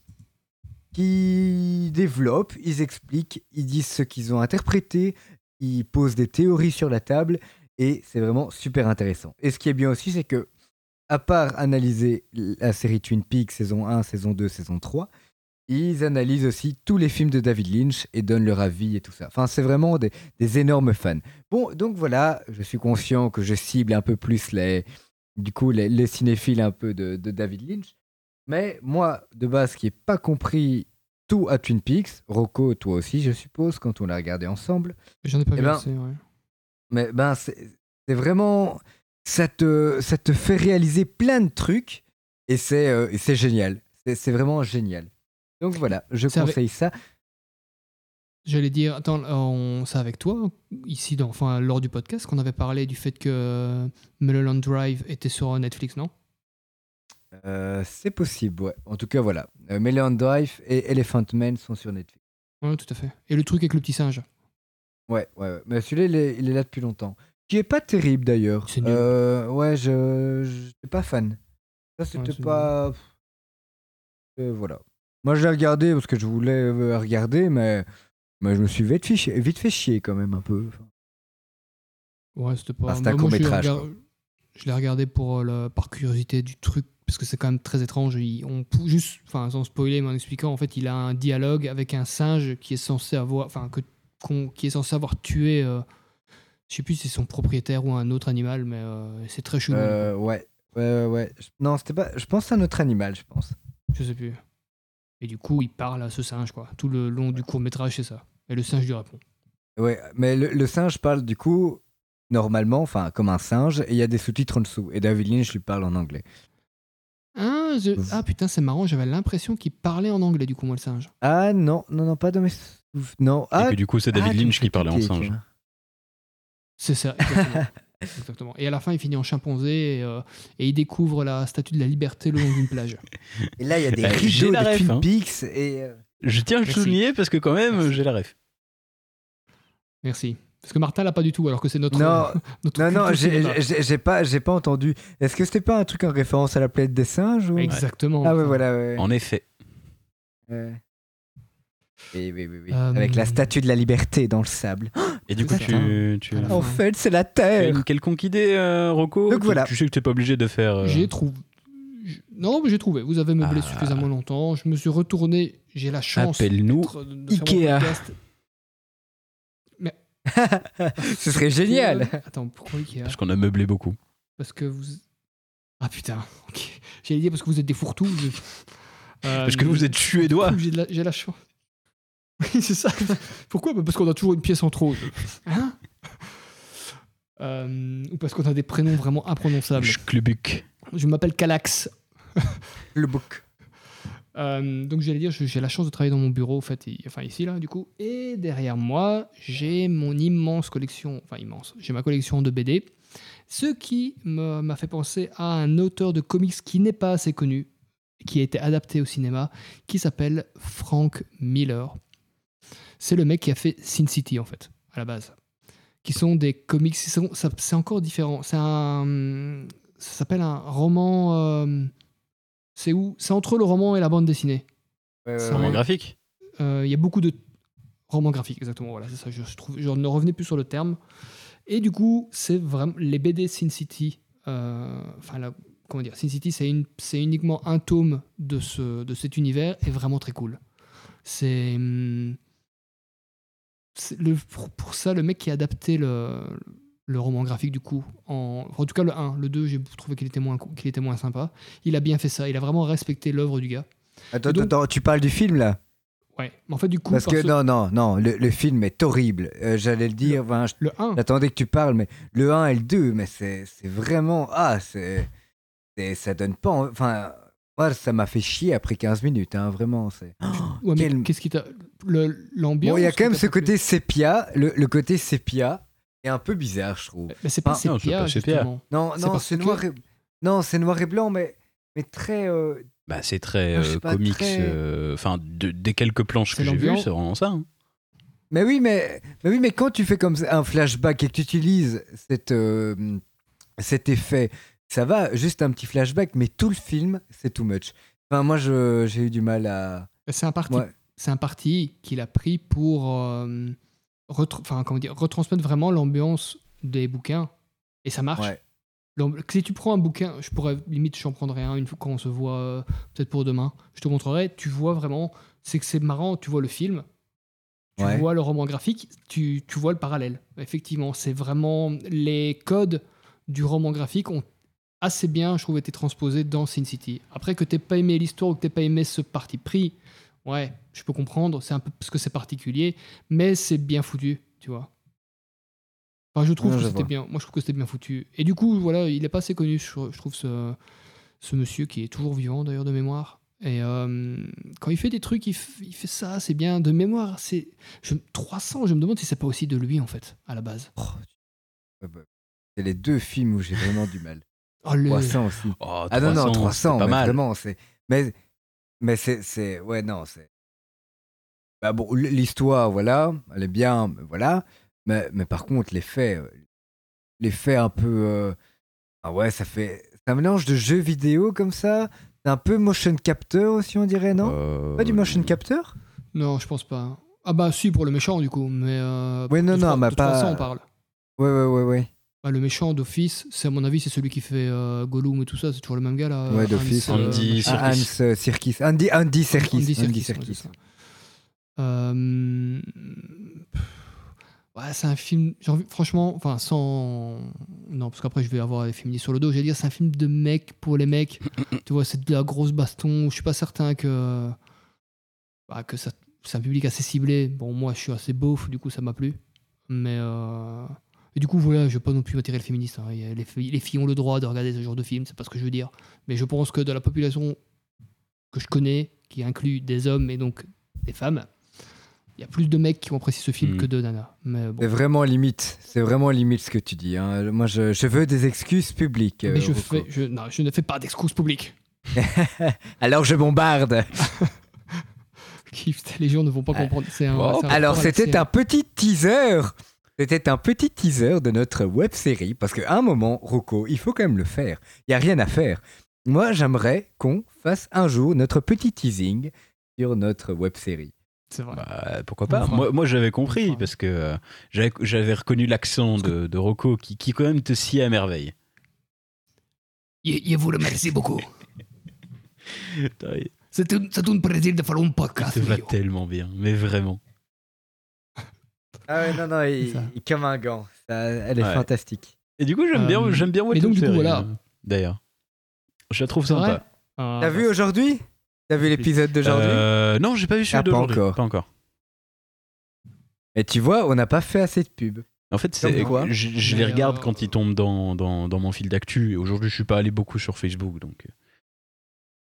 qui développent, ils expliquent, ils disent ce qu'ils ont interprété, ils posent des théories sur la table et c'est vraiment super intéressant. Et ce qui est bien aussi, c'est que, à part analyser la série Twin Peaks saison un, saison deux, saison trois, ils analysent aussi tous les films de David Lynch et donnent leur avis et tout ça. Enfin, c'est vraiment des, des énormes fans. Bon, donc voilà, je suis conscient que je cible un peu plus les, du coup, les, les cinéphiles un peu de, de David Lynch. Mais moi, de base, qui n'ai pas compris tout à Twin Peaks, Rocco, toi aussi, je suppose, quand on l'a regardé ensemble, J'en ai pas Eh vu ben, assez, ouais. mais ben, c'est c'est vraiment... Ça te, ça te fait réaliser plein de trucs et c'est euh, et c'est génial. C'est c'est vraiment génial. Donc voilà, je C'est avec- conseille ça. J'allais dire, attends, on... c'est avec toi, ici, dans... enfin, lors du podcast, qu'on avait parlé du fait que Mulholland Drive était sur Netflix, non? Euh, c'est possible, ouais. En tout cas, voilà. Euh, Mulholland Drive et Elephant Man sont sur Netflix. Ouais, tout à fait. Et le truc avec le petit singe. Ouais, ouais, ouais. Mais celui-là, il est, il est là depuis longtemps. Qui est pas terrible d'ailleurs. C'est nul. Euh, ouais, je, je suis pas fan. Ça, c'était Ouais, c'est pas. Euh, voilà. Moi, je l'ai regardé parce que je voulais euh, regarder, mais, mais je me suis vite fait, chier, vite fait chier quand même un peu. Enfin, Ouais, c'était pas. Ah, c'est un Moi, moi, je l'ai court-métrage, regard- Je l'ai regardé pour euh, le... par curiosité du truc, parce que c'est quand même très étrange. Il- On... pou- Juste, enfin, sans spoiler, mais en expliquant, en fait, il a un dialogue avec un singe qui est censé avoir, enfin, que... qu'on- qui est censé avoir tué. euh, Je sais plus si c'est son propriétaire ou un autre animal, mais euh, c'est très chelou. euh, ouais, ouais, ouais, ouais. Je- Non, c'était pas. Je pense à un autre animal, je pense. Je sais plus. Et du coup, il parle à ce singe, quoi. Tout le long du court-métrage, c'est ça. Et le singe lui répond. Ouais, mais le, le singe parle du coup normalement, enfin comme un singe, et il y a des sous-titres en dessous. Et David Lynch lui parle en anglais. Ah, je- ah, putain, c'est marrant, j'avais l'impression qu'il parlait en anglais, du coup, moi, le singe. Ah non, non, non, pas dans mes sou- non. Et Ah, que du coup, c'est David ah, tu me Lynch fais qui parlait en cliquer, singe. tiens. C'est ça, exactement. Exactement. Et à la fin, il finit en chimpanzé et, euh, et il découvre la statue de la liberté le long d'une plage. Et là, il y a des Euh, j'ai rideaux la de ref, Twin hein. Peaks et. euh, Je tiens à le Merci. souligner parce que quand même, j'ai la ref. Merci. Parce que Martin l'a pas du tout, alors que c'est notre. Non, notre non, non, culture j'ai cinéma. j'ai- j'ai pas, j'ai pas entendu. Est-ce que c'était pas un truc en référence à la planète des singes ou... Exactement. Ah ouais, Enfin, voilà, ouais. En effet. Ouais. Oui, oui, oui, oui. Euh, Avec la statue de la liberté dans le sable. Et du C'est coup, ça. tu, tu, À la En fin. fait, c'est la tu as Terre. une quelconque idée, euh, Rocco Donc tu, voilà. tu sais que tu n'es pas obligé de faire. euh, J'ai trouvé. j- Non, mais j'ai trouvé. Vous avez meublé Ah. suffisamment longtemps. Je me suis retourné. J'ai la chance. Appelle-nous d'être- de faire mon Ikea. podcast. Ce serait génial. Attends, pourquoi Ikea? Parce qu'on a meublé beaucoup. Parce que vous. Ah putain, ok. J'allais dire parce que vous êtes des fourre-tout. je- Euh, Parce que vous êtes suédois. J'ai de la, j'ai la chance. Oui, c'est ça. Pourquoi? Bah, parce qu'on a toujours une pièce en trop. Hein? Euh, ou parce qu'on a des prénoms vraiment imprononçables. Schklubuk. Je m'appelle Calax. Le book. Euh, donc j'allais dire, j'ai la chance de travailler dans mon bureau, en fait, et- enfin ici là, du coup. Et derrière moi, j'ai mon immense collection, enfin immense, j'ai ma collection de B D. Ce qui me- m'a fait penser à un auteur de comics qui n'est pas assez connu, qui a été adapté au cinéma, qui s'appelle Frank Miller. C'est le mec qui a fait Sin City, en fait, à la base. Qui sont des comics, c'est ça- c'est encore différent. C'est un, ça s'appelle un roman. euh, c'est où? C'est entre le roman et la bande dessinée. Ouais, ouais, C'est ouais. Roman un- graphique. Euh, Il y a beaucoup de romans graphiques, exactement. Voilà, c'est ça. Je, je trouve, je ne revenais plus sur le terme. Et du coup, c'est vraiment les B D Sin City. euh, Enfin, la- comment dire, Sin City, c'est une, c'est uniquement un tome de ce, de cet univers, est vraiment très cool. C'est, hum, c'est le, pour, pour ça, le mec qui a adapté le, le roman graphique, du coup, en, en tout cas le un, le deux, j'ai trouvé qu'il était moins, qu'il était moins sympa. Il a bien fait ça. Il a vraiment respecté l'œuvre du gars. Attends, Et donc- attends, tu parles du film là? Ouais. Mais en fait, du coup, Parce que parce- non, non, non, le, le film est horrible. Euh, J'allais le dire, enfin, je- le un, j'attendais que tu parles, mais le un et le deux, mais c'est c'est vraiment. Ah, c'est. c'est- Ça donne pas. en- Enfin, moi, ça m'a fait chier après quinze minutes, hein, vraiment. c'est- ouais, mais quel- qu'est-ce qui t'a. le- L'ambiance. Bon, il y a qui quand même t'a ce pas plu côté sépia. Le, le côté sépia est un peu bizarre, je trouve. Mais c'est pas Ah, non, c'est sépia, pas sépia. justement. Non, C'est non, parce c'est que- noir et... Non, c'est noir et blanc, mais, mais très... euh, Bah, c'est très Ah, je sais euh, pas, comics. très- euh, Enfin, de- des quelques planches C'est que j'ai vues, l'ambiance. c'est vraiment ça. hein. Mais oui, mais, mais oui, mais quand tu fais comme ça un flashback et que tu utilises cette, euh, cet effet, ça va, juste un petit flashback, mais tout le film, c'est too much. Enfin, moi, je- j'ai eu du mal à... C'est un parti, Ouais. c'est un parti qu'il a pris pour euh, retr- enfin, comment dire, retransmettre vraiment l'ambiance des bouquins. Et ça marche. Ouais. L'amb- Si tu prends un bouquin, je pourrais limite, j'en prendrai un une fois quand on se voit, euh, peut-être pour demain. Je te montrerai. Tu vois vraiment, c'est que c'est marrant. Tu vois le film, tu Ouais. vois le roman graphique, tu, tu vois le parallèle. Effectivement, c'est vraiment les codes du roman graphique ont assez bien, je trouve, été transposés dans Sin City. Après que t'aies pas aimé l'histoire ou que t'aies pas aimé ce parti pris, ouais, je peux comprendre. C'est un peu parce que c'est particulier, mais c'est bien foutu, tu vois. Enfin, je trouve Ouais, que je c'était vois. bien. Moi, je trouve que c'était bien foutu. Et du coup, voilà, il est pas assez connu, je, je trouve, ce, ce monsieur qui est toujours vivant, d'ailleurs, de mémoire. Et euh, quand il fait des trucs, il, f- il fait ça, c'est bien. De mémoire, c'est je- trois cents, je me demande si c'est pas aussi de lui, en fait, à la base. Oh, tu- ouais, bah, c'est les deux films où j'ai vraiment du mal. Oh, le... trois cents aussi. Oh, Ah non, non, trois trois cents, cents, c'est pas mais mal. vraiment, c'est... Mais, mais c'est, c'est... Ouais, non, c'est... Bah bon, l- l'histoire, voilà, elle est bien, mais voilà. Mais, mais par contre, les faits, euh, les faits un peu... euh, Ah ouais, ça fait... C'est un mélange de jeux vidéo comme ça. C'est un peu motion capteur aussi, on dirait, non? Euh, Pas du motion capteur? Non, je pense pas. Ah bah si, pour le méchant, du coup. Mais euh, Ouais, non, de non, trois- mais de pas- trois cents, on parle. Ouais, ouais, ouais, ouais. Bah, le méchant d'Office, c'est à mon avis, c'est celui qui fait euh, Gollum et tout ça. C'est toujours le même gars, là. Ouais, Hans, d'office. euh, Andy Ah, Serkis. Hans euh, Serkis. Andy, Andy Serkis. Andy Serkis, Andy ouais, Serkis. c'est ça. Euh, Ouais, c'est un film. j'ai envie- Franchement, enfin, sans. Non, parce qu'après, je vais avoir les féministes sur le dos. J'allais dire, c'est un film de mec pour les mecs. Tu vois, c'est de la grosse baston. Je suis pas certain que. Bah, que ça... c'est un public assez ciblé. Bon, moi, je suis assez beauf, du coup, ça m'a plu. Mais. euh, Et du coup, voilà, je vais pas non plus m'attirer le féministe. hein. Il y a Les, filles, les filles ont le droit de regarder ce genre de film, c'est pas ce que je veux dire. Mais je pense que de la population que je connais, qui inclut des hommes et donc des femmes, il y a plus de mecs qui ont apprécié ce film Mm. que de nanas. Mais bon. C'est vraiment limite. C'est vraiment limite ce que tu dis. hein. Moi, je, je veux des excuses publiques. euh, Mais je, Rocco. fais, je, non, je ne fais pas d'excuses publiques. Alors je bombarde. Les gens ne vont pas comprendre. C'est un, Bon, c'est un Alors rapport avec c'était ces- un petit teaser. C'était un petit teaser de notre web série parce qu'à un moment, Rocco, il faut quand même le faire. Il y a rien à faire. Moi, j'aimerais qu'on fasse un jour notre petit teasing sur notre web série. C'est vrai. Bah, pourquoi On pas le fera. Moi, moi j'avais On compris le fera. parce que euh, j'avais, j'avais reconnu l'accent de, de Rocco qui, qui quand même te scie à merveille. Je, je vous remercie beaucoup. Putain, il C'est un, c'est un plaisir de faire un podcast. te va Lio. tellement bien, mais vraiment. Ah ouais, non, non, il, C'est ça. il- comme un gant. Ça, elle est Ouais. fantastique. Et du coup, j'aime Euh, bien, j'aime bien mais What donc, If du coup, Série, voilà. euh, D'ailleurs, je la trouve C'est sympa. vrai Ah, T'as bah, vu aujourd'hui T'as vu l'épisode d'aujourd'hui Euh, non, j'ai pas vu celui Ah, pas d'aujourd'hui. encore. Pas encore. Et tu vois, on n'a pas fait assez de pub. En fait, Comme c'est, quoi. je, je Mais les regarde euh, quand ils tombent dans, dans, dans mon fil d'actu. Et aujourd'hui, je suis pas allé beaucoup sur Facebook, donc.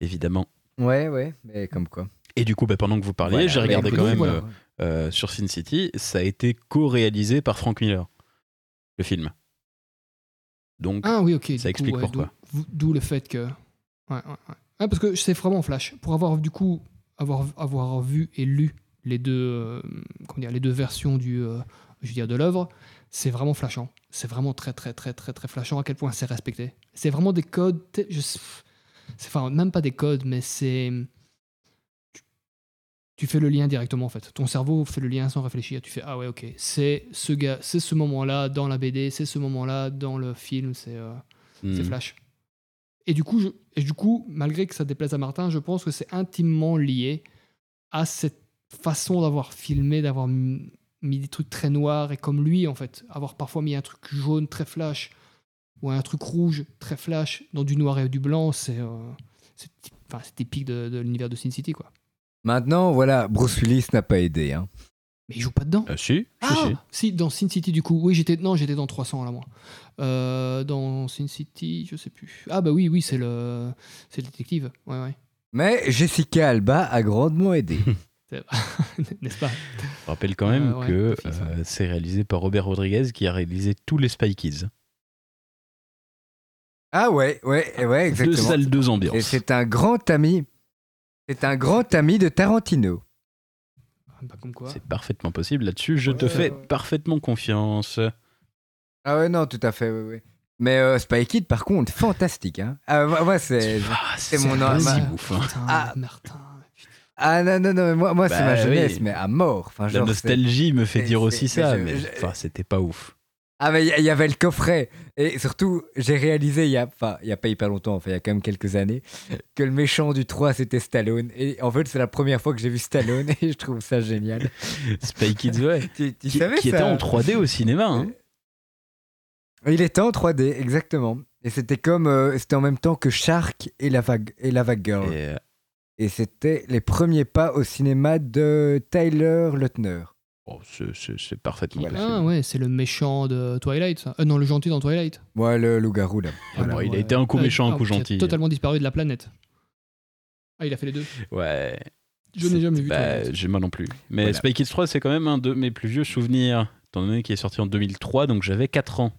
évidemment. Ouais, ouais, mais comme quoi. Et du coup, bah, pendant que vous parliez, Voilà, j'ai regardé bah, quand même voilà. euh, euh, sur Sin City, ça a été co-réalisé par Frank Miller, le film. Donc, Ah oui, ok. ça du explique coup, ouais, pourquoi. D'où, d'où le fait que. Ouais, ouais, ouais. Ouais, parce que c'est vraiment Flash. Pour avoir du coup avoir, avoir vu et lu les deux, euh, comment dire, les deux versions du, euh, je veux dire, de l'œuvre, c'est vraiment flashant. C'est vraiment très très très très très flashant à quel point c'est respecté. C'est vraiment des codes. t- Je, c'est, enfin, même pas des codes, mais c'est. Tu, tu fais le lien directement en fait. Ton cerveau fait le lien sans réfléchir. Tu fais ah ouais ok. C'est ce gars, c'est ce moment-là dans la B D, c'est ce moment-là dans le film. C'est euh, Hmm. c'est Flash. Et du coup, je, et du coup, malgré que ça déplaise à Martin, je pense que c'est intimement lié à cette façon d'avoir filmé, d'avoir mis, mis des trucs très noirs et comme lui en fait, avoir parfois mis un truc jaune très flash ou un truc rouge très flash dans du noir et du blanc, c'est euh, c'est, enfin, c'est typique de, de l'univers de Sin City quoi. Maintenant, voilà, Bruce Willis n'a pas aidé. Hein. Mais il joue pas dedans. Ah, si, Ah, si, si. si, dans Sin City, du coup. Oui, j'étais, non, j'étais dans trois cents, là, moi. Euh, dans Sin City, je sais plus. Ah, bah oui, oui, c'est le, c'est le détective. Ouais, ouais. Mais Jessica Alba a grandement aidé. C'est- N'est-ce pas? Je rappelle quand même Euh, ouais, que d'office, ouais. euh, c'est réalisé par Robert Rodriguez qui a réalisé tous les Spy Kids. Ah ouais, ouais, ouais, Deux exactement. salles, deux Et ambiances. c'est un grand ami. C'est un grand ami de Tarantino. Bah, comme quoi. C'est parfaitement possible là-dessus. Je te Ouais, fais ouais. parfaitement confiance. Ah ouais, non, tout à fait, ouais, ouais. Mais euh, Spy Kid, par contre, fantastique. Hein. Ah, moi, moi, c'est... Ah, c'est mon pas âme. si Ma- ouf, hein. Putain, Ah. Martin. Ah non, non, non, mais moi, moi c'est Bah ma jeunesse, oui. mais à mort. Enfin, La genre, nostalgie me fait c'est- dire c'est- aussi mais ça, je- mais je- enfin, c'était pas ouf. Ah, mais il y, y avait le coffret. Et surtout, j'ai réalisé, il y a, enfin, il y a pas hyper longtemps, enfin, il y a quand même quelques années, que le méchant du trois, c'était Stallone. Et en fait, c'est la première fois que j'ai vu Stallone et je trouve ça génial. Spy Kids, ouais. Tu, tu Qui, savais qui ça était en trois D au cinéma. Hein. Il était en trois D, exactement. Et c'était comme, euh, c'était en même temps que Shark et la vague, et la vague Girl. Et, euh, Et c'était les premiers pas au cinéma de Tyler Lautner. oh, c'est- c'est c'est parfaitement Voilà. possible. Ah ouais, c'est le méchant de Twilight, ça. Euh, non, le gentil dans Twilight. Moi, le loup-garou, là. Ah, bon, il a Ouais. été un coup Euh, méchant, un ah, coup qui a gentil. totalement disparu de la planète. Ah, il a fait les deux. Ouais. Je n'ai jamais vu Bah, Twilight. j'ai moi non plus. Mais Voilà. Spy Kids trois, c'est quand même un de mes plus vieux souvenirs, étant donné qu'il est sorti en deux mille trois, donc j'avais quatre ans.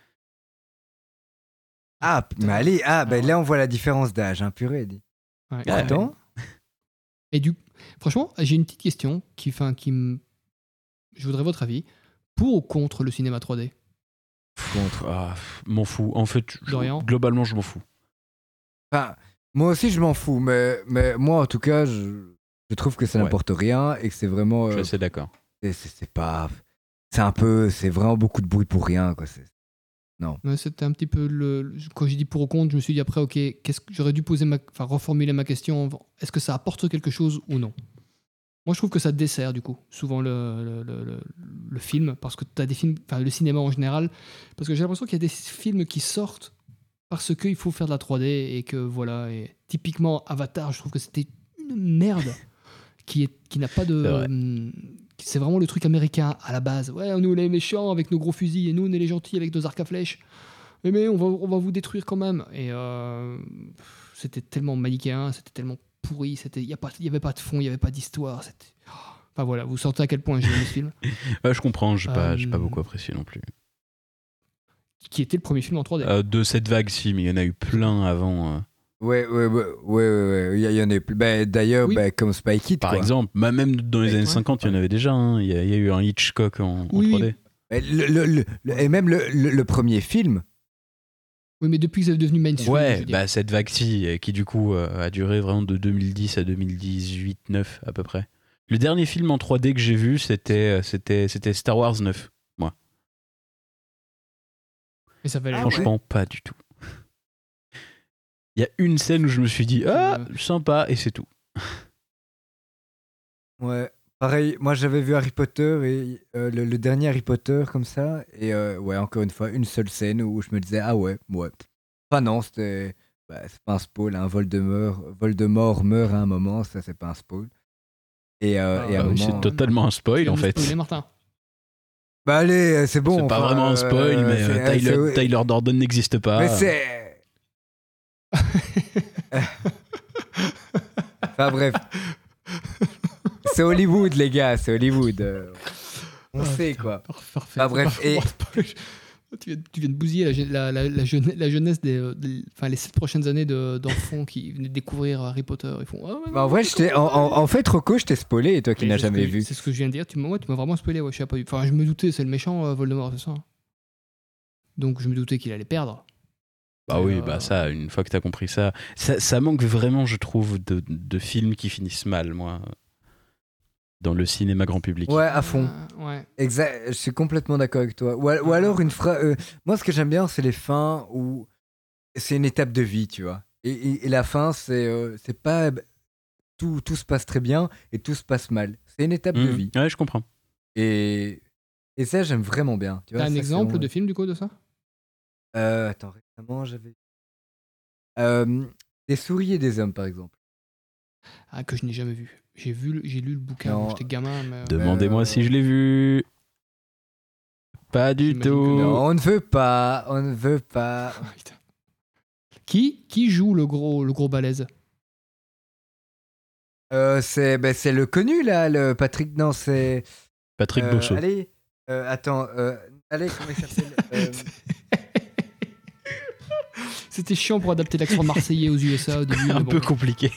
Ah, mais allez, ah, ben Ah ouais. là, on voit la différence d'âge, hein, purée. Dit. Ouais. Ouais. Attends. Et du franchement, j'ai une petite question qui, enfin, qui me... Je voudrais votre avis. Pour ou contre le cinéma trois D? Contre. Ah, pff, m'en fous. En fait, je- Dorian globalement, je m'en fous. Enfin, moi aussi, je m'en fous, mais, mais moi, en tout cas, je, je trouve que ça Ouais. n'apporte rien et que c'est vraiment. Je suis euh, assez d'accord. c'est, c'est- c'est pas. C'est un peu. C'est vraiment beaucoup de bruit pour rien, quoi. C'est- Ouais, c'était un petit peu le. le- Quand j'ai dit pour ou contre, je me suis dit après, ok, qu'est-ce que j'aurais dû poser ma, enfin, reformuler ma question. Est-ce que ça apporte quelque chose ou non? Moi, je trouve que ça dessert du coup souvent le, le, le, le- le film parce que tu as des films, enfin le cinéma en général, parce que j'ai l'impression qu'il y a des films qui sortent parce qu'il faut faire de la trois D et que voilà. Et typiquement Avatar, je trouve que c'était une merde qui est qui n'a pas de. C'est vrai. hum, C'est vraiment le truc américain à la base. Ouais, nous on est les méchants avec nos gros fusils et nous on est les gentils avec nos arcs à flèches. Mais, mais on, va, on va vous détruire quand même. Et euh, c'était tellement manichéen, c'était tellement pourri, c'était il y a pas il y avait pas de fond, il y avait pas d'histoire, c'était enfin voilà, vous sentez à quel point j'ai aimé ce film Ouais, je comprends, j'ai pas, j'ai pas Euh, beaucoup apprécié non plus. qui était le premier film en trois D. Euh, de cette vague, si, mais il y en a eu plein avant. euh. Ouais, ouais, ouais, ouais, ouais, ouais. Il y, il y en a plus. Ben, d'ailleurs, Oui. ben, comme Spy Kid, Par quoi. exemple, bah, même dans les Ouais. années cinquante, il y en avait déjà. hein. Il y, a- il y a eu un Hitchcock en, en Oui, trois D. oui. Ben, le- le- le- le- et même le, le- le premier film. Oui, mais depuis que c'est devenu mainstream. je Ouais, veux dire. bah cette vague-ci, euh, qui du coup euh, a duré vraiment de deux mille dix à deux mille dix-huit neuf à peu près. Le dernier film en trois D que j'ai vu, c'était, euh, c'était, c'était Star Wars neuf. Mais ça valait Ah le coup. Franchement, pas du tout. Il y a une scène où je me suis dit, ah, sympa, et c'est tout. Ouais. Pareil, moi j'avais vu Harry Potter et euh, le, le dernier Harry Potter comme ça. Et euh, ouais, encore une fois, une seule scène où je me disais, ah ouais, ouais. Enfin non, c'était. Bah, c'est pas un spoil, hein. Voldemort, Voldemort meurt à un moment, ça c'est pas un spoil. Et, euh, Ah, et à un Bah oui, moment. c'est totalement un Tu spoil viens en de fait. spoiler, Martin. Bah allez, euh, c'est bon. C'est pas enfin, vraiment un spoil, euh, mais euh, c'est- Tyler, c'est- Tyler Durden n'existe pas. Mais c'est. Enfin bref. C'est Hollywood, les gars, c'est Hollywood. Euh, on Ah, sait putain, quoi. par- Parfait. Bah, bref, Faut et- pas- Tu viens, tu viens de bousiller la, gé- la, la, la, jeunesse, la jeunesse des, euh, des- enfin, les sept prochaines années de, d'enfants qui venaient de découvrir Harry Potter. Ils font. Ah ouais, Bah, en non, vrai, c'est je t'ai- en, en- en fait, Rocco, je t'ai spoilé, et toi qui Mais n'as c'est ce jamais que- vu. C'est ce que je viens de dire. Tu m'as, ouais, tu m'as vraiment spoilé. Ouais, je sais pas. Enfin, je me doutais, c'est le méchant euh, Voldemort, c'est ça. hein. Donc je me doutais qu'il allait perdre. Bah Et, oui, euh, bah ça, une fois que t'as compris ça, ça, ça manque vraiment, je trouve, de, de films qui finissent mal, moi, dans le cinéma grand public. Ouais, à fond. euh, ouais. Exact, je suis complètement d'accord avec toi. Ou, al- ou alors une phrase. euh, moi, ce que j'aime bien, c'est les fins où c'est une étape de vie, tu vois. Et, et- et la fin, c'est euh, c'est pas tout, tout se passe très bien et tout se passe mal. C'est une étape de Mmh. vie. Ouais, je comprends. Et, et ça, j'aime vraiment bien. Tu vois, T'as un ça, c'est exemple vraiment- de film du coup de ça? Euh, attends, récemment, j'avais. Euh, des souris et des hommes, par exemple. Ah, que je n'ai jamais vu. J'ai vu, le- j'ai lu le bouquin Non. quand j'étais gamin. Mais... euh, Demandez-moi Euh, si je l'ai vu. Pas du J'imagine que tout. Non, on ne veut pas, on ne veut pas. Ah, putain. Qui, qui joue le gros, le gros balèze? Euh, c'est ben, c'est le connu, là, le Patrick. Non, c'est. Patrick euh, Bosso. Allez, euh, attends. Euh, allez, comment il s'appelle euh, C'était chiant pour adapter l'accent marseillais aux U S A au début. Un mais peu bon. compliqué.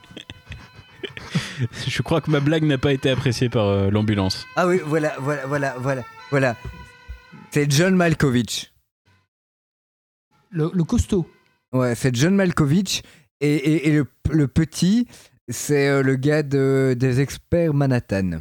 Je crois que ma blague n'a pas été appréciée par euh, l'ambulance. Ah oui, voilà, voilà, voilà, voilà, voilà. C'est John Malkovich. Le, le costaud. Ouais, c'est John Malkovich. Et, et, et le, le petit, c'est euh, le gars de, des experts Manhattan.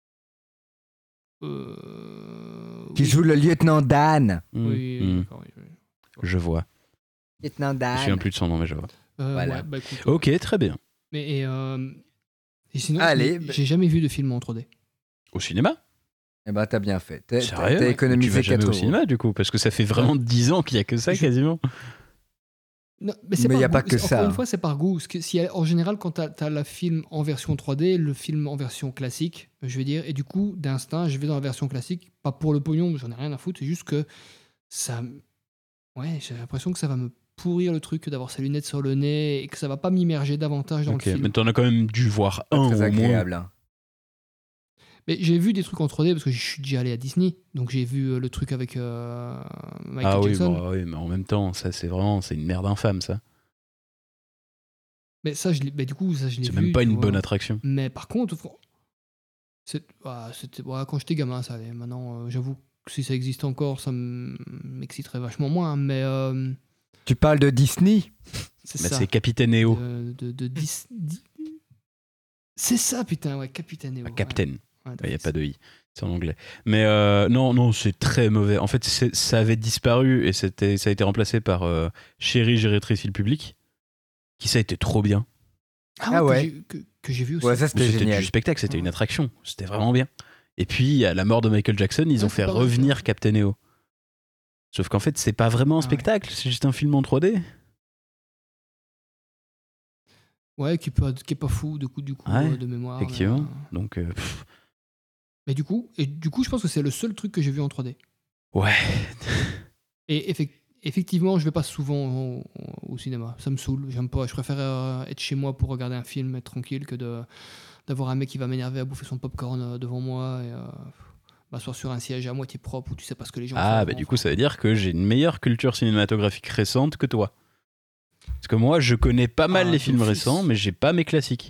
Euh... Qui oui. joue le lieutenant Dan. Mmh. Oui, Mmh. d'accord, oui, oui. Je vois. Lieutenant Je me Dan. souviens plus de son nom, mais je vois. Euh, Voilà. ouais, bah, écoute, Ok, très bien. Mais et, euh, et sinon, Allez, j'ai- bah- j'ai jamais vu de film en trois D. Au cinéma? Eh ben, t'as bien fait. T'as, Sérieux? t'as- t'as Tu vas économisé jamais quatre au euros. cinéma, du coup? Parce que ça fait vraiment dix ans qu'il y a que ça, Je- quasiment. Non, mais c'est Mais par y a goût. pas que C'est- ça. Encore une fois, c'est par goût. Parce que si, en général, quand t'as as le film en version trois D, le film en version classique, je veux dire, et du coup, d'instinct, je vais dans la version classique, pas pour le pognon, j'en ai rien à foutre, c'est juste que ça. Ouais, j'ai l'impression que ça va me pourrir le truc d'avoir ses lunettes sur le nez et que ça va pas m'immerger davantage dans Ok, le film. mais t'en as quand même dû voir Pas un très au moins. agréable. hein. Mais j'ai vu des trucs en trois D parce que je suis déjà allé à Disney, donc j'ai vu euh, le truc avec euh, Michael Ah oui, Jackson. bon, oui, mais en même temps, ça c'est vraiment, c'est une merde infâme, ça. Mais ça, je l'ai- mais du coup, ça, je l'ai C'est vu. même pas tu une vois. bonne attraction. Mais par contre, fr- c'est- ah, c'était, ouais, quand j'étais gamin, ça allait. Maintenant, euh, j'avoue que si ça existe encore, ça m- m'exciterait vachement moins. Mais euh, Tu parles de Disney? c'est Bah, ça. c'est Capitaine E O. De, de, de Dis- Di- C'est ça, putain, ouais, Capitaine E O. Ah, Captain. Ouais, Il n'y a pas de i, c'est en anglais. Mais euh, non, non, c'est très mauvais. En fait, c'est- ça avait disparu et c'était, ça a été remplacé par euh, Chérie, j'ai rétréci le public, qui ça a été trop bien. Ah ouais, Ah que ouais. j'ai- Que, que j'ai vu aussi. Ouais, ça C'était c'était génial. du spectacle, c'était Ouais. une attraction, c'était vraiment bien. Et puis, à la mort de Michael Jackson, ils Ouais, ont c'est fait pas mal, revenir ça. Captain E O. Sauf qu'en fait, c'est pas vraiment un Ah ouais. spectacle, c'est juste un film en trois D. Ouais, qui, peut, qui est pas fou de coup, du coup, Ouais, euh, de mémoire. effectivement. Mais, euh, Donc, euh, pff, mais du coup, et du coup, je pense que c'est le seul truc que j'ai vu en trois D. ouais. Et effec- effectivement, je vais pas souvent au, au cinéma. Ça me saoule. J'aime pas. Je préfère euh, être chez moi pour regarder un film, être tranquille, que de d'avoir un mec qui va m'énerver à bouffer son popcorn euh, devant moi et euh, m'asseoir sur un siège à moitié propre où tu sais pas ce que les gens Ah, font. bah du coup, ça veut dire que j'ai une meilleure culture cinématographique récente que toi. Parce que moi, je connais pas mal Ah, les films d'office. récents, mais j'ai pas mes classiques.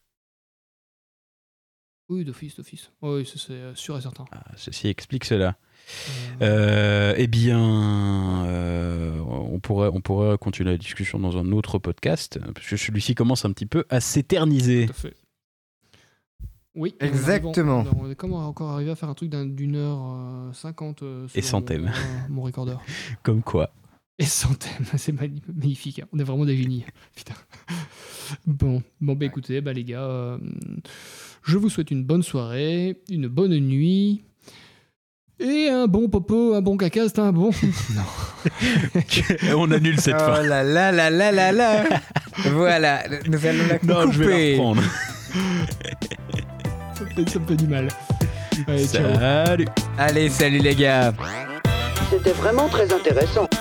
Oui, d'office, d'office. Oui, ça, c'est euh, sûr et certain. Ah, ceci explique cela. Euh, Euh, eh bien, euh, on, pourrait, on pourrait continuer la discussion dans un autre podcast, parce que celui-ci commence un petit peu à s'éterniser. Tout à fait. Oui, et on Exactement. arrive en- On est comme encore arrivé à faire un truc d'un- d'une heure euh, cinquante. euh, Et selon sans mon- thème. euh, mon recordeur. Comme quoi. Et sans thème, c'est mani- magnifique. hein. On est vraiment des génies. Putain. Bon, bon bah écoutez, bah les gars, euh, je vous souhaite une bonne soirée, une bonne nuit. Et un bon popo, un bon caca, c'est un bon. On annule cette Oh fois. là là là là là là. Voilà, nous allons la Non, je vais la couper. reprendre. ça, me fait, ça me fait du mal. Allez, ciao. Salut. Allez, salut les gars. C'était vraiment très intéressant.